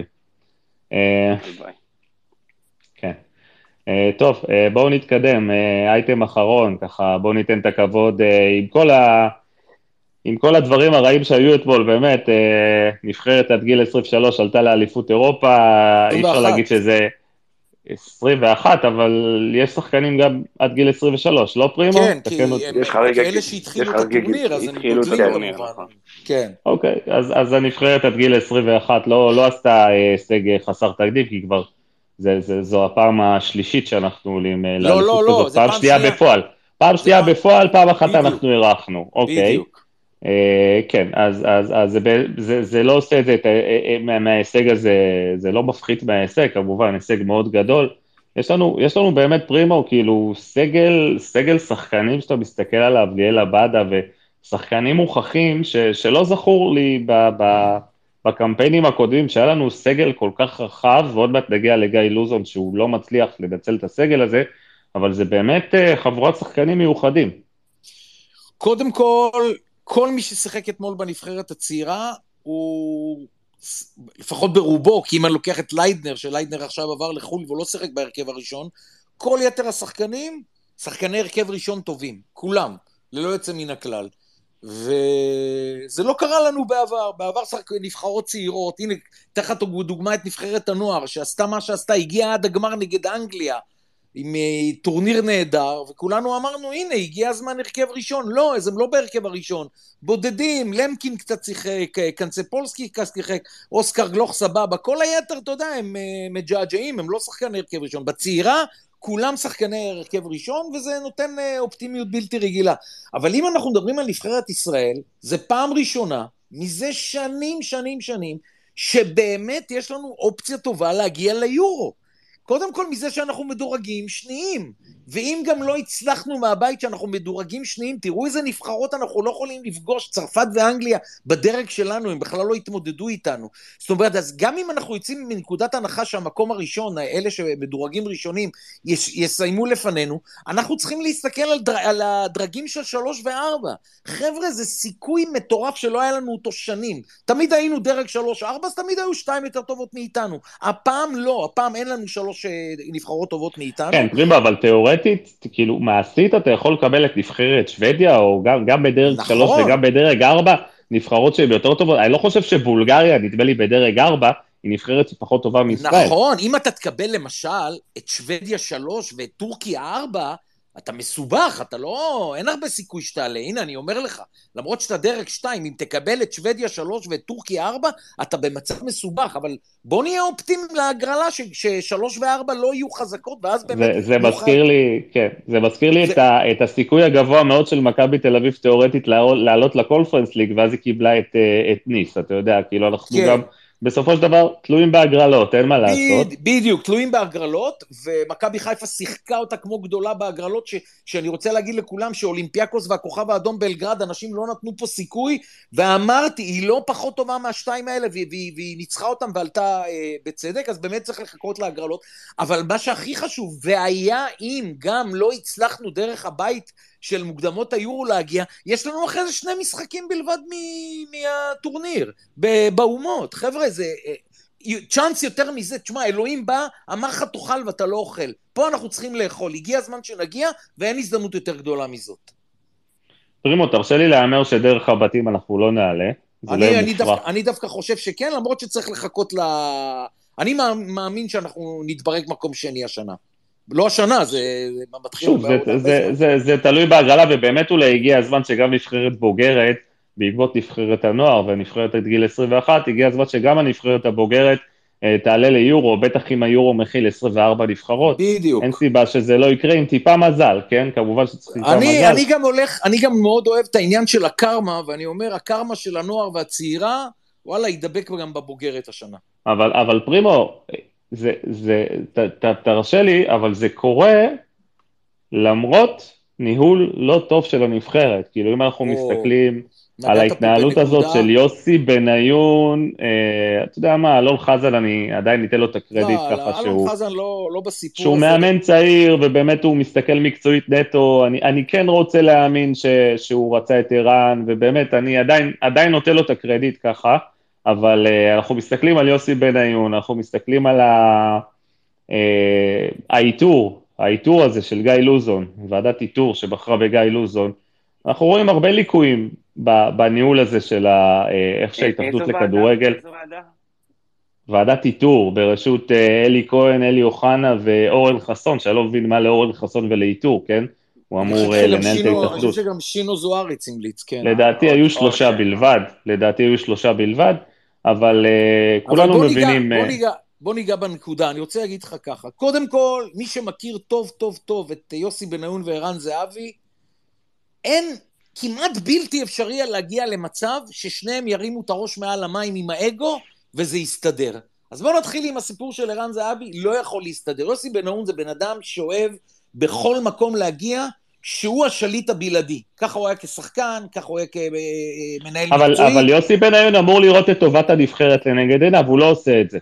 ביי. כן. טוב, בואו נתקדם, אייטם אחרון, ככה בואו ניתן את הכבוד עם כל ה... עם כל הדברים הרעים שהיו אתמול, באמת, נבחרת עד גיל עשרים ושלוש עלתה לאליפות אירופה, אי אפשר להגיד שזה עשרים ואחת, אבל יש שחקנים גם עד גיל עשרים ושלוש, לא פרימו? כן, כי אלה שהתחילו את הטורניר, אז הם גודלים כמובן. כן. אוקיי, אז הנבחרת עד גיל עשרים ואחת לא עשתה הישג חסר תקדים, כי כבר זו הפעם השלישית שאנחנו עולים לאליפות כזאת, פעם שנייה בפועל. פעם שנייה בפועל, פעם אחת אנחנו אירחנו, אוקיי. בדיוק. כן, אז זה לא עושה את זה, מההישג הזה, זה לא מפחית מההישג, כמובן, הישג מאוד גדול. יש לנו, יש לנו באמת פרימו, כאילו, סגל, סגל שחקנים שאתה מסתכל עליו, ליאל עבדה, ושחקנים מוכחים שלא זכור לי בקמפיינים הקודמים, שהיה לנו סגל כל כך רחב, ועוד מעט נגיע לגיא לוזון, שהוא לא מצליח לנצל את הסגל הזה, אבל זה באמת חבורת שחקנים מיוחדים. קודם כל, כל מי ששיחק אתמול בנבחרת הצעירה, הוא לפחות ברובו, כי אם אני לוקח את ליידנר, שליידנר עכשיו עבר לחול והוא לא שיחק בהרכב הראשון, כל יתר השחקנים, שחקני הרכב ראשון טובים, כולם, ללא יוצא מן הכלל. וזה לא קרה לנו בעבר, בעבר נבחרות צעירות, הנה, תחת דוגמה את נבחרת הנוער, שעשתה מה שעשתה, הגיעה עד הגמר נגד אנגליה, עם טורניר נהדר, וכולנו אמרנו, הנה, הגיע הזמן הרכב ראשון, לא, אז הם לא בהרכב הראשון, בודדים, למקין קצת שיחק, קנצפולסקי קצת שיחק, אוסקר גלוך סבבה, כל היתר, אתה יודע, הם מג'עג'עים, הם לא שחקני הרכב ראשון, בצעירה, כולם שחקני הרכב ראשון, וזה נותן אופטימיות בלתי רגילה, אבל אם אנחנו מדברים על נבחרת ישראל, זה פעם ראשונה, מזה שנים, שנים, שנים, שבאמת יש לנו אופציה טובה להגיע ליורו, קודם כל מזה שאנחנו מדורגים שניים, ואם גם לא הצלחנו מהבית שאנחנו מדורגים שניים, תראו איזה נבחרות אנחנו לא יכולים לפגוש, צרפת ואנגליה בדרג שלנו, הם בכלל לא התמודדו איתנו. זאת אומרת, אז גם אם אנחנו יוצאים מנקודת הנחה שהמקום הראשון, אלה שמדורגים ראשונים, יש, יסיימו לפנינו, אנחנו צריכים להסתכל על, דר, על הדרגים של שלוש וארבע. חבר'ה, זה סיכוי מטורף שלא היה לנו אותו שנים. תמיד היינו דרג שלוש ארבע, אז תמיד היו שתיים יותר טובות מאיתנו. הפעם לא, הפעם אין לנו שלוש נבחרות טובות מאיתנו. כן, פרימה, אבל תיאורטית, כאילו, מעשית אתה יכול לקבל את נבחרת שוודיה, או גם, גם בדרג נכון. שלוש וגם בדרג ארבע, נבחרות שהן יותר טובות. אני לא חושב שבולגריה, נדמה לי בדרג ארבע, היא נבחרת פחות טובה מישראל. נכון, אם אתה תקבל למשל את שוודיה שלוש ואת טורקיה ארבע, אתה מסובך, אתה לא, אין הרבה סיכוי שתעלה, הנה אני אומר לך, למרות שאתה דרג שתיים, אם תקבל את שוודיה שלוש ואת טורקיה ארבע, אתה במצב מסובך, אבל בוא נהיה אופטימיים להגרלה, ששלוש וארבע לא יהיו חזקות, ואז באמת... זה, זה מזכיר לי, כן, זה מזכיר לי זה... את, ה, את הסיכוי הגבוה מאוד של מכבי תל אביב תיאורטית, לעלות לקונפרנס ליג, ואז היא קיבלה את, את ניס, אתה יודע, כאילו אנחנו כן. גם... בסופו של דבר, תלויים בהגרלות, אין מה לעשות. בדיוק, תלויים בהגרלות, ומכבי חיפה שיחקה אותה כמו גדולה בהגרלות, ש, שאני רוצה להגיד לכולם שאולימפיאקוס והכוכב האדום בלגרד, אנשים לא נתנו פה סיכוי, ואמרתי, היא לא פחות טובה מהשתיים האלה, והיא, והיא, והיא ניצחה אותם ועלתה אה, בצדק, אז באמת צריך לחכות להגרלות, אבל מה שהכי חשוב, והיה אם גם לא הצלחנו דרך הבית של מוקדמות היורו להגיע, יש לנו אחרי זה שני משחקים בלבד מהטורניר, באומות. חבר'ה, זה צ'אנס יותר מזה, תשמע, אלוהים בא, אמר לך תאכל ואתה לא אוכל. פה אנחנו צריכים לאכול, הגיע הזמן שנגיע, ואין הזדמנות יותר גדולה מזאת. פרימו, תרשה לי לאמר שדרך הבתים אנחנו לא נעלה. אני, אני, דווקא, אני דווקא חושב שכן, למרות שצריך לחכות ל... אני מאמין שאנחנו נתברג מקום שני השנה. לא השנה, זה מתחיל... שוב, זה, זה, זה, זה, זה תלוי בהגרלה, ובאמת אולי הגיע הזמן שגם נבחרת בוגרת, בעקבות נבחרת הנוער ונבחרת את גיל עשרים ואחת, הגיע הזמן שגם הנבחרת הבוגרת תעלה ליורו, בטח אם היורו מכיל עשרים וארבע נבחרות. בדיוק. אין סיבה שזה לא יקרה עם טיפה מזל, כן? כמובן שצריך טיפה אני, מזל. אני גם הולך, אני גם מאוד אוהב את העניין של הקרמה, ואני אומר, הקרמה של הנוער והצעירה, וואלה, ידבק גם בבוגרת השנה. אבל, אבל פרימו, זה, זה, ת, ת, תרשה לי, אבל זה קורה למרות ניהול לא טוב של הנבחרת. כאילו, אם אנחנו או... מסתכלים על ההתנהלות הזאת של יוסי בניון, אה, אתה יודע מה, אלון חזן, אני עדיין ניתן לו את הקרדיט לא, ככה אלון שהוא... חזן לא, לא בסיפור שהוא הזה. מאמן צעיר, ובאמת הוא מסתכל מקצועית נטו, אני, אני כן רוצה להאמין ש, שהוא רצה את איראן, ובאמת אני עדיין, עדיין נותן לו את הקרדיט ככה, אבל uh, אנחנו מסתכלים על יוסי בניון, אנחנו מסתכלים על ה, uh, האיתור, האיתור הזה של גיא לוזון, ועדת איתור שבחרה בגיא לוזון, אנחנו רואים הרבה ליקויים בניהול הזה של ה, uh, איך שההתאחדות לכדורגל. איזו ועדה? ועדת איתור בראשות אלי כהן, אלי אוחנה ואורן חסון, שאני לא מבין מה לאורן חסון ולאיתור, כן? הוא אמור לנהל את ההתאחדות. אני חושב שגם שינו זואריץ המליץ, כן. לדעתי היו שלושה בלבד, לדעתי היו שלושה בלבד, אבל כולנו מבינים... בוא ניגע בנקודה, אני רוצה להגיד לך ככה. קודם כל, מי שמכיר טוב טוב טוב את יוסי בניון וערן זהבי, אין כמעט בלתי אפשרי להגיע למצב ששניהם ירימו את הראש מעל המים עם האגו, וזה יסתדר. אז בואו נתחיל עם הסיפור של ערן זהבי, לא יכול להסתדר. יוסי בניון זה בן אדם שאוהב בכל מקום להגיע, שהוא השליט הבלעדי. ככה הוא היה כשחקן, ככה הוא היה כמנהל אבל, מקצועי. אבל יוסי בניון אמור לראות את טובת הנבחרת לנגד עיניו, הוא לא עושה את זה.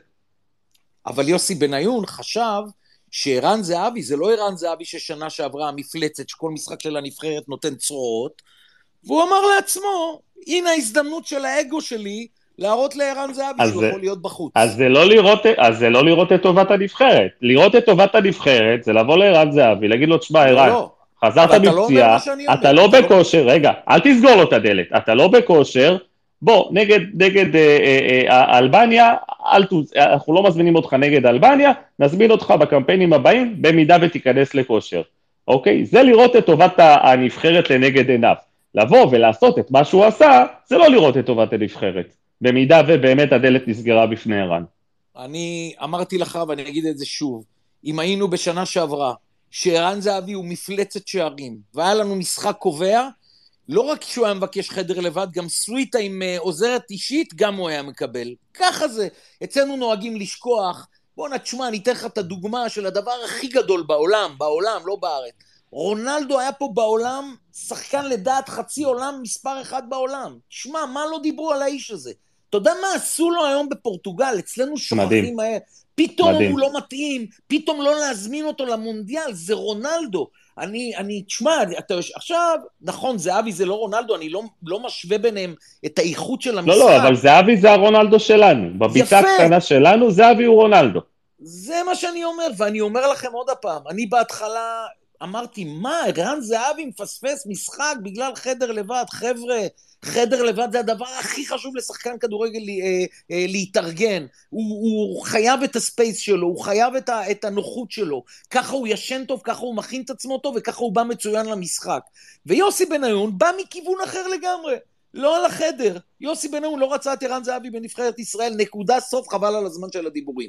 אבל יוסי בניון חשב שערן זהבי, זה לא ערן זהבי ששנה שעברה המפלצת, שכל משחק של הנבחרת נותן צרורות, והוא אמר לעצמו, הנה ההזדמנות של האגו שלי, להראות לערן זהבי שהוא יכול להיות בחוץ. אז זה לא לראות, אז זה לא לראות את טובת הנבחרת. לראות את טובת הנבחרת, זה לבוא לערן זהבי, להגיד לו, תשמע, ערן, חזרת בפציעה, אתה לא בכושר, רגע, אל תסגור לו את הדלת, אתה לא בכושר, בוא, נגד, נגד אלבניה, אנחנו לא מזמינים אותך נגד אלבניה, נזמין אותך בקמפיינים הבאים, במידה ותיכנס לכושר. אוקיי? זה לראות את טובת הנבחרת לנגד עיניו. לבוא ולעשות את מה שהוא עשה, זה לא לראות את טובת הנבחרת. במידה ובאמת הדלת נסגרה בפני ערן. אני אמרתי לך, ואני אגיד את זה שוב, אם היינו בשנה שעברה, שערן זהבי הוא מפלצת שערים, והיה לנו משחק קובע, לא רק שהוא היה מבקש חדר לבד, גם סוויטה עם עוזרת אישית, גם הוא היה מקבל. ככה זה. אצלנו נוהגים לשכוח, בוא נתשמע, אני אתן לך את הדוגמה של הדבר הכי גדול בעולם, בעולם, לא בארץ. רונלדו היה פה בעולם, שחקן לדעת חצי עולם, מספר אחד בעולם. שמע, מה לא דיברו על האיש הזה? אתה יודע מה עשו לו היום בפורטוגל? אצלנו שוכחים מהר. פתאום מדהים. הוא לא מתאים, פתאום לא להזמין אותו למונדיאל, זה רונלדו. אני, אני, תשמע, אתה, עכשיו, נכון, זהבי זה לא רונלדו, אני לא, לא משווה ביניהם את האיכות של המשחק. לא, לא, אבל זהבי זה הרונלדו שלנו. בביצה הקטנה שלנו, זהבי הוא רונלדו. זה מה שאני אומר, ואני אומר לכם עוד הפעם, אני בהתחלה אמרתי, מה, ערן זהבי מפספס משחק בגלל חדר לבד, חבר'ה, חדר לבד זה הדבר הכי חשוב לשחקן כדורגל אה, אה, להתארגן, הוא, הוא חייב את הספייס שלו, הוא חייב את, ה, את הנוחות שלו, ככה הוא ישן טוב, ככה הוא מכין את עצמו טוב, וככה הוא בא מצוין למשחק. ויוסי בניון בא מכיוון אחר לגמרי, לא על החדר, יוסי בניון לא רצה את ערן זהבי בנבחרת ישראל, נקודה סוף, חבל על הזמן של הדיבורים.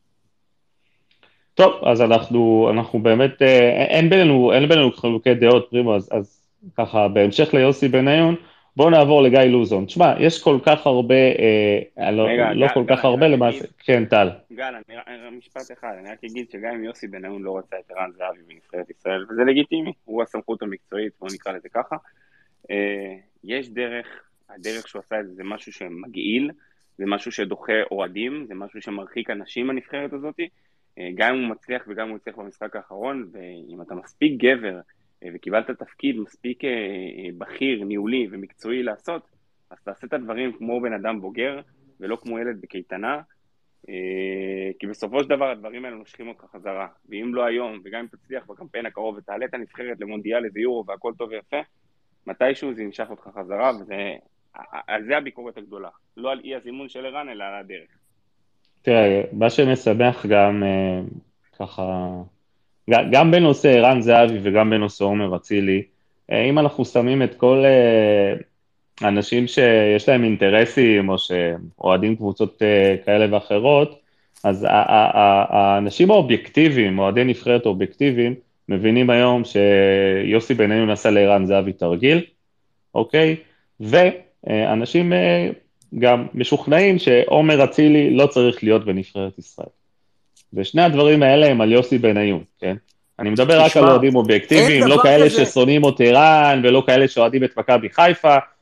טוב, אז אנחנו, אנחנו באמת, אין בינינו, אין בינינו חילוקי דעות פרימו, אז, אז ככה, בהמשך ליוסי בניון, בואו נעבור לגיא לוזון. תשמע, יש כל כך הרבה, אה, לא, רגע, לא גל, כל גל, כך הרבה למעשה, אגיד, כן, טל. גל, אני, משפט אחד, אני רק אגיד שגם אם יוסי בניון לא רצה את ערן זהבי בנבחרת ישראל, וזה לגיטימי, הוא הסמכות המקצועית, בואו נקרא לזה ככה, אה, יש דרך, הדרך שהוא עשה את זה, זה משהו שמגעיל, זה משהו שדוחה אוהדים, זה משהו שמרחיק אנשים בנבחרת הזאת, גם אם הוא מצליח וגם אם הוא הצליח במשחק האחרון, ואם אתה מספיק גבר וקיבלת תפקיד מספיק בכיר, ניהולי ומקצועי לעשות, אז תעשה את הדברים כמו בן אדם בוגר ולא כמו ילד בקייטנה, כי בסופו של דבר הדברים האלה נושכים אותך חזרה, ואם לא היום וגם אם תצליח בקמפיין הקרוב ותעלה את הנבחרת למונדיאל, איזה יורו והכל טוב ויפה, מתישהו זה נמשך אותך חזרה, ועל זה הביקורת הגדולה, לא על אי הזימון של ערן אלא על הדרך. תראה, מה שמשמח גם ככה, גם בנושא ערן זהבי וגם בנושא עומר אצילי, אם אנחנו שמים את כל האנשים שיש להם אינטרסים או שאוהדים קבוצות כאלה ואחרות, אז האנשים האובייקטיביים, אוהדי נבחרת אובייקטיביים, מבינים היום שיוסי בניון עשה לערן זהבי תרגיל, אוקיי? ואנשים גם משוכנעים שעומר אצילי לא צריך להיות בנבחרת ישראל. ושני הדברים האלה הם על יוסי בניון, כן? אני מדבר רק על אוהדים אובייקטיביים, לא כאלה ששונאים את ערן, ולא כאלה שאוהדים את מכבי חיפה,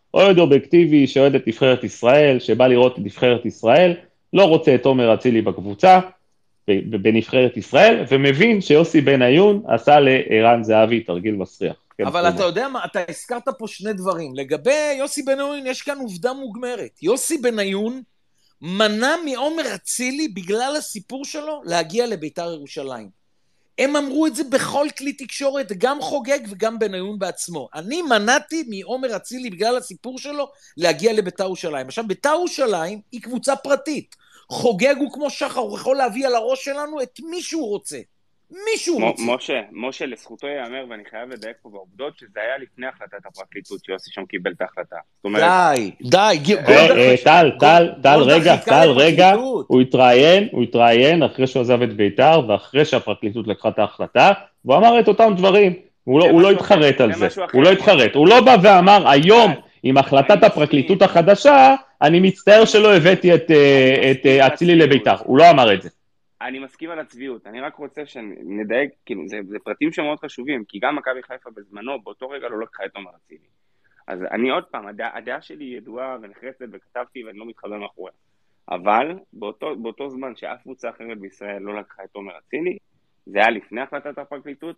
אוהד אובייקטיבי שאוהד את נבחרת ישראל, שבא לראות את נבחרת ישראל, לא רוצה את עומר אצילי בקבוצה, בנבחרת ישראל, ומבין שיוסי בניון עשה לערן זהבי תרגיל מסריח. אבל אתה יודע מה, אתה הזכרת פה שני דברים. לגבי יוסי בניון, יש כאן עובדה מוגמרת. יוסי בניון מנע מעומר אצילי, בגלל הסיפור שלו, להגיע לביתר ירושלים. הם אמרו את זה בכל כלי תקשורת, גם חוגג וגם בניון בעצמו. אני מנעתי מעומר אצילי, בגלל הסיפור שלו, להגיע לביתר ירושלים. עכשיו, ביתר ירושלים היא קבוצה פרטית. חוגג הוא כמו שחר, הוא יכול להביא על הראש שלנו את מי שהוא רוצה. מי שהוא רוצה. משה, משה, לזכותו יאמר, ואני חייב לדייק פה בעובדות, שזה היה לפני החלטת הפרקליטות, שיוסי שם קיבל את ההחלטה. די, די. טל, טל, טל, רגע, טל, רגע, הוא התראיין, הוא התראיין אחרי שהוא עזב את ביתר, ואחרי שהפרקליטות לקחה את ההחלטה, והוא אמר את אותם דברים. הוא לא התחרט על זה. הוא לא התחרט. הוא לא בא ואמר, היום, עם החלטת הפרקליטות החדשה, אני מצטער שלא הבאתי את אצילי לביתר. הוא לא אמר את זה. אני מסכים על הצביעות, אני רק רוצה שנדייק, כאילו, זה, זה פרטים שמאוד חשובים, כי גם מכבי חיפה בזמנו, באותו רגע לא לקחה את עומר אצילי. אז אני עוד פעם, הדעה, הדעה שלי ידועה ונחרצת וכתבתי ואני לא מתחבר מאחוריה. אבל באותו, באותו זמן שאף קבוצה אחרת בישראל לא לקחה את עומר אצילי, זה היה לפני החלטת הפרקליטות,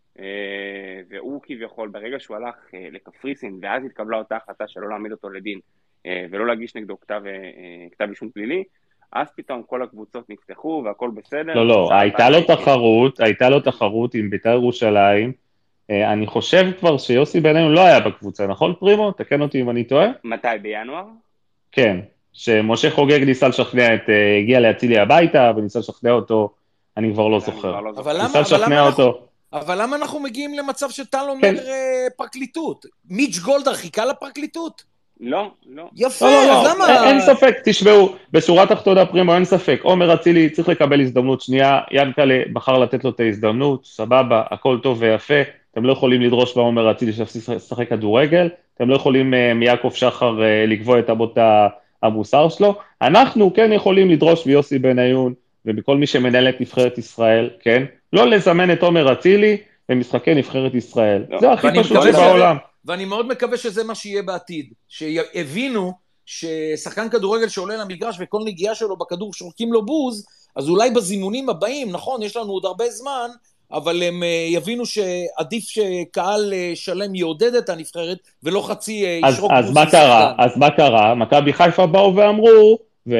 והוא כביכול, ברגע שהוא הלך לקפריסין, ואז התקבלה אותה החלטה שלא להעמיד אותו לדין, ולא להגיש נגדו כתב, כתב אישום פלילי, אז פתאום כל הקבוצות נפתחו והכל בסדר. לא, לא, הייתה לו תחרות, הייתה לו תחרות עם בית"ר ירושלים, אני חושב כבר שיוסי בניון לא היה בקבוצה, נכון פרימו? תקן אותי אם אני טועה. מתי, בינואר? כן, שמשה חוגג ניסה לשכנע את, הגיע להצילי הביתה, וניסה לשכנע אותו, אני כבר לא זוכר. ניסה לשכנע אותו. אבל למה אנחנו מגיעים למצב שטל אומר פרקליטות? מיץ' גולדהר חיכה לפרקליטות? לא, לא. יפה, אז למה? אין ספק, תשמעו, בשורת תחתונה פרימו, אין ספק, עומר אצילי צריך לקבל הזדמנות שנייה, ינקלה בחר לתת לו את ההזדמנות, סבבה, הכל טוב ויפה, אתם לא יכולים לדרוש בעומר אצילי ששחק כדורגל, אתם לא יכולים מיעקב שחר לקבוע את אמות המוסר שלו, אנחנו כן יכולים לדרוש ביוסי בניון, ובכל מי שמנהל את נבחרת ישראל, כן, לא לזמן את עומר אצילי במשחקי נבחרת ישראל, זה הכי פשוט שבעולם. ואני מאוד מקווה שזה מה שיהיה בעתיד, שהבינו ששחקן כדורגל שעולה למגרש וכל נגיעה שלו בכדור שורקים לו בוז, אז אולי בזימונים הבאים, נכון, יש לנו עוד הרבה זמן, אבל הם יבינו שעדיף שקהל שלם יעודד את הנבחרת, ולא חצי ישרוק בוז. אז מה קרה? אז מה קרה? מכבי חיפה באו ואמרו,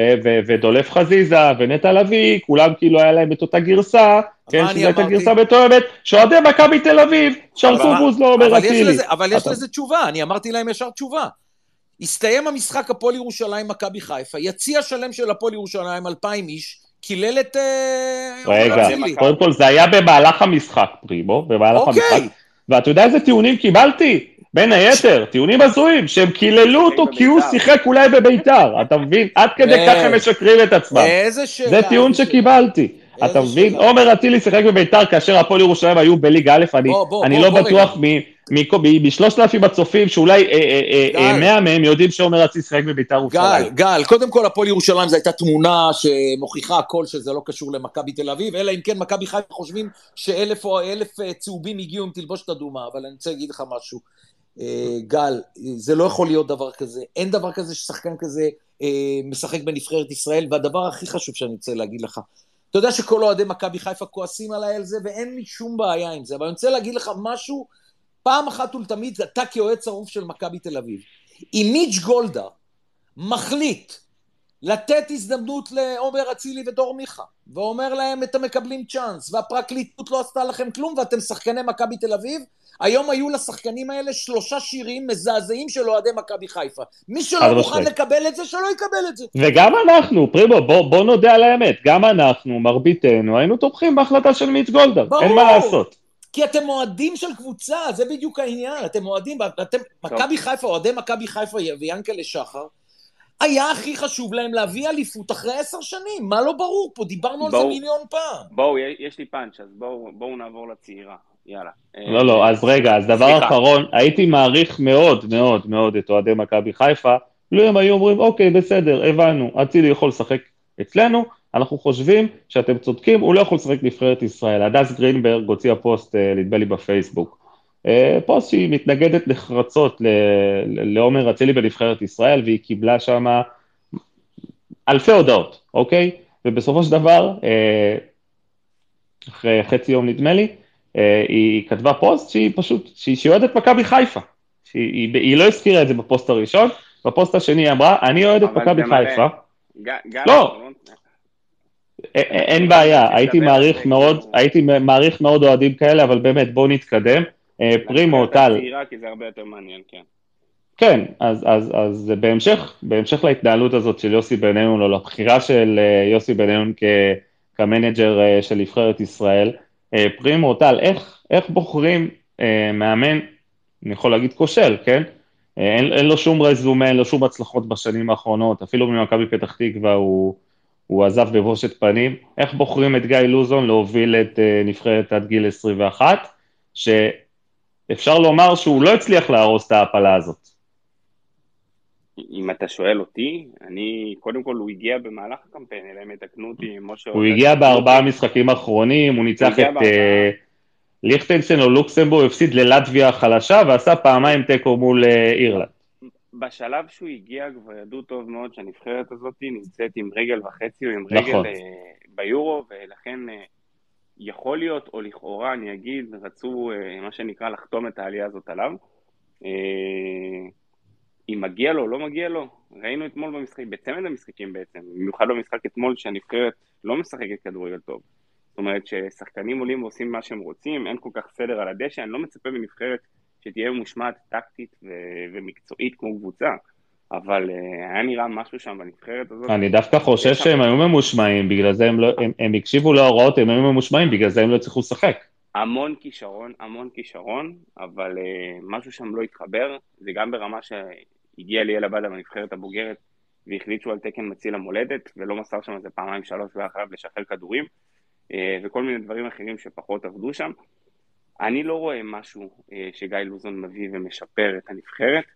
ודולף חזיזה ונטע לביא, כולם כאילו היה להם את אותה גרסה, כן, שזו הייתה גרסה בתואמת, שאוהדי מכבי תל אביב, שרקו בוז לא אומר אצילי. אבל יש לזה תשובה, אני אמרתי להם ישר תשובה. הסתיים המשחק הפועל ירושלים מכבי חיפה, יציע שלם של הפועל ירושלים, אלפיים איש, קילל את רגע, קודם כל זה היה במהלך המשחק, פרימו, במהלך המשחק, ואתה יודע איזה טיעונים קיבלתי? בין היתר, טיעונים הזויים, שהם קיללו אותו כי הוא שיחק אולי בביתר, אתה מבין? עד כדי כך הם משקרים את עצמם. זה טיעון שקיבלתי. אתה מבין? עומר אצילי שיחק בביתר כאשר הפועל ירושלים היו בליגה א', אני לא בטוח משלושת אלפים הצופים שאולי מאה מהם יודעים שעומר אצילי שיחק בביתר ירושלים. גל, קודם כל הפועל ירושלים זו הייתה תמונה שמוכיחה הכל שזה לא קשור למכבי תל אביב, אלא אם כן מכבי חיפה חושבים שאלף או אלף צהובים הגיעו עם תלבושת אדומה, אבל אני רוצה להגיד לך משהו. גל, זה לא יכול להיות דבר כזה, אין דבר כזה ששחקן כזה משחק בנבחרת ישראל, והדבר הכי חשוב שאני רוצה להגיד לך, אתה יודע שכל אוהדי מכבי חיפה כועסים עליי על זה, ואין לי שום בעיה עם זה, אבל אני רוצה להגיד לך משהו, פעם אחת ולתמיד, אתה כאוהד צרוף של מכבי תל אביב, אם מיץ' גולדהר מחליט לתת הזדמנות לעומר אצילי ודור מיכה, ואומר להם אתם מקבלים צ'אנס, והפרקליטות לא עשתה לכם כלום, ואתם שחקני מכבי תל אביב, היום היו לשחקנים האלה שלושה שירים מזעזעים של אוהדי מכבי חיפה. מי שלא מוכן לקבל את זה, שלא יקבל את זה. וגם אנחנו, פרימו, בוא, בוא נודה על האמת, גם אנחנו, מרביתנו, היינו תומכים בהחלטה של מיץ' גולדהר, אין מה לעשות. כי אתם מועדים של קבוצה, זה בדיוק העניין, אתם מועדים, אתם, מכבי חיפה, אוהדי מכבי חיפה ויאנקלה שחר, היה הכי חשוב להם להביא אליפות אחרי עשר שנים, מה לא ברור פה, דיברנו על זה מיליון פעם. בואו, יש לי פאנץ', אז בואו, בואו נעבור לצעירה. יאללה. לא, לא, אז רגע, אז דבר אחרון, הייתי מעריך מאוד מאוד מאוד את אוהדי מכבי חיפה, לא הם היו אומרים, אוקיי, בסדר, הבנו, אצילי יכול לשחק אצלנו, אנחנו חושבים שאתם צודקים, הוא לא יכול לשחק נבחרת ישראל. הדס גרינברג הוציאה פוסט, נדמה לי בפייסבוק, פוסט שהיא מתנגדת נחרצות לעומר אצילי בנבחרת ישראל, והיא קיבלה שם אלפי הודעות, אוקיי? ובסופו של דבר, אחרי חצי יום נדמה לי, היא כתבה פוסט שהיא פשוט, שהיא אוהדת מכבי חיפה, שהיא היא לא הזכירה את זה בפוסט הראשון, בפוסט השני היא אמרה, אני אוהדת מכבי חיפה. לא, אין בעיה, הייתי מעריך מאוד, הייתי מעריך מאוד אוהדים כאלה, אבל באמת בואו נתקדם. פרימו, טל. כי זה הרבה יותר מעניין, כן. כן, אז, אז, אז בהמשך, בהמשך להתנהלות הזאת של יוסי בניון, או לבחירה של יוסי בניון כ, כמנג'ר של נבחרת ישראל, פרימו, טל, איך, איך בוחרים מאמן, אני יכול להגיד כושל, כן? אין, אין לו שום רזומה, אין לו שום הצלחות בשנים האחרונות, אפילו ממכבי פתח תקווה הוא, הוא עזב בבושת פנים. איך בוחרים את גיא לוזון להוביל את נבחרת עד גיל עשרים ואחת, שאפשר לומר שהוא לא הצליח להרוס את ההפלה הזאת? אם אתה שואל אותי, אני, קודם כל הוא הגיע במהלך הקמפיין, אלא אם יתקנו אותי, משה... הוא הגיע בארבעה משחקים האחרונים, הוא ניצח את ליכטנשטיין או לוקסמבורג, הפסיד ללטביה החלשה, ועשה פעמיים תיקו מול אירלנד. בשלב שהוא הגיע כבר ידעו טוב מאוד שהנבחרת הזאת נמצאת עם רגל וחצי, או עם רגל ביורו, ולכן יכול להיות, או לכאורה אני אגיד, רצו מה שנקרא לחתום את העלייה הזאת עליו. אם מגיע לו או לא מגיע לו, ראינו אתמול במשחק, בצמד המשחקים בעצם, במיוחד במשחק אתמול שהנבחרת לא משחקת כדורגל טוב. זאת אומרת ששחקנים עולים ועושים מה שהם רוצים, אין כל כך סדר על הדשא, אני לא מצפה מנבחרת שתהיה מושמעת טקטית ו- ומקצועית כמו קבוצה, אבל uh, היה נראה משהו שם בנבחרת הזאת. אני דווקא חושב שהם היו ממושמעים, בגלל זה הם, לא, הם, הם הקשיבו להוראות, הם היו ממושמעים, בגלל זה הם לא צריכו לשחק. המון כישרון, המון כישרון, אבל uh, משהו שם לא התחבר, זה גם ברמה שהגיע ליאל עבדה בנבחרת הבוגרת, והחליט שהוא על תקן מציל המולדת, ולא מסר שם איזה פעמיים שלוש ואחריו לשחרר כדורים, uh, וכל מיני דברים אחרים שפחות עבדו שם. אני לא רואה משהו uh, שגיא לוזון מביא ומשפר את הנבחרת.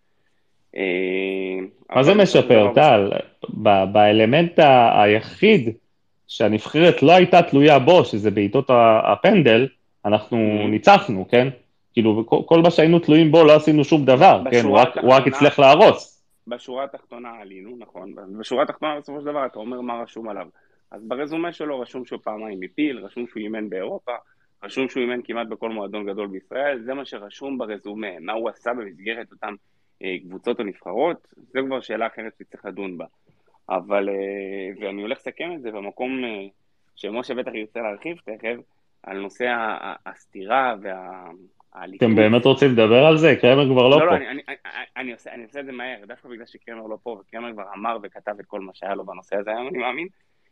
Uh, מה זה משפר, טל? ב- באלמנט ה- היחיד שהנבחרת לא הייתה תלויה בו, שזה בעיתות הפנדל, אנחנו ניצחנו, כן? כאילו, כל מה שהיינו תלויים בו לא עשינו שום דבר, כן? הוא רק, הוא רק הצליח להרוס. בשורה התחתונה עלינו, נכון. בשורה התחתונה בסופו של דבר אתה אומר מה רשום עליו. אז ברזומה שלו רשום שהוא פעמיים מפיל, רשום שהוא אימן באירופה, רשום שהוא אימן כמעט בכל מועדון גדול בישראל, זה מה שרשום ברזומה. מה הוא עשה במסגרת אותם אה, קבוצות או נבחרות, זה כבר שאלה אחרת שצריך לדון בה. אבל, אה, ואני הולך לסכם את זה במקום אה, שמשה בטח ירצה להרחיב תכף, על נושא הסתירה והליכוד. אתם באמת רוצים לדבר על זה? קרמר כבר לא פה. לא, לא, אני עושה את זה מהר, דווקא בגלל שקרמר לא פה, וקרמר כבר אמר וכתב את כל מה שהיה לו בנושא הזה, אני מאמין.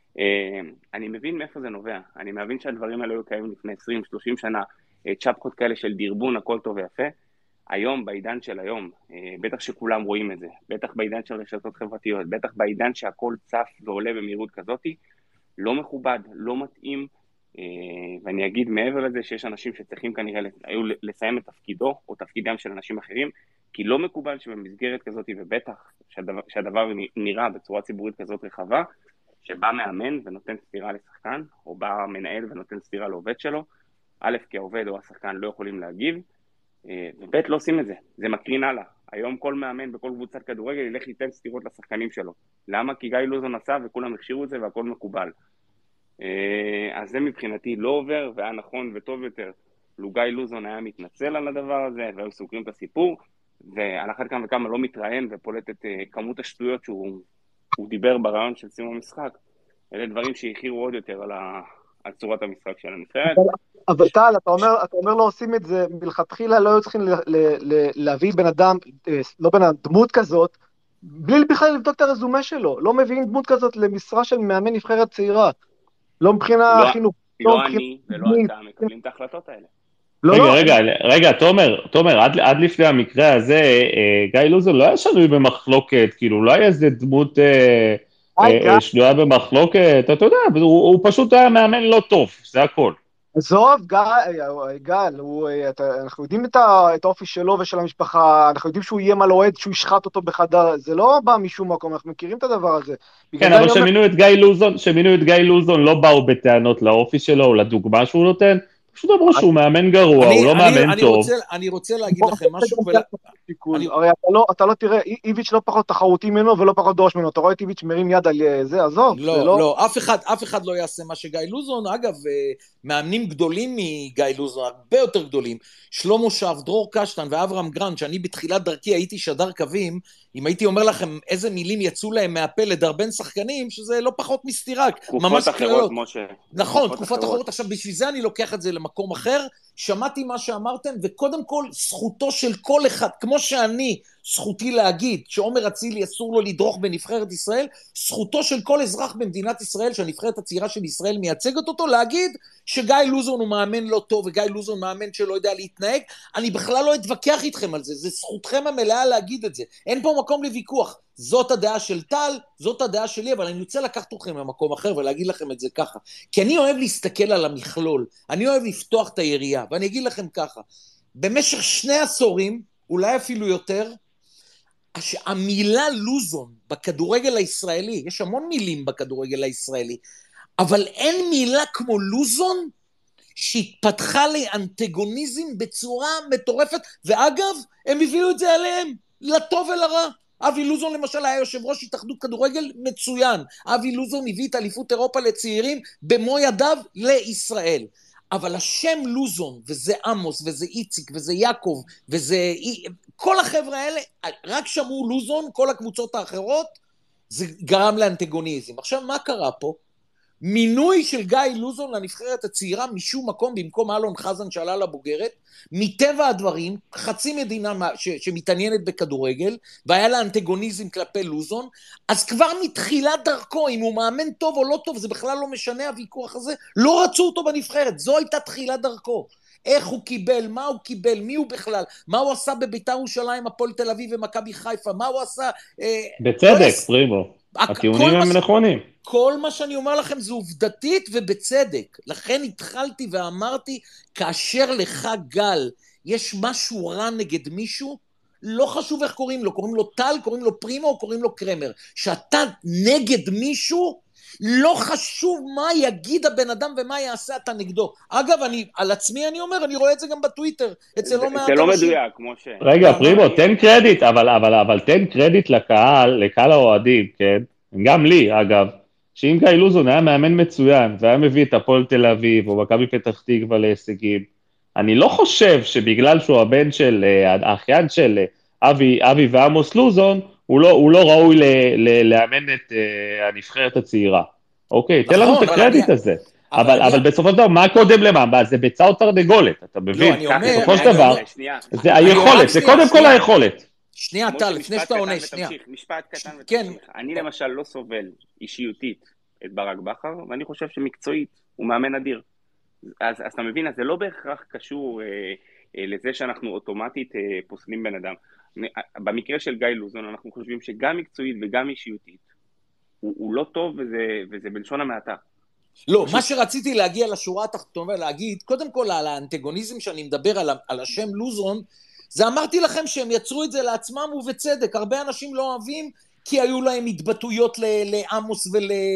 אני מבין מאיפה זה נובע, אני מבין שהדברים האלה היו קיימים לפני עשרים שלושים שנה, צ'פחות כאלה של דרבון, הכל טוב ויפה. היום, בעידן של היום, בטח שכולם רואים את זה, בטח בעידן של רשתות חברתיות, בטח בעידן שהכל צף ועולה במהירות כזאת, לא מכובד, לא מתאים, ואני אגיד מעבר לזה שיש אנשים שצריכים כנראה היו לסיים את תפקידו או תפקידם של אנשים אחרים, כי לא מקובל שבמסגרת כזאת, ובטח שהדבר, שהדבר נראה בצורה ציבורית כזאת רחבה, שבא מאמן ונותן סתירה לשחקן, או בא מנהל ונותן סתירה לעובד שלו, א', כי העובד או השחקן לא יכולים להגיב, וב', לא עושים את זה, זה מקרין הלאה. היום כל מאמן בכל קבוצת כדורגל ילך ייתן סתירות לשחקנים שלו. למה? כי גיא לוזון עשה וכולם הכשירו את זה והכל מקובל. אז זה מבחינתי לא עובר, והיה נכון וטוב יותר, לו גיא לוזון היה מתנצל על הדבר הזה, והיו סוגרים את הסיפור, ועל אחת כמה וכמה לא מתראיין ופולט את כמות השטויות שהוא דיבר ברעיון של סיום המשחק. אלה דברים שהכירו עוד יותר על, ה, על צורת המשחק של הנבחרת. אבל טל, אתה אומר, אתה אומר לא עושים את זה, מלכתחילה לא היו צריכים ל, ל, ל, להביא בן אדם, לא בן אדם, דמות כזאת, בלי בכלל לבדוק את הרזומה שלו, לא מביאים דמות כזאת למשרה של מאמן נבחרת צעירה. לא מבחינה לא, חינוך. לא, לא אני ולא אתה מקבלים את ההחלטות האלה. לא, רגע, לא. רגע, רגע, תומר, תומר, עד, עד לפני המקרה הזה, אה, גיא לוזון לא היה שנוי במחלוקת, כאילו, לא היה איזה דמות אה, אה, שנויה במחלוקת, אתה יודע, הוא, הוא פשוט היה מאמן לא טוב, זה הכל. עזוב, גל, אנחנו יודעים את האופי שלו ושל המשפחה, אנחנו יודעים שהוא יהיה על אוהד, שהוא ישחט אותו בחדר, זה לא בא משום מקום, אנחנו מכירים את הדבר הזה. כן, אבל שמינו את גיא לוזון, שמינו את גיא לוזון, לא באו בטענות לאופי שלו, או לדוגמה שהוא נותן, פשוט אמרו שהוא מאמן גרוע, הוא לא מאמן טוב. אני רוצה להגיד לכם משהו, הרי אתה לא תראה, איביץ' לא פחות תחרותי ממנו ולא פחות דורש ממנו, אתה רואה את איביץ' מרים יד על זה, עזוב. לא, לא, אף אחד לא יעשה מה שגיא לוזון, אגב, מאמנים גדולים מגיא לוזון, הרבה יותר גדולים, שלמה שף, דרור קשטן ואברהם גרנד, שאני בתחילת דרכי הייתי שדר קווים, אם הייתי אומר לכם איזה מילים יצאו להם מהפה לדרבן שחקנים, שזה לא פחות מסתירה. תקופות אחרות, משה. נכון, תקופות אחרות. עכשיו, בשביל זה אני לוקח את זה למקום אחר, שמעתי מה שאמרתם, וקודם כל, זכותו של כל אחד, כמו שאני, זכותי להגיד, שעומר אצילי אסור לו לדרוך בנבחרת ישראל, זכותו של כל אזרח במדינת ישראל, שהנבחרת הצעירה של ישראל מייצגת אותו, להגיד שגיא לוזון הוא מאמן לא טוב, וגיא לוזון מאמן שלא יודע להתנהג, אני בכלל לא אתווכח איתכם על זה, זה זכותכם המלאה להגיד את זה, אין פה מקום לוויכוח, זאת הדעה של טל, זאת הדעה שלי, אבל אני רוצה לקחת אתכם למקום אחר ולהגיד לכם את זה ככה, כי אני אוהב להסתכל על המכלול, אני אוהב לפתוח את היריעה, ואני אגיד לכם ככה, במשך שני עשורים, אולי אפילו יותר, המילה לוזון בכדורגל הישראלי, יש המון מילים בכדורגל הישראלי, אבל אין מילה כמו לוזון שהתפתחה לאנטגוניזם בצורה מטורפת, ואגב, הם הביאו את זה עליהם, לטוב ולרע. אבי לוזון למשל היה יושב ראש התאחדות כדורגל מצוין, אבי לוזון הביא את אליפות אירופה לצעירים במו ידיו לישראל. אבל השם לוזון, וזה עמוס, וזה איציק, וזה יעקב, וזה... כל החבר'ה האלה, רק שמעו לוזון, כל הקבוצות האחרות, זה גרם לאנטגוניזם. עכשיו, מה קרה פה? מינוי של גיא לוזון לנבחרת הצעירה, משום מקום, במקום אלון חזן שעלה לבוגרת, מטבע הדברים, חצי מדינה ש- שמתעניינת בכדורגל, והיה לה אנטגוניזם כלפי לוזון, אז כבר מתחילת דרכו, אם הוא מאמן טוב או לא טוב, זה בכלל לא משנה הוויכוח הזה, לא רצו אותו בנבחרת, זו הייתה תחילת דרכו. איך הוא קיבל, מה הוא קיבל, מי הוא בכלל, מה הוא עשה בבית"ר ירושלים, הפועל תל אביב ומכבי חיפה, מה הוא עשה... בצדק, פרימו, הטיעונים הם נכונים. כל מה שאני אומר לכם זה עובדתית ובצדק, לכן התחלתי ואמרתי, כאשר לך גל, יש משהו רע נגד מישהו, לא חשוב איך קוראים לו, קוראים לו טל, קוראים לו פרימו או קוראים לו קרמר, שאתה נגד מישהו, לא חשוב מה יגיד הבן אדם ומה יעשה אתה נגדו. אגב, אני, על עצמי אני אומר, אני רואה את זה גם בטוויטר, אצל לא מעט אנשים. זה לא מדויק, כמו ש... רגע, פרימו, תן קרדיט, אבל, אבל, אבל תן קרדיט לקהל, לקהל האוהדים, כן? גם לי, אגב, שאם גיא לוזון היה מאמן מצוין, והיה מביא את הפועל תל אביב, או מכבי פתח תקווה להישגים, אני לא חושב שבגלל שהוא הבן של, האחיין של אבי, אבי ועמוס לוזון, הוא לא, הוא לא ראוי ל, ל, לאמן את uh, הנבחרת הצעירה. אוקיי, תן לנו את הקרדיט הזה. אבל, אבל בסופו של דבר, מה קודם למה? זה ביצה או תרנגולת, אתה מבין? בסופו של דבר, זה היכולת, זה קודם כל היכולת. שנייה, טל, לפני שאתה עונה, שנייה. משפט קטן ותמשיך. אני למשל לא סובל אישיותית את ברק בכר, ואני חושב שמקצועית הוא מאמן אדיר. אז אתה מבין, אז זה לא בהכרח קשור לזה שאנחנו אוטומטית פוסלים בן אדם. במקרה של גיא לוזון אנחנו חושבים שגם מקצועית וגם אישיותית הוא, הוא לא טוב וזה, וזה בלשון המעטה. לא, מה שרציתי להגיע לשורה התחתונה ולהגיד, קודם כל על האנטגוניזם שאני מדבר על, על השם לוזון, זה אמרתי לכם שהם יצרו את זה לעצמם ובצדק, הרבה אנשים לא אוהבים כי היו להם התבטאויות לעמוס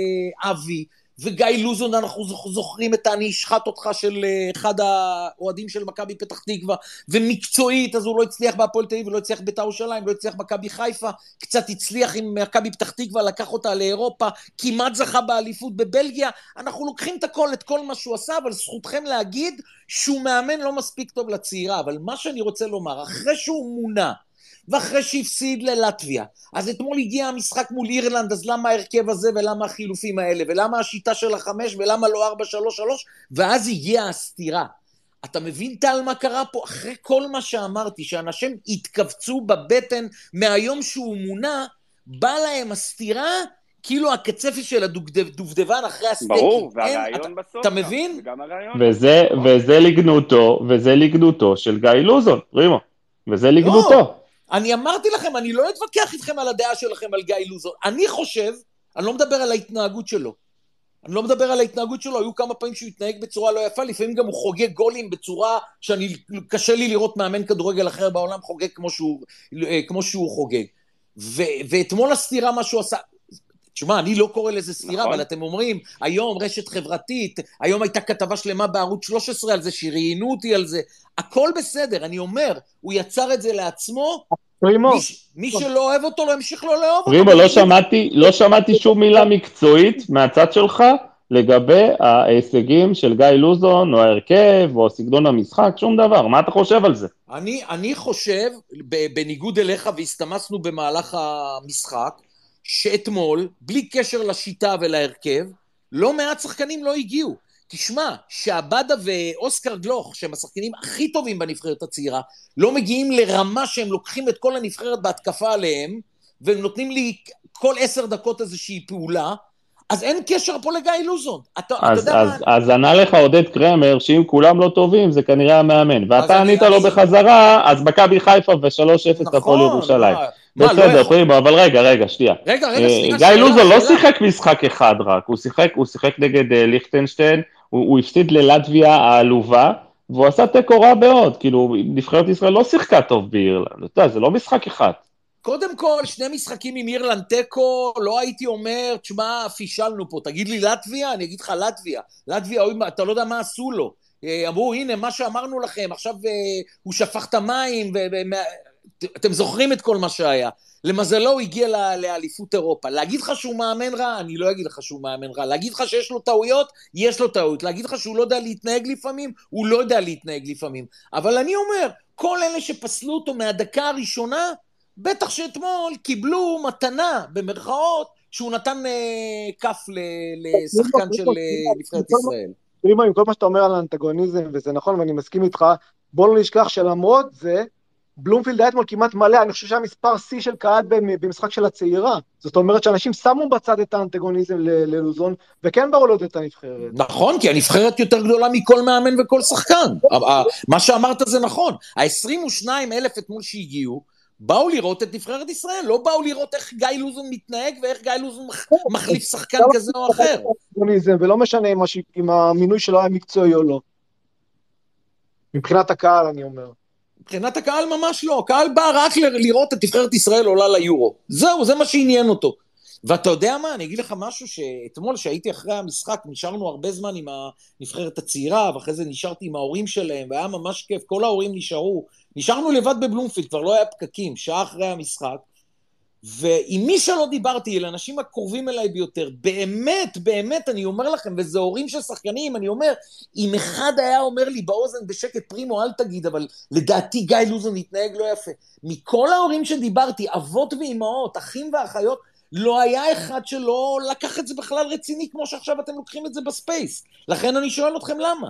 ולאבי, וגיא לוזון, אנחנו זוכרים את אני אשחט אותך של אחד האוהדים של מכבי פתח תקווה, ומקצועית, אז הוא לא הצליח בהפועל תל אביב, ולא הצליח בית"ר ירושלים, לא הצליח מכבי חיפה, קצת הצליח עם מכבי פתח תקווה, לקח אותה לאירופה, כמעט זכה באליפות בבלגיה, אנחנו לוקחים את הכל, את כל מה שהוא עשה, אבל זכותכם להגיד שהוא מאמן לא מספיק טוב לצעירה, אבל מה שאני רוצה לומר, אחרי שהוא מונה, ואחרי שהפסיד ללטביה, אז אתמול הגיע המשחק מול אירלנד, אז למה ההרכב הזה ולמה החילופים האלה, ולמה השיטה של החמש ולמה לא ארבע שלוש שלוש, ואז הגיעה הסתירה. אתה מבין טל מה קרה פה? אחרי כל מה שאמרתי, שאנשים התכווצו בבטן מהיום שהוא מונה, בא להם הסתירה, כאילו הקצפי של הדובדבן אחרי הסטייקים. ברור, והרעיון בסוף. אתה מבין? וזה, וזה לגנותו, וזה לגנותו של גיא לוזון, רימו, וזה לגנותו. אני אמרתי לכם, אני לא אתווכח איתכם על הדעה שלכם על גיא לוזון. אני חושב, אני לא מדבר על ההתנהגות שלו. אני לא מדבר על ההתנהגות שלו, היו כמה פעמים שהוא התנהג בצורה לא יפה, לפעמים גם הוא חוגג גולים בצורה שאני, קשה לי לראות מאמן כדורגל אחר בעולם חוגג כמו שהוא, כמו שהוא חוגג. ו, ואתמול הסתירה מה שהוא עשה, תשמע, אני לא קורא לזה סתירה, נכון. אבל אתם אומרים, היום רשת חברתית, היום הייתה כתבה שלמה בערוץ שלוש עשרה על זה, שראיינו אותי על זה, הכל בסדר, אני אומר, הוא יצר את זה לעצמו, פרימו. מי, ש- מי שלא אוהב אותו לא המשיך לא לאהוב אותו. פרימו, לא שמעתי, לא שמעתי שום מילה מקצועית מהצד שלך, לגבי ההישגים של גיא לוזון, או ההרכב, או סגנון המשחק, שום דבר. מה אתה חושב על זה? אני, אני חושב, בניגוד אליך, והסתמסנו במהלך המשחק, שאתמול, בלי קשר לשיטה ולהרכב, לא מעט שחקנים לא הגיעו. תשמע, שעבדה ואוסקר גלוך, שהם השחקנים הכי טובים בנבחרת הצעירה, לא מגיעים לרמה שהם לוקחים את כל הנבחרת בהתקפה עליהם, והם נותנים לי כל עשר דקות איזושהי פעולה, אז אין קשר פה לגיא לוזון. אתה, אז, אתה יודע אז, מה... אז ענה לך עודד קרמר, שאם כולם לא טובים, זה כנראה המאמן. ואתה ענית לו אני... בחזרה, אז מכבי חיפה ו-שלוש אפס נכון, הפועל ירושלים. מה, מה, בסדר, לא פרימו, אבל רגע, רגע, שנייה. רגע, רגע, שנייה, גיא שאלה, לוזון לא שאלה. שיחק משחק אחד רק, הוא שיחק, הוא שיחק נגד ליכטנשטיין, הוא, הוא הפסיד ללטביה העלובה, והוא עשה תיקו רע מאוד, כאילו, נבחרת ישראל לא שיחקה טוב באירלנד, אתה יודע, זה לא משחק אחד. קודם כל, שני משחקים עם אירלנד תיקו, לא הייתי אומר, תשמע, פישלנו פה, תגיד לי לטביה, אני אגיד לך לטביה. לטביה, אתה לא יודע מה עשו לו. אמרו, הנה, מה שאמרנו לכם, עכשיו הוא שפך את המים, אתם זוכרים את כל מה שהיה. למזלו הוא הגיע לאליפות אירופה. להגיד לך שהוא מאמן רע, אני לא אגיד לך שהוא מאמן רע. להגיד לך שיש לו טעויות, יש לו טעות. להגיד לך שהוא לא יודע להתנהג לפעמים, הוא לא יודע להתנהג לפעמים. אבל אני אומר, כל אלה שפסלו אותו מהדקה הראשונה, בטח שאתמול קיבלו מתנה, במרכאות, שהוא נתן אה, כף לשחקן של אה, נבחרת ישראל. פרימו, עם כל מה שאתה אומר על האנטגוניזם, וזה נכון, ואני מסכים איתך, בוא לא נשכח שלמרות זה, בלומפילד היה אתמול כמעט מלא, אני חושב שהיה מספר C של קהל במשחק של הצעירה. זאת אומרת שאנשים שמו בצד את האנטגוניזם ללוזון, וכן באו לעוד את הנבחרת. נכון, כי הנבחרת יותר גדולה מכל מאמן וכל שחקן. מה שאמרת זה נכון. ה-עשרים ושניים אלף אתמול שהגיעו, באו לראות את נבחרת ישראל, לא באו לראות איך גיא לוזון מתנהג, ואיך גיא לוזון מחליף שחקן כזה או אחר. ולא משנה אם המינוי שלו היה מקצועי או לא. מבחינת הקהל, אני אומר. מבחינת הקהל ממש לא, הקהל בא רק לראות את נבחרת ישראל עולה ליורו, זהו, זה מה שעניין אותו. ואתה יודע מה, אני אגיד לך משהו שאתמול שהייתי אחרי המשחק, נשארנו הרבה זמן עם הנבחרת הצעירה, ואחרי זה נשארתי עם ההורים שלהם, והיה ממש כיף, כל ההורים נשארו, נשארנו לבד בבלומפילד, כבר לא היה פקקים, שעה אחרי המשחק, ועם מי שלא דיברתי, אל האנשים הקרובים אליי ביותר, באמת, באמת, אני אומר לכם, וזה הורים של שחקנים, אני אומר, אם אחד היה אומר לי באוזן בשקט, פרימו, אל תגיד, אבל לדעתי גיא לוזון התנהג לא יפה. מכל ההורים שדיברתי, אבות ואימהות, אחים ואחיות, לא היה אחד שלא לקח את זה בכלל רציני, כמו שעכשיו אתם לוקחים את זה בספייס. לכן אני שואל אתכם למה.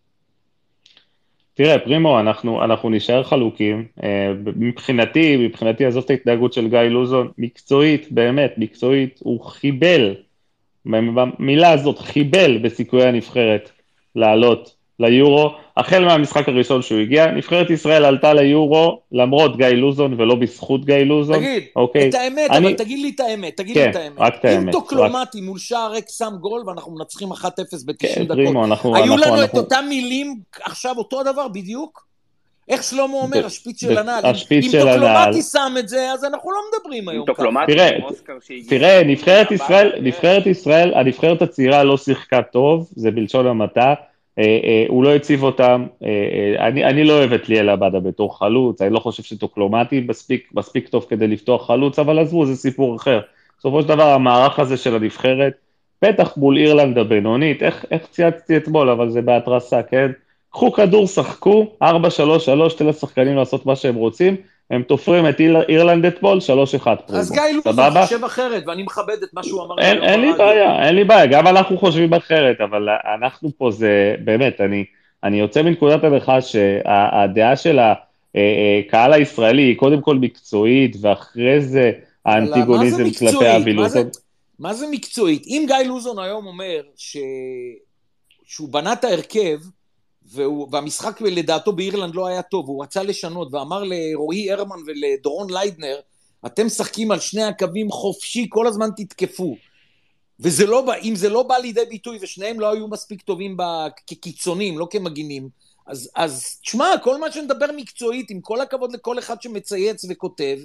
תראה, פרימו, אנחנו, אנחנו נשאר חלוקים, מבחינתי, מבחינתי עזוב את ההתנהגות של גיא לוזון, מקצועית, באמת, מקצועית, הוא חיבל, במילה הזאת, חיבל בסיכויי הנבחרת לעלות ליורו, החל מהמשחק הראשון שהוא הגיע, נבחרת ישראל עלתה ליורו, למרות גיא לוזון ולא בזכות גיא לוזון. תגיד, אוקיי. את האמת, אני... אבל תגיד לי את האמת, תגיד כן, לי את האמת. רק את האמת. אם טוקלומטי מול שער ריק שם גול, ואנחנו מנצחים אחת אפס ב-תשעים כן, דקות, פרימו, אנחנו, היו אנחנו, לנו אנחנו... את אותם מילים עכשיו אותו דבר בדיוק? איך שלמה אומר, ב... השפיץ של הנעל, השפיץ אם של טוקלומטי שם את זה, אז אנחנו לא מדברים היום ככה. תראה, תראה, נבחרת ישראל, נבחרת ישראל, הנבחרת הצעירה לא שיחקה טוב, זה בלשון המעטה, הוא לא הציב אותם, אני, אני לא אוהב את ליאל עבדה בתור חלוץ, אני לא חושב שטוקלומטי מספיק, מספיק טוב כדי לפתוח חלוץ, אבל עזבו, זה סיפור אחר. בסופו של דבר, המערך הזה של הנבחרת, בטח מול אירלנד הבינונית, איך, איך צייצתי אתמול, אבל זה בהתרסה, כן? קחו כדור, שחקו, ארבע שלוש שלוש, תל השחקנים לעשות מה שהם רוצים, הם תופרים את אירלנד אתמול, שלוש אחד פרימו. אז גיא לוזון חושב אחרת, ואני מכבד את מה שהוא אמר. אין, אין לי בעיה, אין לי בעיה, גם אנחנו חושבים אחרת, אבל אנחנו פה זה, באמת, אני, אני יוצא מנקודת הנחה שהדעה של הקהל הישראלי היא קודם כל מקצועית, ואחרי זה האנטיגוניזם כלפי אבי לוזון. מה זה מקצועית? אם גיא לוזון היום אומר ש... שהוא בנה את ההרכב, והוא, והמשחק לדעתו באירלנד לא היה טוב, הוא רצה לשנות, ואמר לרועי הרמן ולדורון ליידנר, אתם משחקים על שני הקווים חופשי, כל הזמן תתקפו. וזה לא בא, אם זה לא בא לידי ביטוי, ושניהם לא היו מספיק טובים כקיצונים, לא כמגינים, אז, אז תשמע, כל מה שנדבר מקצועית, עם כל הכבוד לכל אחד שמצייץ וכותב,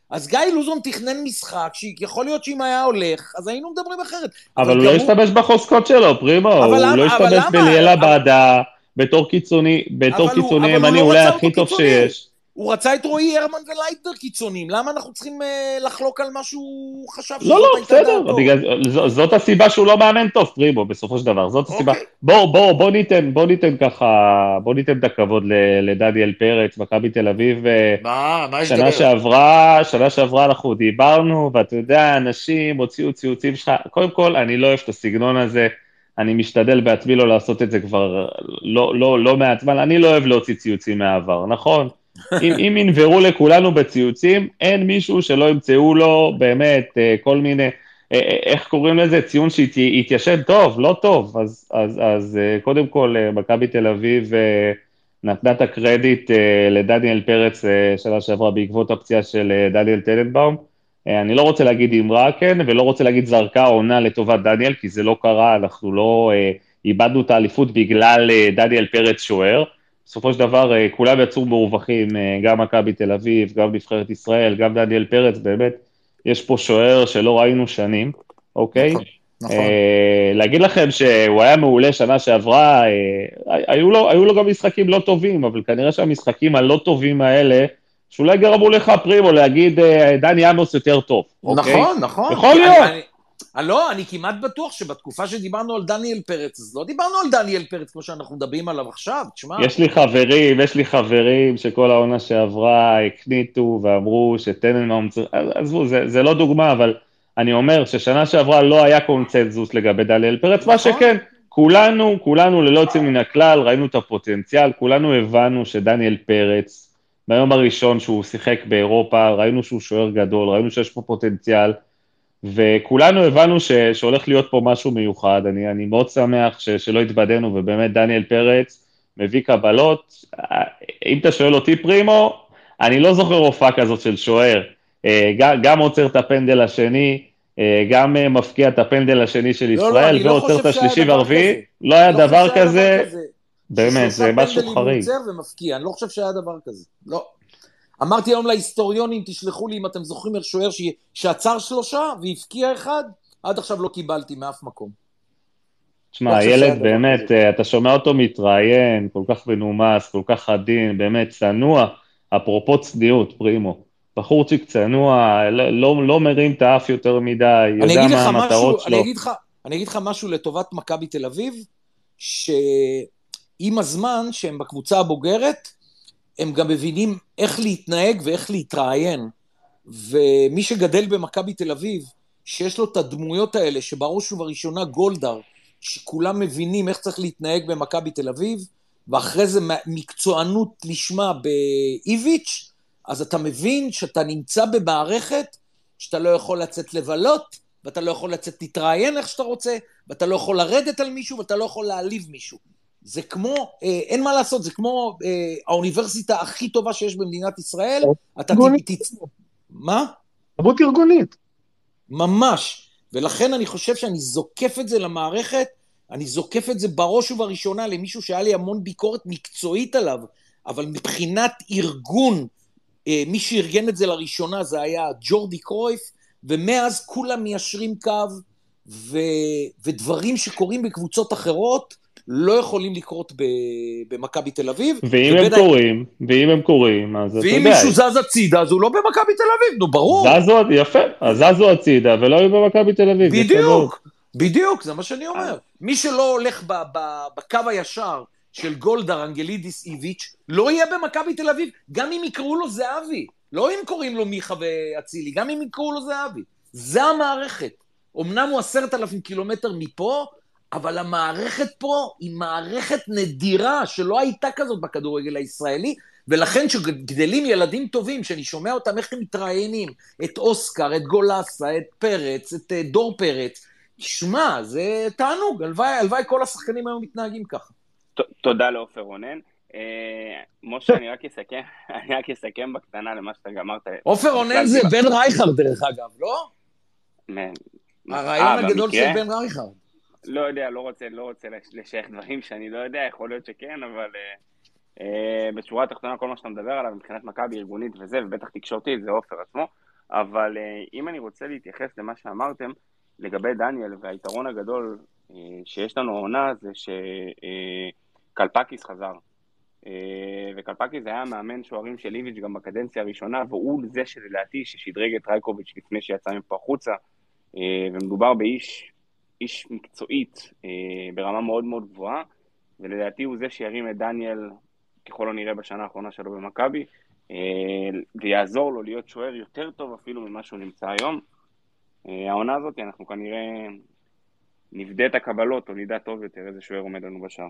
אז גיא לוזון תכנן משחק, שיכול להיות שאם היה הולך, אז היינו מדברים אחרת. אבל הוא לא השתמש בחוזקות שלו, פרימו, הוא לא השתמש בליאלה בעדה, בתור קיצוני, בתור קיצוני ימני, אולי הכי טוב שיש. הוא רצה את רועי הרמן ולייטר קיצוניים, למה אנחנו צריכים uh, לחלוק על מה שהוא חשב שזאת לא, לא, הייתה בסדר, דעתו? בגלל, זאת, זאת הסיבה שהוא לא מאמן טוב, פרימו, בסופו של דבר, זאת הסיבה. אוקיי. בוא, בוא, בוא ניתן, בוא ניתן ככה, בוא ניתן את הכבוד לדניאל פרץ, מכבי תל אביב, מה, מה יש שנה לדבר? שעברה, שנה שעברה אנחנו דיברנו, ואתה יודע, אנשים הוציאו ציוצים שלך, קודם כל, אני לא אוהב את הסגנון הזה, אני משתדל בעצמי לא לעשות את זה כבר לא, לא, לא מעט זמן, אני לא אוהב להוציא ציוצים מהעבר, נכון? אם, אם ינברו לכולנו בציוצים, אין מישהו שלא ימצאו לו באמת כל מיני, איך קוראים לזה, ציון שהתיישן טוב, לא טוב, אז, אז, אז קודם כל, מכבי תל אביב נתנה את הקרדיט לדניאל פרץ שנה שעברה בעקבות הפציעה של דניאל טננבאום, אני לא רוצה להגיד אמרה כן, ולא רוצה להגיד זרקה עונה לטובת דניאל, כי זה לא קרה, אנחנו לא איבדנו את האליפות בגלל דניאל פרץ שוער, בסופו של דבר כולם יצאו מרווחים, גם מכבי תל אביב, גם נבחרת ישראל, גם דניאל פרץ, באמת יש פה שוער שלא ראינו שנים, אוקיי? נכון, נכון. להגיד לכם שהוא היה מעולה שנה שעברה, היו לו, היו לו גם משחקים לא טובים, אבל כנראה שהמשחקים הלא טובים האלה, שאולי גרמו לך פרימו להגיד דני עמוס יותר טוב, אוקיי? נכון, נכון. יכול להיות. אני, אני, לא, אני כמעט בטוח שבתקופה שדיברנו על דניאל פרץ, אז לא דיברנו על דניאל פרץ כמו שאנחנו מדברים עליו עכשיו, תשמע. יש לי חברים, יש לי חברים שכל העונה שעברה הקניטו ואמרו שטננבאום, עזבו, זה, זה לא דוגמה, אבל אני אומר ששנה שעברה לא היה קונצנזוס לגבי דניאל פרץ, מה שכן, כולנו, כולנו ללא יוצאים מן הכלל, ראינו את הפוטנציאל, כולנו הבנו שדניאל פרץ, ביום הראשון שהוא שיחק באירופה, ראינו שהוא שוער גדול, ראינו שיש פה פוטנציאל, וכולנו הבנו ש, שהולך להיות פה משהו מיוחד, אני, אני מאוד שמח ש, שלא התבדנו, ובאמת דניאל פרץ מביא קבלות, אם אתה שואל אותי פרימו, אני לא זוכר הופעה כזאת של שוער, גם, גם עוצר את הפנדל השני, גם מפקיע את הפנדל השני של ישראל, לא, לא, ועוצר את השלישי והרביעי, לא היה לא דבר כזה, כזה. באמת, זה משהו חריג. שלושה פנדלים עוצר ומפקיע, אני לא חושב שהיה דבר כזה, לא. אמרתי היום להיסטוריונים, תשלחו לי אם אתם זוכרים איך שוער שעצר שלושה והפקיע אחד, עד עכשיו לא קיבלתי מאף מקום. תשמע, הילד באמת, כזה. אתה שומע אותו מתראיין, כל כך מנומס, כל כך עדין, באמת צנוע, אפרופו צניעות, פרימו. בחורצ'יק צנוע, לא, לא, לא מרים את האף יותר מדי, יודע מה המטרות שלו. אני אגיד לך, אני אגיד לך משהו לטובת מכבי תל אביב, שעם הזמן שהם בקבוצה הבוגרת, הם גם מבינים איך להתנהג ואיך להתראיין, ומי שגדל במכבי תל אביב, שיש לו את הדמויות האלה, שבראש ובראשונה גולדהר, שכולם מבינים איך צריך להתנהג במכבי תל אביב, ואחרי זה מקצוענות לשמה באיביץ', אז אתה מבין שאתה נמצא במערכת, שאתה לא יכול לצאת לבלות, ואתה לא יכול לצאת להתראיין איך שאתה רוצה, ואתה לא יכול לרדת על מישהו, ואתה לא יכול להעליב מישהו. זה כמו, אה, אין מה לעשות, זה כמו אה, האוניברסיטה הכי טובה שיש במדינת ישראל, אתה תצ... מה? תרבות ארגונית. ממש, ולכן אני חושב שאני זוקף את זה למערכת, אני זוקף את זה בראש ובראשונה למישהו שהיה לי המון ביקורת מקצועית עליו, אבל מבחינת ארגון, אה, מי שארגן את זה לראשונה זה היה ג'ורדי קרויף, ומאז כולם מיישרים קו, ו... ודברים שקורים בקבוצות אחרות, לא יכולים לקרות במכבי תל אביב. ואם הם קוראים, ואם הם קוראים, אז אתה יודע. ואם מישהו זז הצידה, אז הוא לא במכבי תל אביב, נו ברור. זזו, יפה, אז זזו הצידה, ולא היו במכבי תל אביב. בדיוק, בדיוק, זה מה שאני אומר. מי שלא הולך בקו הישר של גולדהר, אנגלידיס, איביץ', לא יהיה במכבי תל אביב, גם אם יקראו לו זהבי. לא אם קוראים לו מיכה ואצילי, גם אם יקראו לו זהבי. זה המערכת. אמנם הוא עשרת אלפים קילומטר מפה, אבל המערכת פה היא מערכת נדירה, שלא הייתה כזאת בכדורגל הישראלי, ולכן שגדלים ילדים טובים, שאני שומע אותם איך הם מתראיינים, את אוסקר, את גולסה, את פרץ, את דור פרץ, תשמע, זה תענוג, הלוואי כל השחקנים היום מתנהגים ככה. תודה לעופר רונן. משה, אני רק אסכם, אני רק אסכם בקטנה למה שאתה גמרת. עופר רונן זה בן רייכרד דרך אגב, לא? הרעיון הגדול של בן רייכרד. לא יודע, לא רוצה, לא רוצה לשייך דברים שאני לא יודע, יכול להיות שכן, אבל אה, בשורה התחתונה כל מה שאתה מדבר עליו, מבחינת מכבי ארגונית וזה, ובטח תקשורתית, זה עופר עצמו. אבל אם אני רוצה להתייחס למה שאמרתם, לגבי דניאל והיתרון הגדול שיש לנו עונה, זה שקלפקיס חזר. וקלפקיס היה מאמן שוערים של איביץ' גם בקדנציה הראשונה, והוא זה שלדעתי ששדרג את רייקוביץ' לפני שיצא מפה החוצה, ומדובר באיש איש מקצועית ברמה מאוד מאוד גבוהה, ולדעתי הוא זה שירים את דניאל ככל הנראה בשנה האחרונה שלו במכבי, ויעזור לו להיות שוער יותר טוב אפילו ממה שהוא נמצא היום. העונה הזאת אנחנו כנראה נבדה את הקבלות או נדע טוב יותר איזה שוער עומד לנו בשער.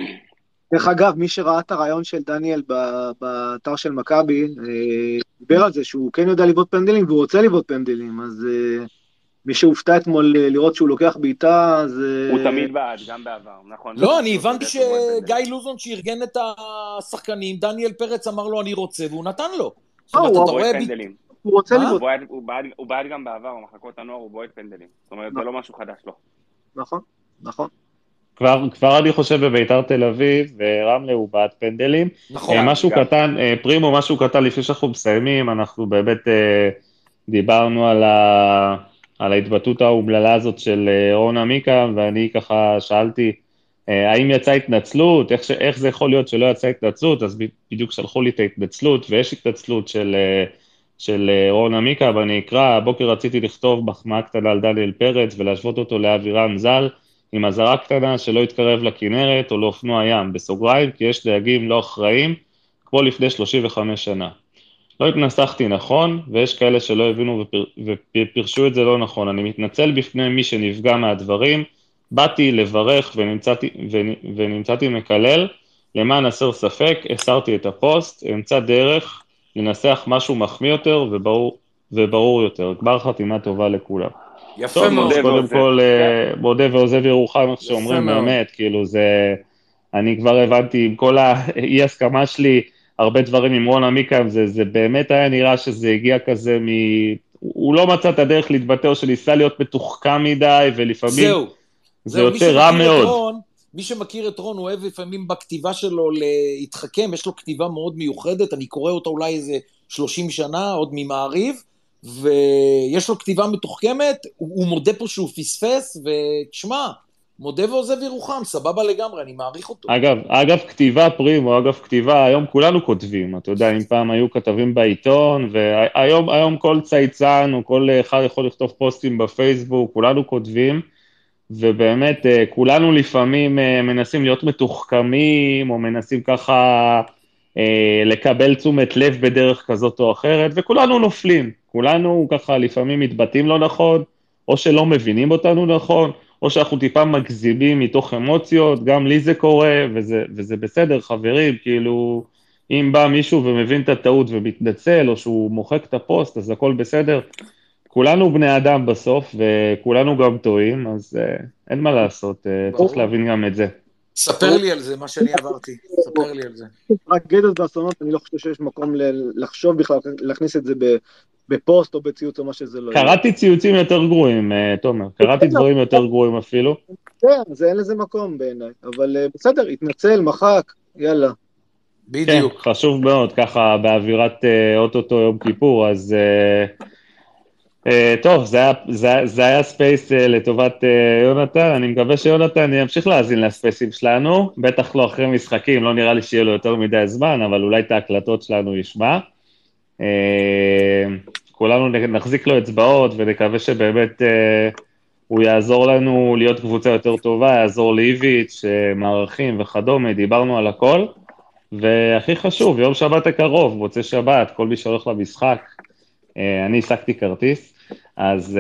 דרך אגב, מי שראה את הרעיון של דניאל באתר של מכבי, דיבר על זה שהוא כן יודע לבעוט פנדלים והוא רוצה לבעוט פנדלים, אז מי שהופתע אתמול לראות שהוא לוקח בעיטה, אז... הוא תמיד בעד, גם בעבר, נכון. לא, אני הבנתי שגיא לוזון שארגן את השחקנים, דניאל פרץ אמר לו אני רוצה, והוא נתן לו. הוא בועט פנדלים. הוא רוצה לבעוט. הוא בעד גם בעבר, במחלקות הנוער הוא בועט פנדלים. זאת אומרת, זה לא משהו חדש לו. נכון, נכון. כבר, כבר אני חושב בביתר תל אביב, ורמלה הוא בעד פנדלים. נכון. משהו קטן, פרימו, משהו קטן לפני שאנחנו מסיימים, אנחנו באמת דיברנו על ה... על ההתבטאות האומללה הזאת של רון עמיקה, ואני ככה שאלתי, האם יצאה התנצלות, איך, ש... איך זה יכול להיות שלא יצאה התנצלות, אז בדיוק שלחו לי את ההתנצלות, ויש התנצלות של, של רון עמיקה, ואני אקרא, הבוקר רציתי לכתוב מחמאה קטנה על דניאל פרץ, ולהשוות אותו לאבירם ז"ל, עם הזרה קטנה שלא יתקרב לכנרת או לאופנוע ים, בסוגריים, כי יש דייגים לא אחראים, כמו לפני שלושים וחמש שנה. לא התנסחתי נכון, ויש כאלה שלא הבינו ופר, ופרשו את זה לא נכון. אני מתנצל בפני מי שנפגע מהדברים, באתי לברך ונמצאתי, ונמצאתי מקלל, למען הסר ספק, הסרתי את הפוסט, אמצא דרך לנסח משהו מחמיא יותר וברור, וברור יותר. כבר חתימה טובה לכולם. יפה מאוד. קודם כל, מודה ועוזב ירוחם, איך שאומרים באמת, כאילו זה, אני כבר הבנתי עם כל האי הסכמה שלי, הרבה דברים עם רון עמיקה, זה, זה באמת היה נראה שזה הגיע כזה מ... הוא לא מצא את הדרך להתבטא, או שניסה להיות מתוחכם מדי, ולפעמים זהו, זה יוצא רע מאוד. רון, מי שמכיר את רון, הוא אוהב לפעמים בכתיבה שלו להתחכם, יש לו כתיבה מאוד מיוחדת, אני קורא אותה אולי איזה שלושים שנה, עוד ממעריב, ויש לו כתיבה מתוחכמת, הוא, הוא מודה פה שהוא פספס, ותשמע, מודה ועוזב ירוחם, סבבה לגמרי, אני מעריך אותו. אגב, אגב כתיבה פרימו, אגב כתיבה, היום כולנו כותבים, אתה יודע, אם פעם היו כתבים בעיתון, והיום היום כל צייצן, או כל אחד יכול לכתוב פוסטים בפייסבוק, כולנו כותבים, ובאמת כולנו לפעמים מנסים להיות מתוחכמים, או מנסים ככה לקבל תשומת לב בדרך כזאת או אחרת, וכולנו נופלים, כולנו ככה לפעמים מתבטאים לא נכון, או שלא מבינים אותנו נכון, או שאנחנו טיפה מגזימים מתוך אמוציות, גם לי זה קורה, וזה, וזה בסדר, חברים, כאילו, אם בא מישהו ומבין את הטעות ומתנצל, או שהוא מוחק את הפוסט, אז הכל בסדר. כולנו בני אדם בסוף, וכולנו גם טועים, אז uh, אין מה לעשות, uh, צריך להבין גם את זה. ספר לי על זה, מה שאני עברתי, ספר לי על זה. טרגדיות ואסונות, אני לא חושב שיש מקום לחשוב בכלל, להכניס את זה בפוסט או בציוץ או מה שזה לא. קראתי ציוצים יותר גרועים, תומר, קראתי דברים יותר גרועים אפילו. כן, זה אין לזה מקום בעיניי, אבל בסדר, התנצל, מחק, יאללה. בדיוק. כן, חשוב מאוד, ככה באווירת אוטוטו יום כיפור, אז... Uh, טוב, זה היה, זה, זה היה ספייס uh, לטובת uh, יונתן, אני מקווה שיונתן ימשיך להאזין לספייסים שלנו, בטח לא אחרי משחקים, לא נראה לי שיהיה לו יותר מדי זמן, אבל אולי את ההקלטות שלנו ישמע. Uh, כולנו נחזיק לו אצבעות ונקווה שבאמת uh, הוא יעזור לנו להיות קבוצה יותר טובה, יעזור לאיביץ', uh, מערכים וכדומה, דיברנו על הכל, והכי חשוב, יום שבת הקרוב, מוצא שבת, כל מי שהולך למשחק, uh, אני עסקתי כרטיס, אז,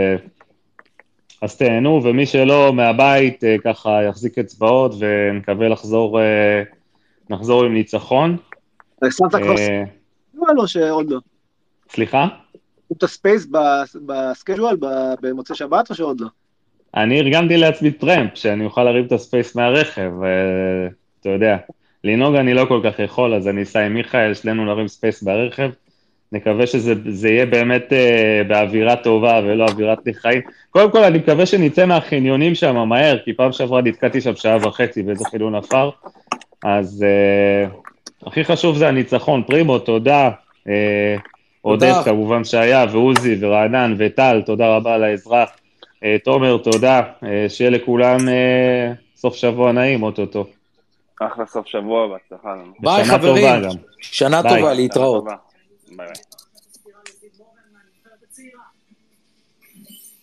אז תהנו, ומי שלא מהבית ככה יחזיק אצבעות, ונקווה לחזור, נחזור עם ניצחון. שמת כבר סקייג'ואל או שעוד לא? סליחה? את הספייס בסקייג'ואל במוצאי שבת או שעוד לא? אני ארגנתי לעצמי טרמפ, שאני אוכל להרים את הספייס מהרכב, אתה יודע, לנהוג אני לא כל כך יכול, אז אני אסע עם מיכאל, שלנו נרים ספייס ברכב, נקווה שזה יהיה באמת uh, באווירה טובה ולא אווירת נחיים. קודם כל אני מקווה שנצא מהחניונים שם מהר, כי פעם שעברה נתקעתי שם שעה וחצי באיזה חילון אפר, אז uh, הכי חשוב זה הניצחון. פרימו, תודה, uh, עודד כמובן שהיה, ועוזי ורענן וטל, תודה רבה על העזרה. תומר, תודה, שיהיה לכולם סוף שבוע נעים, אוטוטו. אחלה סוף שבוע, בהצלחה לנו. ביי חברים, שנה טובה, להתראות. ביי ביי.